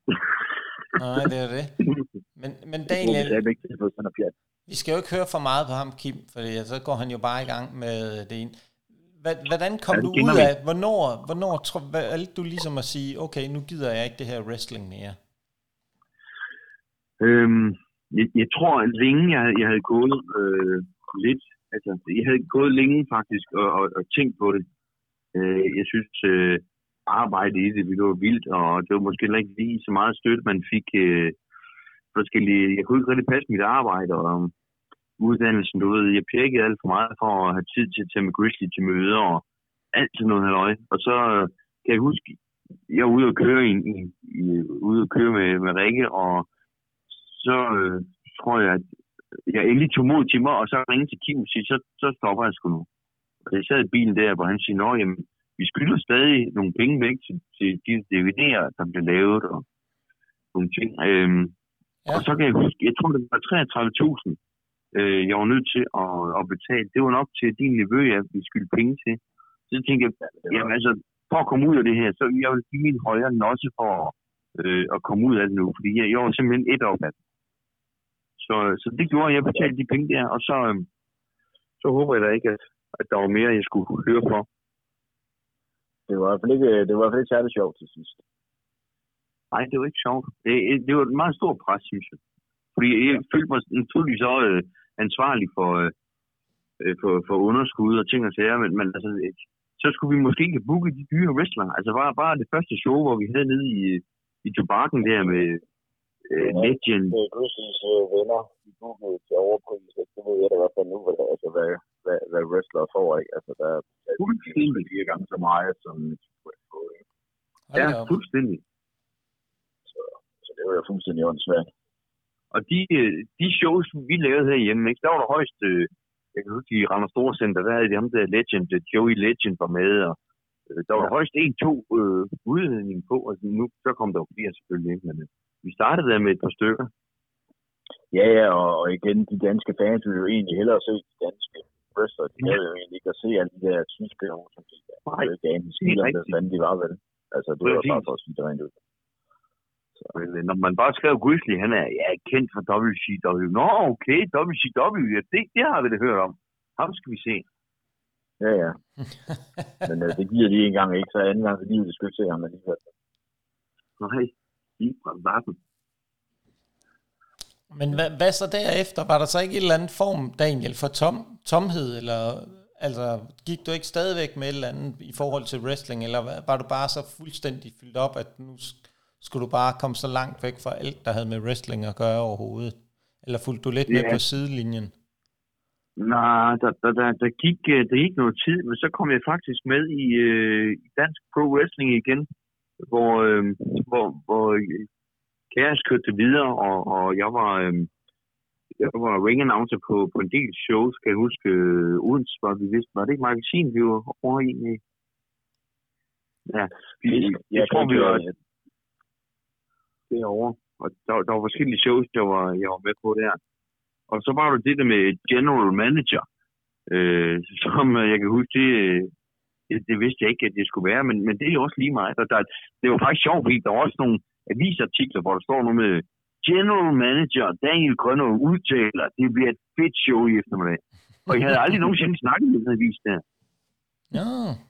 Speaker 1: Nej, det er det. Men, men Daniel, vi skal jo ikke høre for meget på ham, Kim, for så går han jo bare i gang med det ene. Hvordan kom ja, du ud af, hvornår, hvornår valgte du ligesom at sige, okay, nu gider jeg ikke det her wrestling mere?
Speaker 2: Øhm, jeg, jeg tror, at længe jeg, jeg havde gået øh, lidt, altså jeg havde gået længe faktisk og, og, og tænkt på det. Øh, jeg synes, øh, arbejde i det, det var vildt, og det var måske heller ikke lige så meget støtte, man fik øh, forskellige. Jeg kunne ikke rigtig passe mit arbejde, og um, uddannelsen, du ved, jeg pjekkede alt for meget for at have tid til at tage med Grizzly til møder, og alt sådan noget halløj. Og så øh, kan jeg huske, jeg var ude og køre, i, i, i, ude og køre med, med Rikke, og så øh, tror jeg, at jeg endelig tog mod til mig, og så ringede til Kim og sige, så, så stopper jeg sgu nu. Og jeg sad i bilen der, hvor han siger, nå, jamen, vi skylder stadig nogle penge væk til, til de D V D'er, der blev lavet, og nogle ting. Øhm, ja. Og så kan jeg huske, jeg tror, det var treogtredive tusind, øh, jeg var nødt til at, at betale. Det var nok til din nevø, jeg ville skylde penge til. Så jeg tænkte jeg, jamen altså, for at komme ud af det her, så jeg vil give min højre nosse for øh, at komme ud af det nu, fordi jeg, jeg var simpelthen et år af det. Så, så det gjorde jeg, jeg betalte de penge der, og så, øh, så håber jeg da ikke, at, at der var mere, jeg skulle høre for.
Speaker 3: Det var i hvert fald ikke, det var i hvert fald ikke særlig sjovt til sidst.
Speaker 2: Nej, det var ikke sjovt. Det, det var et meget stort pres, synes jeg. Fordi jeg følte mig naturligvis så øh, ansvarlig for, øh, for, for underskud og ting og sager, men, men altså, så skulle vi måske ikke booke de dyre wrestler. Altså bare, bare det første show, hvor vi havde nede i, i Tobakken der med øh, ja, Legend.
Speaker 3: Det er Grizzlys øh, venner, de bookede til overpris. Det ved jeg da i hvert fald nu, hvad, altså, hvad, hvad, hvad wrestler får, ikke? Altså, der er fuldstændig fire gange så meget, som
Speaker 2: ja, fuldstændig.
Speaker 3: Så, så det var jo fuldstændig åndssvagt.
Speaker 2: Og de, de shows, vi lavede herhjemme, ikke? Der var der højst, øh, jeg kan huske, i Randers Storcenter, der havde de ham der Legend, Joey Legend var med, og øh, der var ja. der højst en, to øh, udledninger på, og nu så kom der jo flere selvfølgelig ikke, men øh, vi startede der med et par stykker.
Speaker 3: Ja, ja, og, og igen, de danske fans ville jo egentlig hellere se de danske wrestler, de havde jo egentlig ikke at se alle de der tyske år, som de der. Nej, det er ikke skidt om det, hvordan de var vel. Altså, det var bare for at sige det rent ud.
Speaker 2: Men når man bare skrev Grizzly, han er ja, kendt for W C W. Nå, okay, W C W, ja, det, det har vi da hørt om. Ham skal vi se.
Speaker 3: Ja, ja. Men øh, det giver de en gang ikke, så anden gang, så giver de sgu ikke se ham alligevel.
Speaker 2: Nej, lige fra varten.
Speaker 1: Men hvad, hvad så derefter? Var der så ikke en eller anden form, Daniel, for tom, tomhed? Eller altså, gik du ikke stadigvæk med et eller andet i forhold til wrestling? Eller var du bare så fuldstændig fyldt op, at nu skulle du bare komme så langt væk fra alt, der havde med wrestling at gøre overhovedet? Eller fulgte du lidt yeah. med på sidelinjen?
Speaker 2: Nej, der, der, der, der, gik, der gik noget tid, men så kom jeg faktisk med i, øh, i dansk pro wrestling igen, hvor, øh, hvor, hvor Kæres kørte videre, og, og jeg var øh, jeg var ring announcer på, på en del shows, kan jeg huske, øh, Odense, var vi vidste, var det ikke magasin, vi var over i? Ja, vi, jeg, jeg tror, vi var derovre, og der, der var forskellige shows, jeg var, jeg var med på der. Og så var der det der med general manager, øh, som jeg kan huske, det, det, det vidste jeg ikke, at det skulle være, men, men det er jo også lige meget. Og der, det var faktisk sjovt, fordi der var også nogle avisartikler, hvor der står noget med general manager, Daniel Grønner udtaler, det bliver et fedt show i eftermiddag. Og jeg havde aldrig nogensinde snakket med den avis der.
Speaker 1: Ja.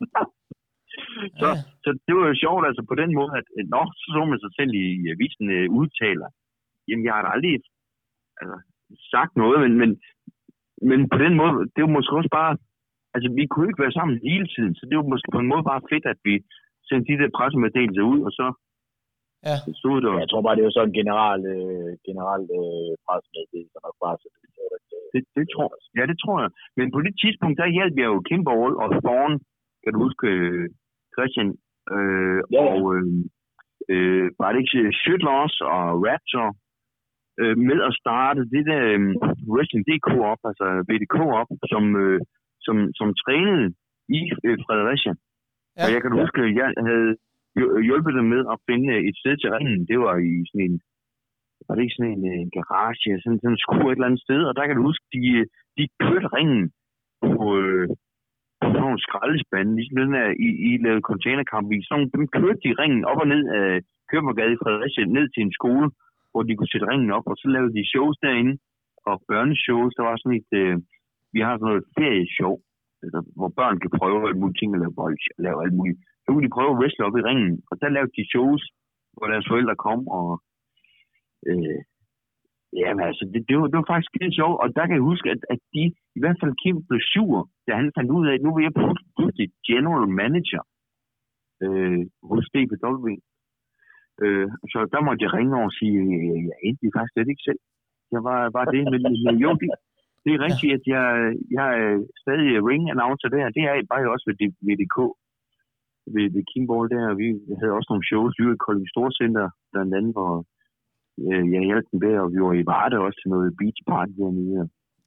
Speaker 2: så, ja. så det var jo sjovt, altså på den måde, at nå, så så man sig selv i avisen uh, udtaler. Jamen, jeg har aldrig altså, sagt noget, men, men, men på den måde, det var måske også bare, altså vi kunne ikke være sammen hele tiden, så det var måske på en måde bare fedt, at vi sendte de der pressemeddelelser ud, og så
Speaker 1: ja.
Speaker 2: stod der.
Speaker 3: Jeg tror bare, det var sådan en general, øh, general øh, pressemeddelelse, nok bare så det,
Speaker 2: det, det tror jeg. Ja, det tror jeg. Men på det tidspunkt, der hjalp jeg jo Kimberall og Thorne, kan du huske, Christian, øh, ja. og øh, øh, var det ikke Shitloss og Raptor, øh, med at starte det der øh, Wrestling punktum d k op, altså B D K op, som, øh, som, som trænede i øh, Fredericia. Ja. Og jeg kan huske, at jeg havde hjulpet dem med at finde et sted til ringen. Det var i sådan en, var det ikke sådan en, en garage, sådan, sådan en skur et eller andet sted, og der kan du huske, de, de kørte ringen på, øh, på sådan nogle skraldespande, ligesom den der, I, I lavede containerkamp i. Sådan, dem kørte de ringen op og ned af Købergade i Fredericia, ned til en skole, hvor de kunne sætte ringen op, og så lavede de shows derinde, og børneshows. Der var sådan et, øh, vi har sådan noget ferieshow, altså, hvor børn kan prøve alle mulige ting, og lave bold, og lave alt muligt. Så kunne de prøve at wrestle op i ringen, og der lavede de shows, hvor deres forældre kom, og øh, jamen altså, det, det, var, det var faktisk lidt sjovt, og der kan jeg huske, at, at de, i hvert fald Kim blev sur, da han fandt ud af, at nu vil jeg pludselig general manager. øh, hos D P W. Øh, så der måtte jeg ringe over og sige, at jeg endte faktisk slet ikke selv. Jeg var bare det, men, men jo, det, det er rigtigt, at jeg, jeg er stadig ring-announcer der. Det er bare også ved, ved D K, ved, ved Kingball der. Vi havde også nogle shows ude i Kolding Storcenter, blandt andet, hvor øh, jeg hjalp den der, og vi var i Varde også til noget beach party dernede.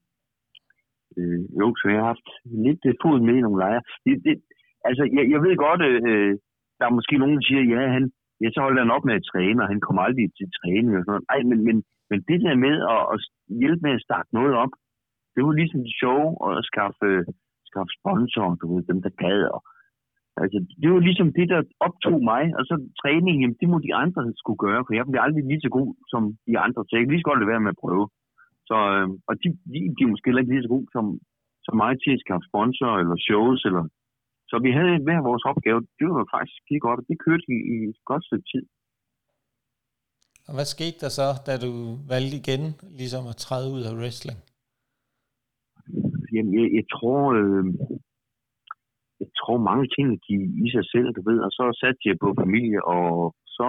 Speaker 2: Øh, jo, så jeg har haft lidt fod med i nogle lejre. Det, det, altså, jeg, jeg ved godt, øh, der er måske nogen, der siger, ja, han, ja, så holder han op med at træne, og han kommer aldrig til træning og sådan noget. Ej, men, men, men det der med at, at hjælpe med at starte noget op, det var ligesom det sjove at skaffe, skaffe sponsorer, du ved, dem der gad. Og, altså, det var ligesom det, der optog mig, og så træningen, jamen, det må de andre skulle gøre, for jeg bliver aldrig lige så god som de andre, så jeg kan lige så godt lade være med at prøve. Så, øh, og de, de, de er måske ikke lige så gode som, som mig til at skaffe sponsorer eller shows, eller så vi havde hver vores opgave. Det var faktisk lige godt, og det kørte i, i et godt stykke tid.
Speaker 1: Og hvad skete der så, da du valgte igen ligesom at træde ud af wrestling?
Speaker 2: Jamen, jeg, jeg tror, øh, jeg tror mange ting gik i sig selv, du ved, og så satte jeg på familie, og så,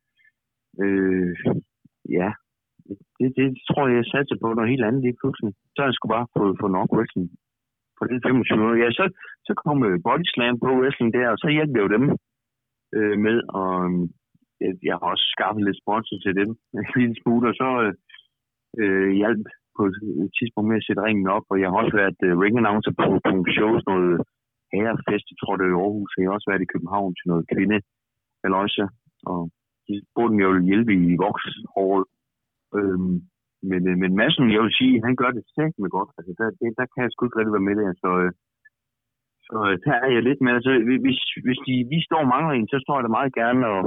Speaker 2: øh, ja, det, det tror jeg, jeg satte på noget helt andet lige pludselig. Så jeg skulle bare få, få nok wrestling på den femogtyve år. Ja, så, så kom Body Slam på wrestling der, og så hjalp jeg jo dem øh, med, og øh, jeg har også skaffet lidt sponsor til dem, en lille smule, og så øh, hjalp på et tidspunkt med at sætte ringen op, og jeg har også været uh, ring-announcer på, på shows, noget herrefest, jeg tror det er i Aarhus, og jeg har også været i København til noget kvinde, eller også, og de spurgte mig, jeg ville hjælpe i Vauxhall. Øhm, men, men Madsen, jeg vil sige, han gør det sæt med godt, altså der, det, der kan jeg sgu ikke rigtig være med der, så, så, så der er jeg lidt med, altså hvis, hvis de, vi står mange en, så står jeg da meget gerne, og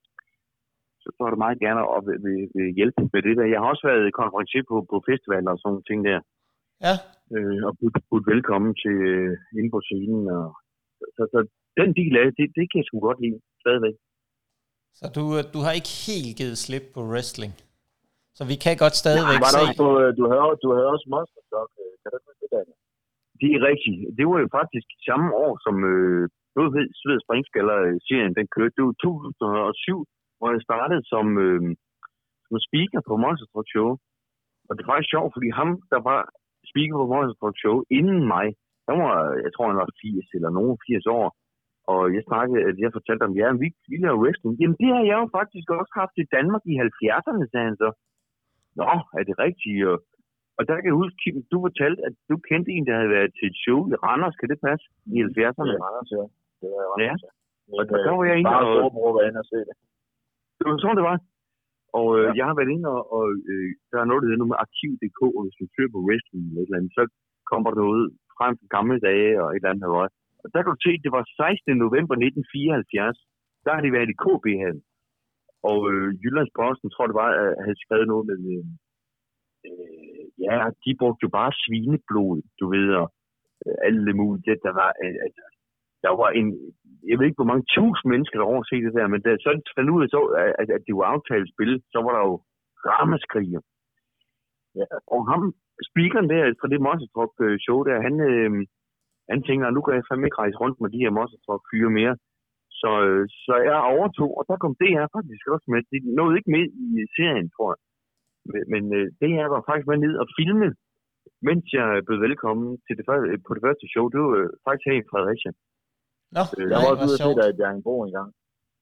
Speaker 2: så står det meget gerne og vil, vil, vil hjælpe med det der. Jeg har også været konferencier på, på festivaler og sådan nogle ting der.
Speaker 1: Ja.
Speaker 2: Øh, og budt, budt velkommen til øh, inde på scenen. Og, så, så den del af det, det kan jeg sgu godt lide, stadigvæk.
Speaker 1: Så du, du har ikke helt givet slip på wrestling? Så vi kan godt stadigvæk
Speaker 3: ja,
Speaker 1: se...
Speaker 3: På, du havde, du havde også Monster Truck. Kan du ikke det der?
Speaker 2: Det er rigtigt. Det var jo faktisk samme år, som øh, Blodhed, Sved og Springskaller-serien, den kørte. Det var to tusind og syv, hvor jeg startede som, øh, som speaker på Monster Truck Show. Og det var faktisk sjovt, fordi ham, der var speaker på Monster Truck Show inden mig, han var, jeg tror, han var firs eller nogen firs år. Og jeg snakkede, at jeg fortalte ham, ja, vi, vi laver wrestling. Jamen, det har jeg jo faktisk også haft i Danmark i halvfjerdserne, sagde han så. Nå, er det rigtigt? Og, og der kan jeg huske, Kim, du fortalte, at du kendte en, der havde været til et show i Randers. Kan det passe? I halvfjerdserne?
Speaker 3: Det var Randers, ja. Det var Randers, ja.
Speaker 2: Og der var jeg inde og...
Speaker 3: Bare storbror var inde og se det.
Speaker 2: Det var sådan, det var. Og øh, ja. Jeg har været inde og, og øh, der er noget, der hedder noget med arkiv punktum d k, og hvis du søger på wrestling eller et eller andet, så kommer der noget frem fra gamle dage og et eller andet her. Og der kan du se, det var sekstende november nitten fireoghalvfjerds. Der har de været i K B-hallen. Og øh, Jyllandsposten, tror det var, havde skrevet noget med, øh, øh, ja, de brugte jo bare svineblod, du ved, og øh, alle mulige, der var, øh, altså, der var en, jeg ved ikke, hvor mange tusind mennesker, der overse det der, men da så fandt ud af, så, at, at det var aftalt spil, så var der jo ramaskriger. Ja. Og ham, speakeren der, fra det Monster Truck show der, han, øh, han tænker, nu kan jeg fandme ikke rejse rundt med de her Monster Truck fyre mere. Så, så jeg overtog, og der kom det her faktisk også med. Det nåede ikke med i serien, tror jeg. Men, men det her var faktisk med ned og filme, mens jeg blev velkommen til det, på det første show. Det var faktisk her i Fredericia.
Speaker 1: Nå,
Speaker 3: øh, jeg var også ude at se dig i Bjerringbro en gang.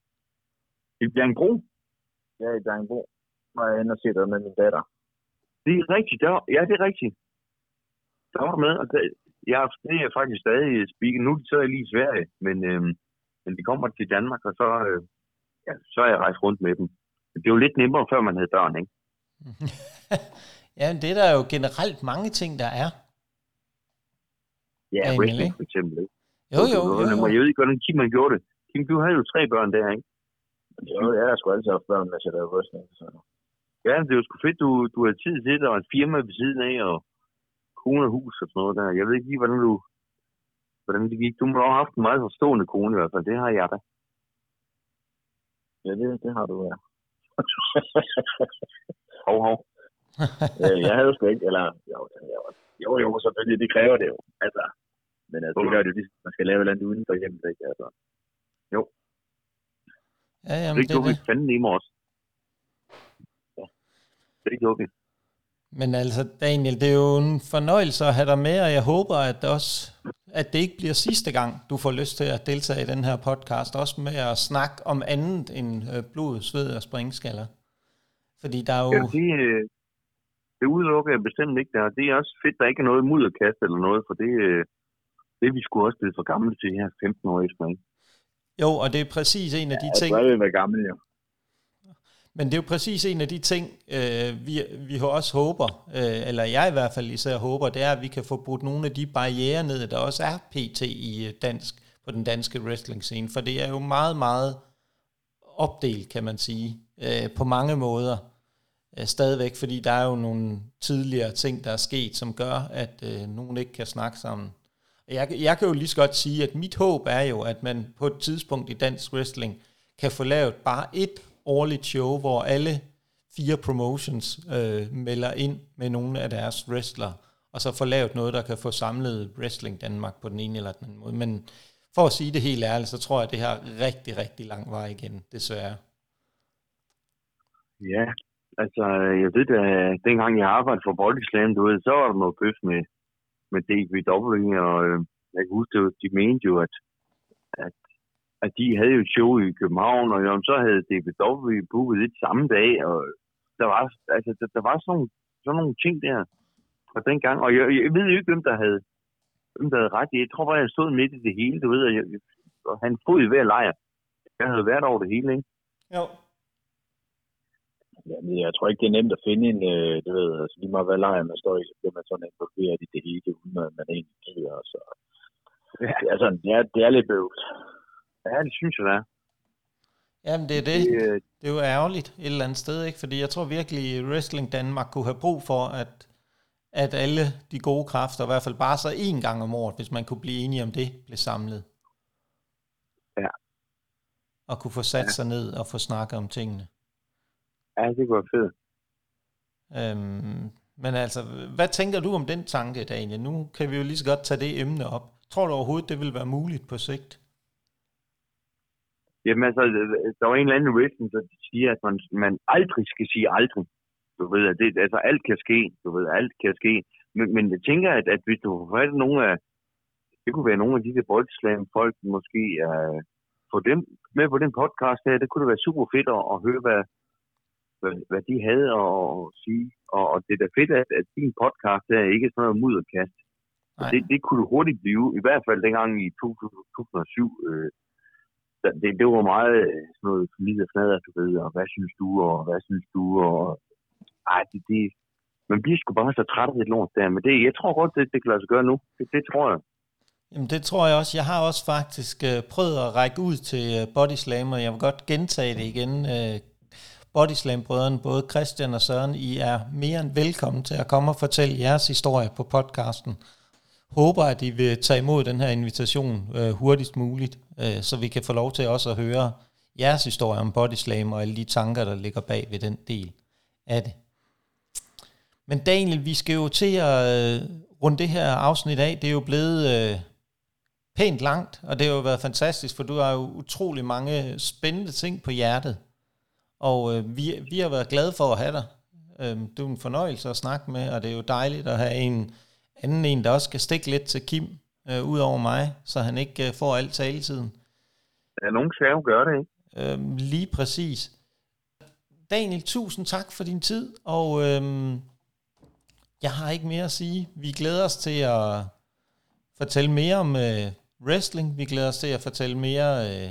Speaker 2: I Bjerringbro?
Speaker 3: Ja, i Bjerringbro. Og jeg ender og se dig med min datter.
Speaker 2: Det er rigtigt. Der, ja, det er rigtigt. Der var med, og det, jeg er faktisk stadig speaker. Nu så er jeg lige i Sverige, men... Øh, Men de kommer til Danmark, og så, øh, ja, så er jeg rejst rundt med dem. Det er jo lidt nemmere, før man havde børn, ikke?
Speaker 1: Ja, men det er der jo generelt mange ting, der er.
Speaker 2: Ja, wrestling for eksempel, ikke?
Speaker 1: Jo, jo, jo, jo.
Speaker 2: Jeg ved ikke, hvordan Kim man gjorde det. Kim, du havde jo tre børn der, ikke?
Speaker 3: Jo, jeg har sgu altid haft børn, mens jeg lavede wrestling. Så.
Speaker 2: Ja, det er jo sgu fedt, du, du havde tid til det, og et firma ved siden af, og kone og hus og sådan noget der. Jeg ved ikke lige, hvordan du... Hvordan det gik. Du må have haft en meget forstående kone i hvert fald. Det har jeg da.
Speaker 3: Ja, det, det har du, ja.
Speaker 2: hov, hov.
Speaker 3: Jeg havde jo sgu ikke, eller jo, jo, jo, selvfølgelig, det kræver det jo. Altså, men altså, det gør det jo, man skal lave et eller andet uden for hjemmet, ikke? Altså.
Speaker 2: Jo.
Speaker 1: Ja, jamen,
Speaker 2: det er ikke det. Fanden i mig også. Ja, det er ikke okay.
Speaker 1: Men altså, Daniel, det er jo en fornøjelse at have dig med, og jeg håber, at det også, at det ikke bliver sidste gang, du får lyst til at deltage i den her podcast, også med at snakke om andet end blod, sved og springskaller. Fordi der er jo...
Speaker 2: Ja, det, det udelukker jeg bestemt ikke der. Det er også fedt, der ikke er noget mudderkast eller noget, for det, det er vi sgu også blevet for gamle til her femten år efter, ikke?
Speaker 1: Jo, og det er præcis en af de
Speaker 3: ja,
Speaker 1: ting...
Speaker 3: Ja, jeg være gammel, jo.
Speaker 1: Men det er jo præcis en af de ting, øh, vi, vi også håber, øh, eller jeg i hvert fald især håber, det er, at vi kan få brudt nogle af de barrierer ned, der også er pt. i dansk, på den danske wrestling-scene. For det er jo meget, meget opdelt, kan man sige, øh, på mange måder øh, stadigvæk, fordi der er jo nogle tidligere ting, der er sket, som gør, at øh, nogen ikke kan snakke sammen. Jeg, jeg kan jo lige så godt sige, at mit håb er jo, at man på et tidspunkt i dansk wrestling kan få lavet bare et årligt show, hvor alle fire promotions øh, melder ind med nogle af deres wrestlere, og så få lavet noget, der kan få samlet Wrestling Danmark på den ene eller den anden måde. Men for at sige det helt ærligt, så tror jeg, at det har rigtig, rigtig lang vej igen, desværre.
Speaker 2: Ja, altså, jeg ved da, dengang jeg arbejdede for Body Slam, du ved, så var der noget bøf med, med D V W, og øh, jeg kan huske, de mente jo, at, at at de havde jo et show i København, og jo, så havde D V W booket det samme dag, og der var, altså, der, der var sådan nogle, sådan nogle ting der fra dengang, og jeg, jeg ved jo ikke, hvem der havde, hvem der havde ret. Jeg tror bare, jeg stod midt i det hele, du ved, og, jeg, og han fod i hver lejr. Jeg havde været over det hele, ikke?
Speaker 1: Jo.
Speaker 3: Ja, men jeg tror ikke, det er nemt at finde en, øh, du ved, altså lige meget hvad lejr man står i, så bliver man sådan involveret i det hele, uden at man egentlig gider, så ja. Altså, det er, det er lidt bøvl.
Speaker 2: Ja, det synes jeg, det er.
Speaker 1: Jamen, det er det. Det er jo ærgerligt et eller andet sted, ikke? Fordi jeg tror virkelig, Wrestling Danmark kunne have brug for, at, at alle de gode kræfter, i hvert fald bare så én gang om året, hvis man kunne blive enige om det, blev samlet.
Speaker 2: Ja.
Speaker 1: Og kunne få sat
Speaker 2: ja.
Speaker 1: sig ned og få snakket om tingene.
Speaker 2: Ja, det kunne være fedt.
Speaker 1: Øhm, men altså, hvad tænker du om den tanke, Daniel? Nu kan vi jo lige så godt tage det emne op. Tror du overhovedet, det vil være muligt på sigt?
Speaker 2: Jamen altså, der var en eller anden wrestling, der siger, at man, man aldrig skal sige aldrig. Du ved, at det, altså alt kan ske. Du ved, alt kan ske. Men, men jeg tænker, at, at hvis du får fat nogle af, det kunne være nogle af de der boldslam-folk, måske uh, få dem med på den podcast her, det kunne da være super fedt at, at høre, hvad, hvad, hvad de havde at, at sige. Og, og det er da fedt, at, at din podcast her ikke er sådan noget mudderkast. Det, det kunne hurtigt blive, i hvert fald dengang i to tusind og syv, øh, Det, det var meget sådan noget familie fnader, du ved, og hvad synes du, og hvad synes du, og ej, det, det, man bliver sgu bare så træt af det lort der, men det, jeg tror godt, det, det kan lade sig gøre nu, det, det tror jeg.
Speaker 1: Jamen det tror jeg også, jeg har også faktisk uh, prøvet at række ud til uh, Body Slam, og jeg vil godt gentage det igen, uh, Body Slam-brødrene, både Christian og Søren, I er mere end velkommen til at komme og fortælle jeres historie på podcasten. Håber, at I vil tage imod den her invitation øh, hurtigst muligt, øh, så vi kan få lov til også at høre jeres historie om Body Slam og alle de tanker, der ligger bag ved den del af det. Men Daniel, vi skal jo til at øh, runde det her afsnit af. Det er jo blevet øh, pænt langt, og det har jo været fantastisk, for du har jo utrolig mange spændende ting på hjertet. Og øh, vi, vi har været glade for at have dig. Øh, du er en fornøjelse at snakke med, og det er jo dejligt at have en anden en, der også skal stikke lidt til Kim, øh, ud over mig, så han ikke øh, får al taletiden.
Speaker 2: Ja, nogen skal jo gøre det, ikke?
Speaker 1: Øhm, lige præcis. Daniel, tusind tak for din tid, og øhm, jeg har ikke mere at sige. Vi glæder os til at fortælle mere om øh, wrestling. Vi glæder os til at fortælle mere øh,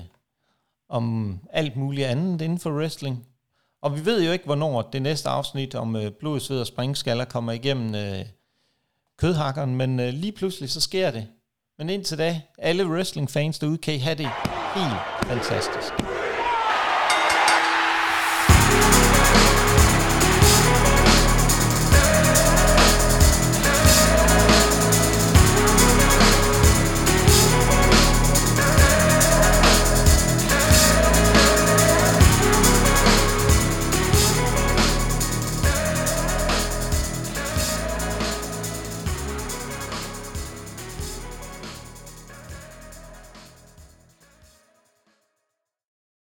Speaker 1: om alt muligt andet inden for wrestling. Og vi ved jo ikke, hvornår det næste afsnit om øh, blod, sved og springskaller kommer igennem øh, kødhakkeren, men øh, lige pludselig så sker det. Men indtil da, alle wrestling-fans derude kan I have det helt fantastisk.